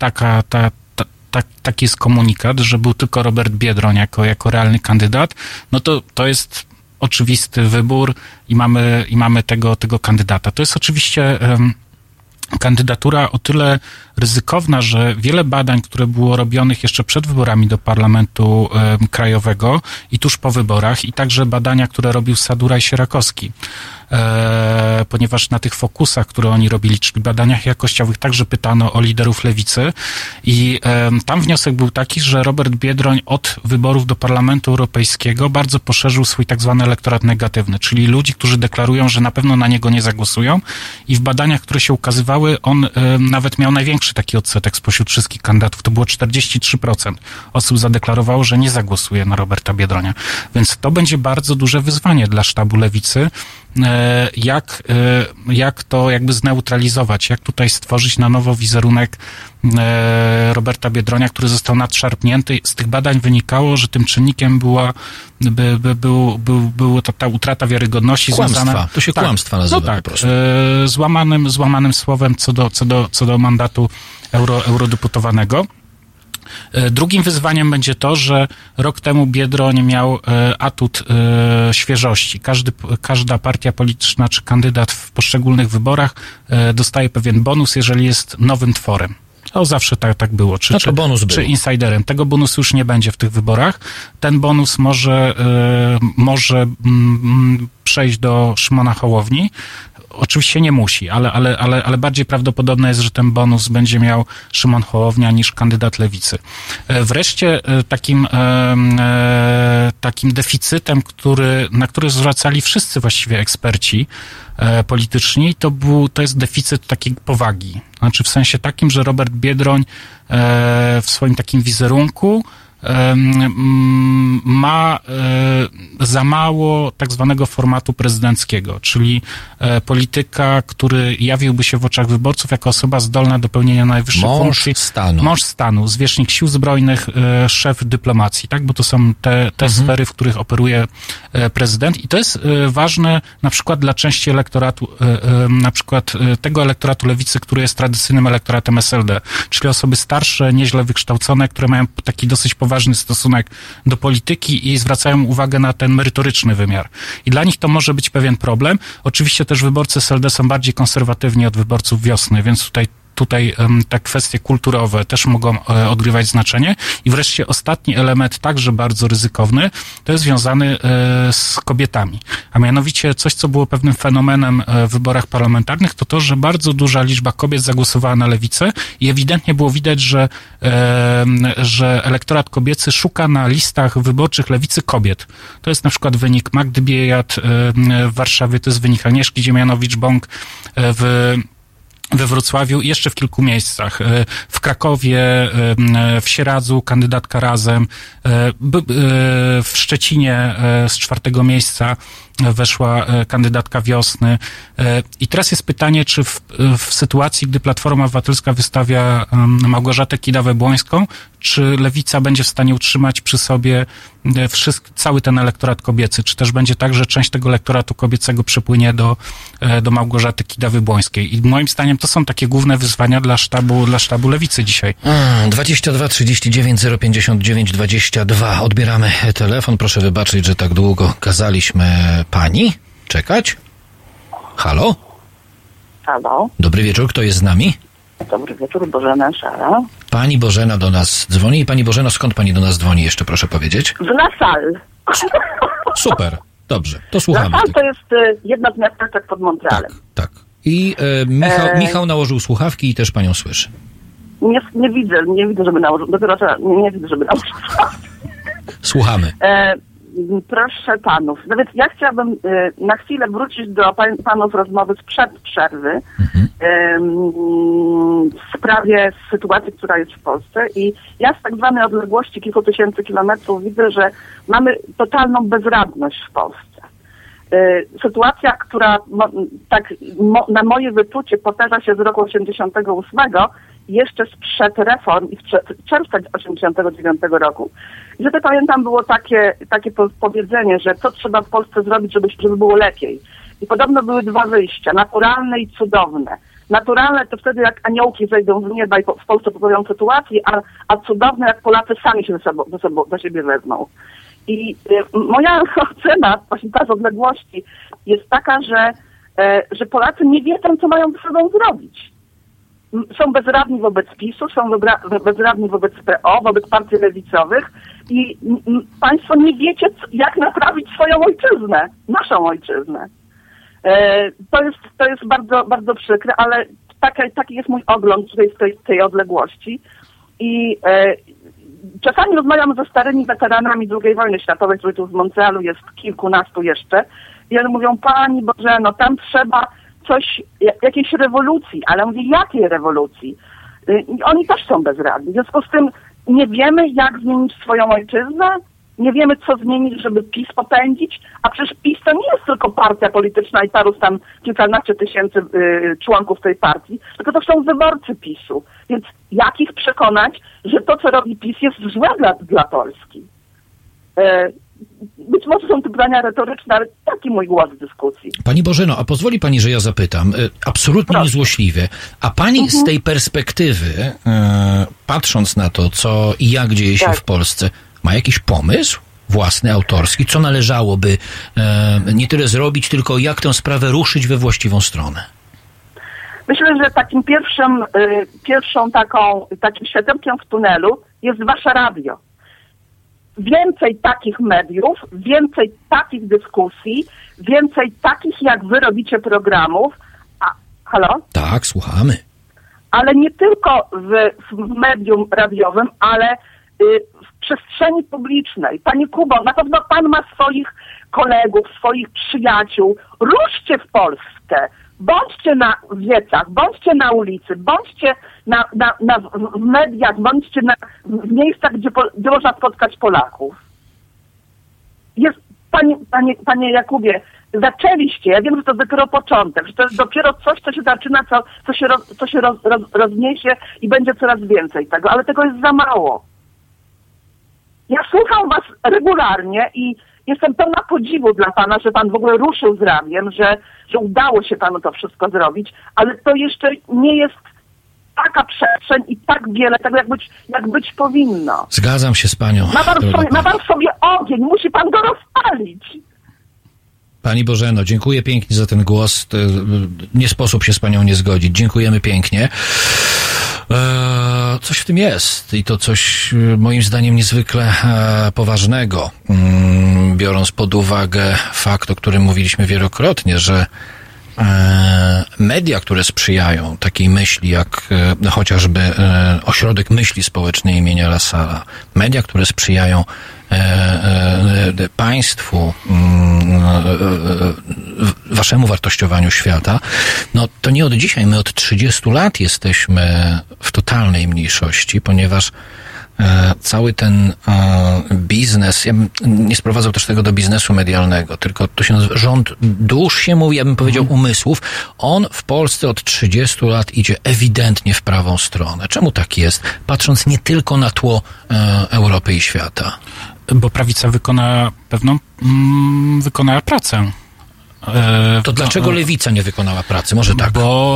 taki jest komunikat, że był tylko Robert Biedroń jako realny kandydat, no to jest oczywisty wybór i mamy tego kandydata. To jest oczywiście kandydatura o tyle ryzykowna, że wiele badań, które było robionych jeszcze przed wyborami do Parlamentu Krajowego i tuż po wyborach, i także badania, które robił Sadura i Sierakowski, ponieważ na tych fokusach, które oni robili, czyli badaniach jakościowych, także pytano o liderów lewicy i tam wniosek był taki, że Robert Biedroń od wyborów do Parlamentu Europejskiego bardzo poszerzył swój tak zwany elektorat negatywny, czyli ludzi, którzy deklarują, że na pewno na niego nie zagłosują, i w badaniach, które się ukazywały, on nawet miał największy taki odsetek spośród wszystkich kandydatów, to było 43% osób zadeklarowało, że nie zagłosuje na Roberta Biedronia, więc to będzie bardzo duże wyzwanie dla sztabu lewicy, jak to jakby zneutralizować, jak tutaj stworzyć na nowo wizerunek Roberta Biedronia, który został nadszarpnięty. Z tych badań wynikało, że tym czynnikiem była ta utrata wiarygodności związana... To się kłamstwa nazywa po prostu. Złamanym słowem co do mandatu eurodeputowanego. Drugim wyzwaniem będzie to, że rok temu Biedroń miał atut świeżości. Każda partia polityczna czy kandydat w poszczególnych wyborach dostaje pewien bonus, jeżeli jest nowym tworem. To zawsze tak było. Czy insiderem. Tego bonusu już nie będzie w tych wyborach. Ten bonus może przejść do Szymona Hołowni. Oczywiście nie musi, ale bardziej prawdopodobne jest, że ten bonus będzie miał Szymon Hołownia niż kandydat lewicy. Wreszcie takim deficytem, na który zwracali wszyscy właściwie eksperci polityczni, to jest deficyt takiej powagi. Znaczy w sensie takim, że Robert Biedroń w swoim takim wizerunku ma za mało tak zwanego formatu prezydenckiego, czyli polityka, który jawiłby się w oczach wyborców jako osoba zdolna do pełnienia najwyższych funkcji. Mąż stanu, zwierzchnik sił zbrojnych, szef dyplomacji, tak? Bo to są te sfery, w których operuje prezydent, i to jest ważne na przykład dla części elektoratu, na przykład tego elektoratu lewicy, który jest tradycyjnym elektoratem SLD, czyli osoby starsze, nieźle wykształcone, które mają taki dosyć poważny stosunek do polityki i zwracają uwagę na ten merytoryczny wymiar. I dla nich to może być pewien problem. Oczywiście też wyborcy SLD są bardziej konserwatywni od wyborców Wiosny, więc tutaj te kwestie kulturowe też mogą odgrywać znaczenie. I wreszcie ostatni element, także bardzo ryzykowny, to jest związany z kobietami. A mianowicie coś, co było pewnym fenomenem w wyborach parlamentarnych, to, że bardzo duża liczba kobiet zagłosowała na lewicę i ewidentnie było widać, że elektorat kobiecy szuka na listach wyborczych lewicy kobiet. To jest na przykład wynik Magdy Biejat w Warszawie, to jest wynik Agnieszki Dziemianowicz-Bąk we Wrocławiu i jeszcze w kilku miejscach. W Krakowie, w Sieradzu kandydatka Razem, w Szczecinie z 4. miejsca weszła kandydatka Wiosny. I teraz jest pytanie, czy w sytuacji, gdy Platforma Obywatelska wystawia Małgorzatę Kidawę-Błońską, czy Lewica będzie w stanie utrzymać przy sobie cały ten elektorat kobiecy? Czy też będzie tak, że część tego elektoratu kobiecego przepłynie do Małgorzaty Kidawy-Błońskiej? I moim zdaniem to są takie główne wyzwania dla sztabu Lewicy dzisiaj. 22 39 059 22. Odbieramy telefon. Proszę wybaczyć, że tak długo kazaliśmy pani czekać. Halo? Halo? Dobry wieczór, kto jest z nami? Dobry wieczór, Bożena Szara. Pani Bożena do nas dzwoni. I pani Bożeno, skąd pani do nas dzwoni, jeszcze proszę powiedzieć? Z La Salle. Super, dobrze, to słuchamy. La Salle to jest jedna z miasteczek pod Montrealem. Tak. I Michał nałożył słuchawki i też panią słyszy. Nie widzę, żeby nałożył. Dopiero nie widzę, żeby nałożył słuchawki. Słuchamy. Proszę panów, nawet ja chciałabym na chwilę wrócić do panów rozmowy sprzed przerwy w sprawie sytuacji, która jest w Polsce, i ja z tak zwanej odległości kilku tysięcy kilometrów widzę, że mamy totalną bezradność w Polsce. Sytuacja, która na moje wyczucie powtarza się z roku 88, jeszcze sprzed reform i w czerwca 89 roku. I wtedy pamiętam, było takie powiedzenie, że co trzeba w Polsce zrobić, żeby było lepiej. I podobno były dwa wyjścia, naturalne i cudowne. Naturalne to wtedy, jak aniołki zejdą z nieba i w Polsce poprawią sytuację, a cudowne, jak Polacy sami się do siebie wezmą. I moja ocena właśnie z odległości jest taka, że Polacy nie wiedzą, co mają ze sobą zrobić. są bezradni wobec PiS-u, są bezradni wobec PO, wobec partii lewicowych i państwo nie wiecie, jak naprawić swoją ojczyznę, naszą ojczyznę. To jest bardzo, bardzo przykre, ale taki jest mój ogląd tutaj z tej odległości. I czasami rozmawiam ze starymi weteranami II wojny światowej, których tu w Montrealu jest kilkunastu jeszcze. I oni mówią, pani Bożeno, tam trzeba jakiejś rewolucji. Ale mówię, jakiej rewolucji? I oni też są bezradni. W związku z tym nie wiemy, jak zmienić swoją ojczyznę, nie wiemy, co zmienić, żeby PiS popędzić, a przecież PiS to nie jest tylko partia polityczna i paru tam kilkanaście tysięcy członków tej partii, tylko to są wyborcy PiS-u. Więc jak ich przekonać, że to, co robi PiS, jest złe dla Polski? Być może są to pytania retoryczne, ale taki mój głos w dyskusji. Pani Bożeno, a pozwoli pani, że ja zapytam, absolutnie niezłośliwie, a pani z tej perspektywy, patrząc na to, co i jak dzieje się w Polsce, ma jakiś pomysł własny, autorski, co należałoby nie tyle zrobić, tylko jak tę sprawę ruszyć we właściwą stronę? Myślę, że takim takim światełkiem w tunelu jest wasze radio. Więcej takich mediów, więcej takich dyskusji, więcej takich, jak wy robicie programów. Halo? Tak, słuchamy. Ale nie tylko w medium radiowym, ale w przestrzeni publicznej. Panie Kubo, na pewno pan ma swoich kolegów, swoich przyjaciół. Ruszcie w Polskę. Bądźcie na wiecach, bądźcie na ulicy, bądźcie w mediach, bądźcie w miejscach, gdzie można spotkać Polaków. Panie Jakubie, zaczęliście, ja wiem, że to dopiero początek, że to jest dopiero coś, co się zaczyna, co się rozniesie i będzie coraz więcej tego, ale tego jest za mało. Ja słucham was regularnie i jestem pełna podziwu dla pana, że pan w ogóle ruszył z radiem, że udało się panu to wszystko zrobić, ale to jeszcze nie jest taka przestrzeń i tak wiele tego, jak być powinno. Zgadzam się z panią. Ma pan w sobie ogień, musi pan go rozpalić. Pani Bożeno, dziękuję pięknie za ten głos. Nie sposób się z panią nie zgodzić. Dziękujemy pięknie. Coś w tym jest i to coś moim zdaniem niezwykle poważnego, biorąc pod uwagę fakt, o którym mówiliśmy wielokrotnie, że media, które sprzyjają takiej myśli, jak chociażby Ośrodek Myśli Społecznej imienia Lasala, media, które sprzyjają państwu, waszemu wartościowaniu świata, no to nie od dzisiaj, my od 30 lat jesteśmy w totalnej mniejszości, ponieważ cały ten biznes, ja bym nie sprowadzał też tego do biznesu medialnego, tylko to się nazywa rząd dusz, się mówi, ja bym powiedział umysłów, on w Polsce od 30 lat idzie ewidentnie w prawą stronę. Czemu tak jest? Patrząc nie tylko na tło Europy i świata. Bo prawica wykonała pracę. To dlaczego lewica nie wykonała pracy? Może tak?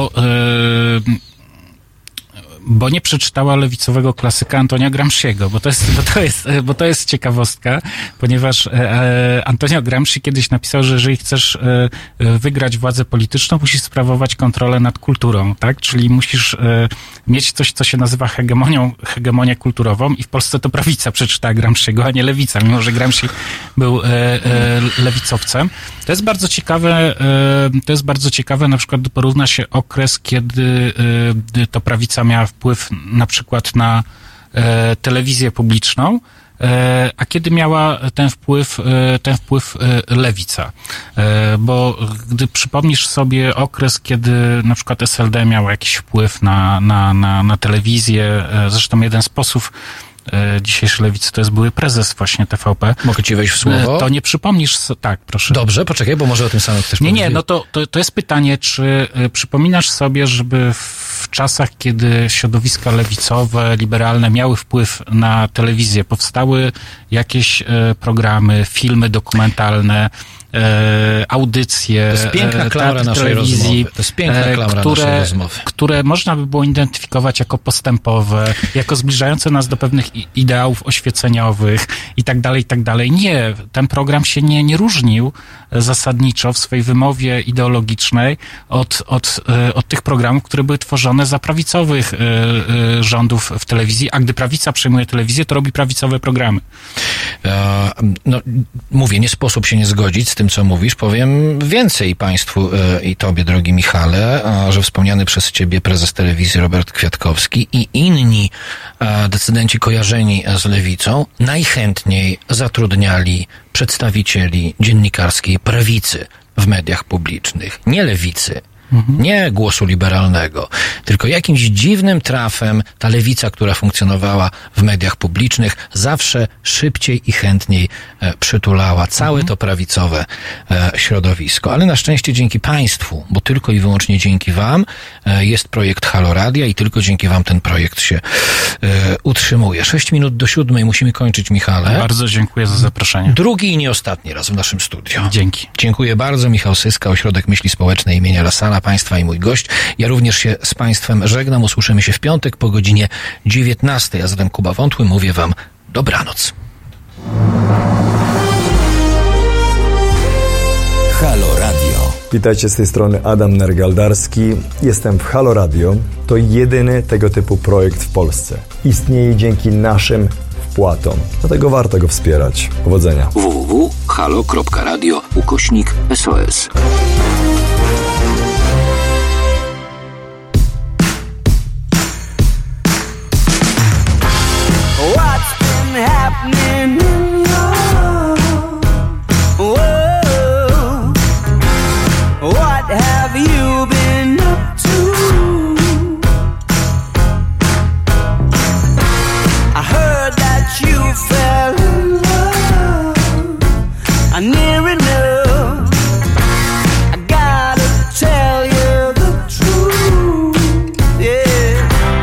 Bo nie przeczytała lewicowego klasyka Antonia Gramsciego, bo to jest ciekawostka, ponieważ Antonio Gramsci kiedyś napisał, że jeżeli chcesz wygrać władzę polityczną, musisz sprawować kontrolę nad kulturą, tak? Czyli musisz mieć coś, co się nazywa hegemonię kulturową i w Polsce to prawica przeczytała Gramsciego, a nie lewica, mimo że Gramsci był lewicowcem. To jest bardzo ciekawe, na przykład porówna się okres, kiedy to prawica miała wpływ na przykład na telewizję publiczną, a kiedy miała ten wpływ lewica. Bo gdy przypomnisz sobie okres, kiedy na przykład SLD miał jakiś wpływ na telewizję, zresztą jeden z posłów dzisiejszej lewicy to jest były prezes właśnie TVP. Mogę ci wejść w słowo? To nie przypomnisz... Tak, proszę. Dobrze, poczekaj, bo może o tym samym chcesz powiedzieć. Nie, no to jest pytanie, czy przypominasz sobie, żeby w czasach, kiedy środowiska lewicowe, liberalne miały wpływ na telewizję, powstały jakieś programy, filmy dokumentalne, audycje, To jest piękna klamra naszej rozmowy. To jest piękna klamra naszej rozmowy. Które można by było identyfikować jako postępowe, jako zbliżające nas do pewnych ideałów oświeceniowych i tak dalej. Nie, ten program się nie różnił zasadniczo w swojej wymowie ideologicznej od tych programów, które były tworzone za prawicowych rządów w telewizji, a gdy prawica przejmuje telewizję, to robi prawicowe programy. No, mówię, nie sposób się nie zgodzić z tym, co mówisz. Powiem więcej Państwu i Tobie, drogi Michale, że wspomniany przez Ciebie prezes telewizji Robert Kwiatkowski i inni decydenci kojarzeni z lewicą najchętniej zatrudniali przedstawicieli dziennikarskiej prawicy w mediach publicznych, nie lewicy. Nie Głosu Liberalnego, tylko jakimś dziwnym trafem ta lewica, która funkcjonowała w mediach publicznych, zawsze szybciej i chętniej przytulała całe to prawicowe środowisko. Ale na szczęście dzięki Państwu, bo tylko i wyłącznie dzięki Wam jest projekt Halo Radia i tylko dzięki Wam ten projekt się utrzymuje. 6 minut do 7 musimy kończyć, Michale. Bardzo dziękuję za zaproszenie. Drugi i nie ostatni raz w naszym studiu. Dzięki. Dziękuję bardzo. Michał Syska, Ośrodek Myśli Społecznej imienia Lasala, Państwa i mój gość. Ja również się z Państwem żegnam. Usłyszymy się w piątek po godzinie 19. Ja zatem Kuba Wątły. Mówię Wam dobranoc. Halo Radio. Witajcie, z tej strony Adam Nergaldarski. Jestem w Halo Radio. To jedyny tego typu projekt w Polsce. Istnieje dzięki naszym wpłatom. Dlatego warto go wspierać. Powodzenia. www.halo.radio/SOS. What's been happening in your world? What have you been up to? I heard that you fell in love. Near enough, I gotta tell you the truth, yeah.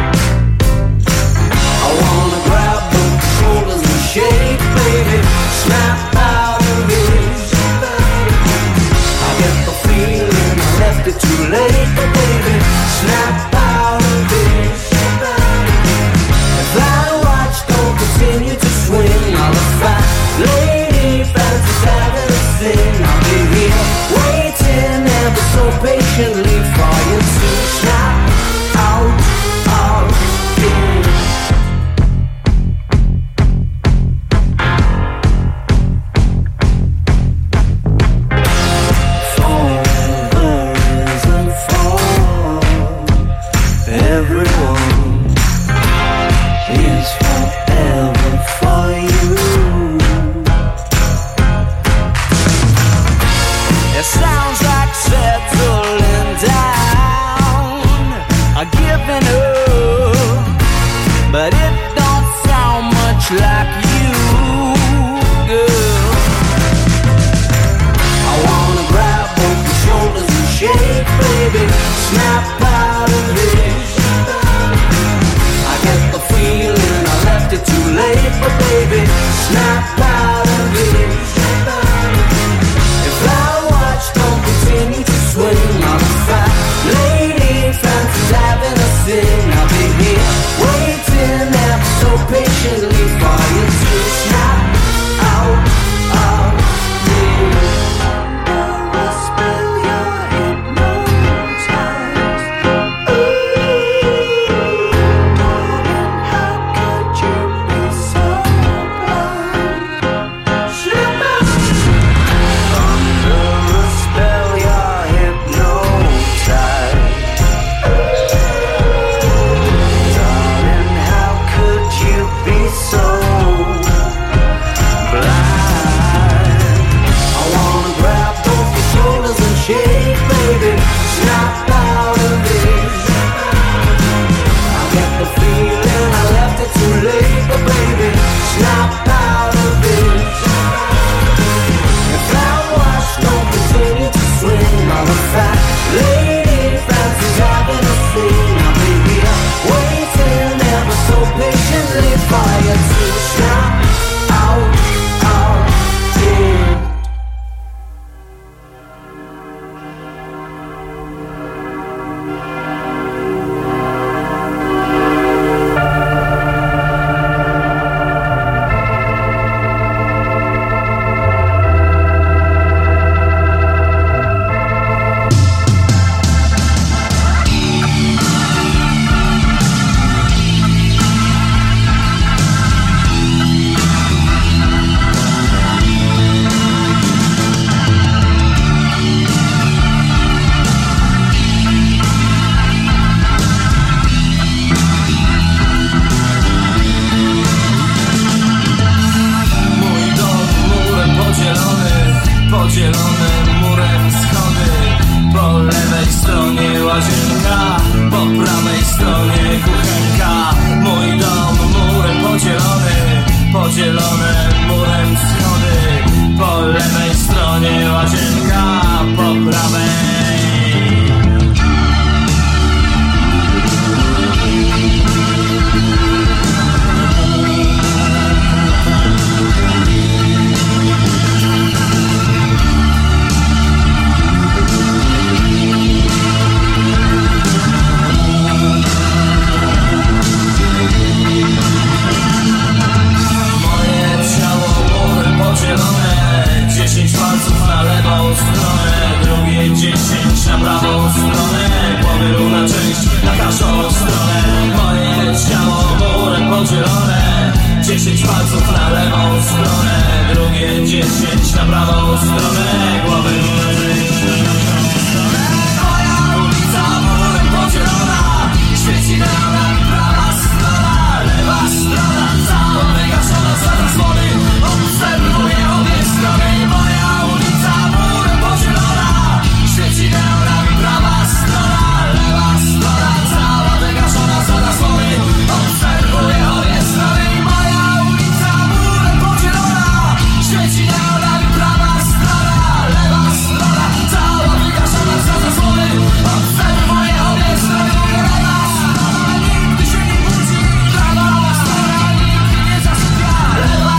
I wanna grab both shoulders and shake, baby, snap out of it. I get the feeling I left it too late, but baby, snap out of it. If that watch don't continue to swing, I'll fight lady fancies having a thing. I'll be here waiting ever so patiently for you to snap out of it. Forever isn't for everyone. It's forever for you. It sounds like settling down, giving up, but it don't sound much like you, girl. I wanna grab both your shoulders and shake, baby, snap out of it. I get the feeling I left it too late, but baby, snap out of it. If our watch don't continue to swing, I'll fight lady fancies having a thing. I'll be here waiting ever so patiently for you to snap out of it. Never spill your hypnotized. Darling, how could you be so blind? podzielone murem schody. Po lewej stronie łazienka, po prawej stronie kuchenka. Mój dom murem podzielony, podzielone murem schody. Po lewej stronie łazienka, po prawej. Moje ciało murem podzielone, 10 palców na lewą stronę, drugie 10 na prawą stronę, głowy równa część na każdą stronę. Moje ciało murem podzielone, 10 palców na lewą stronę, drugie 10 na prawą stronę, głowy równa część na każdą stronę. Moja ulica murem podzielona, świeci nam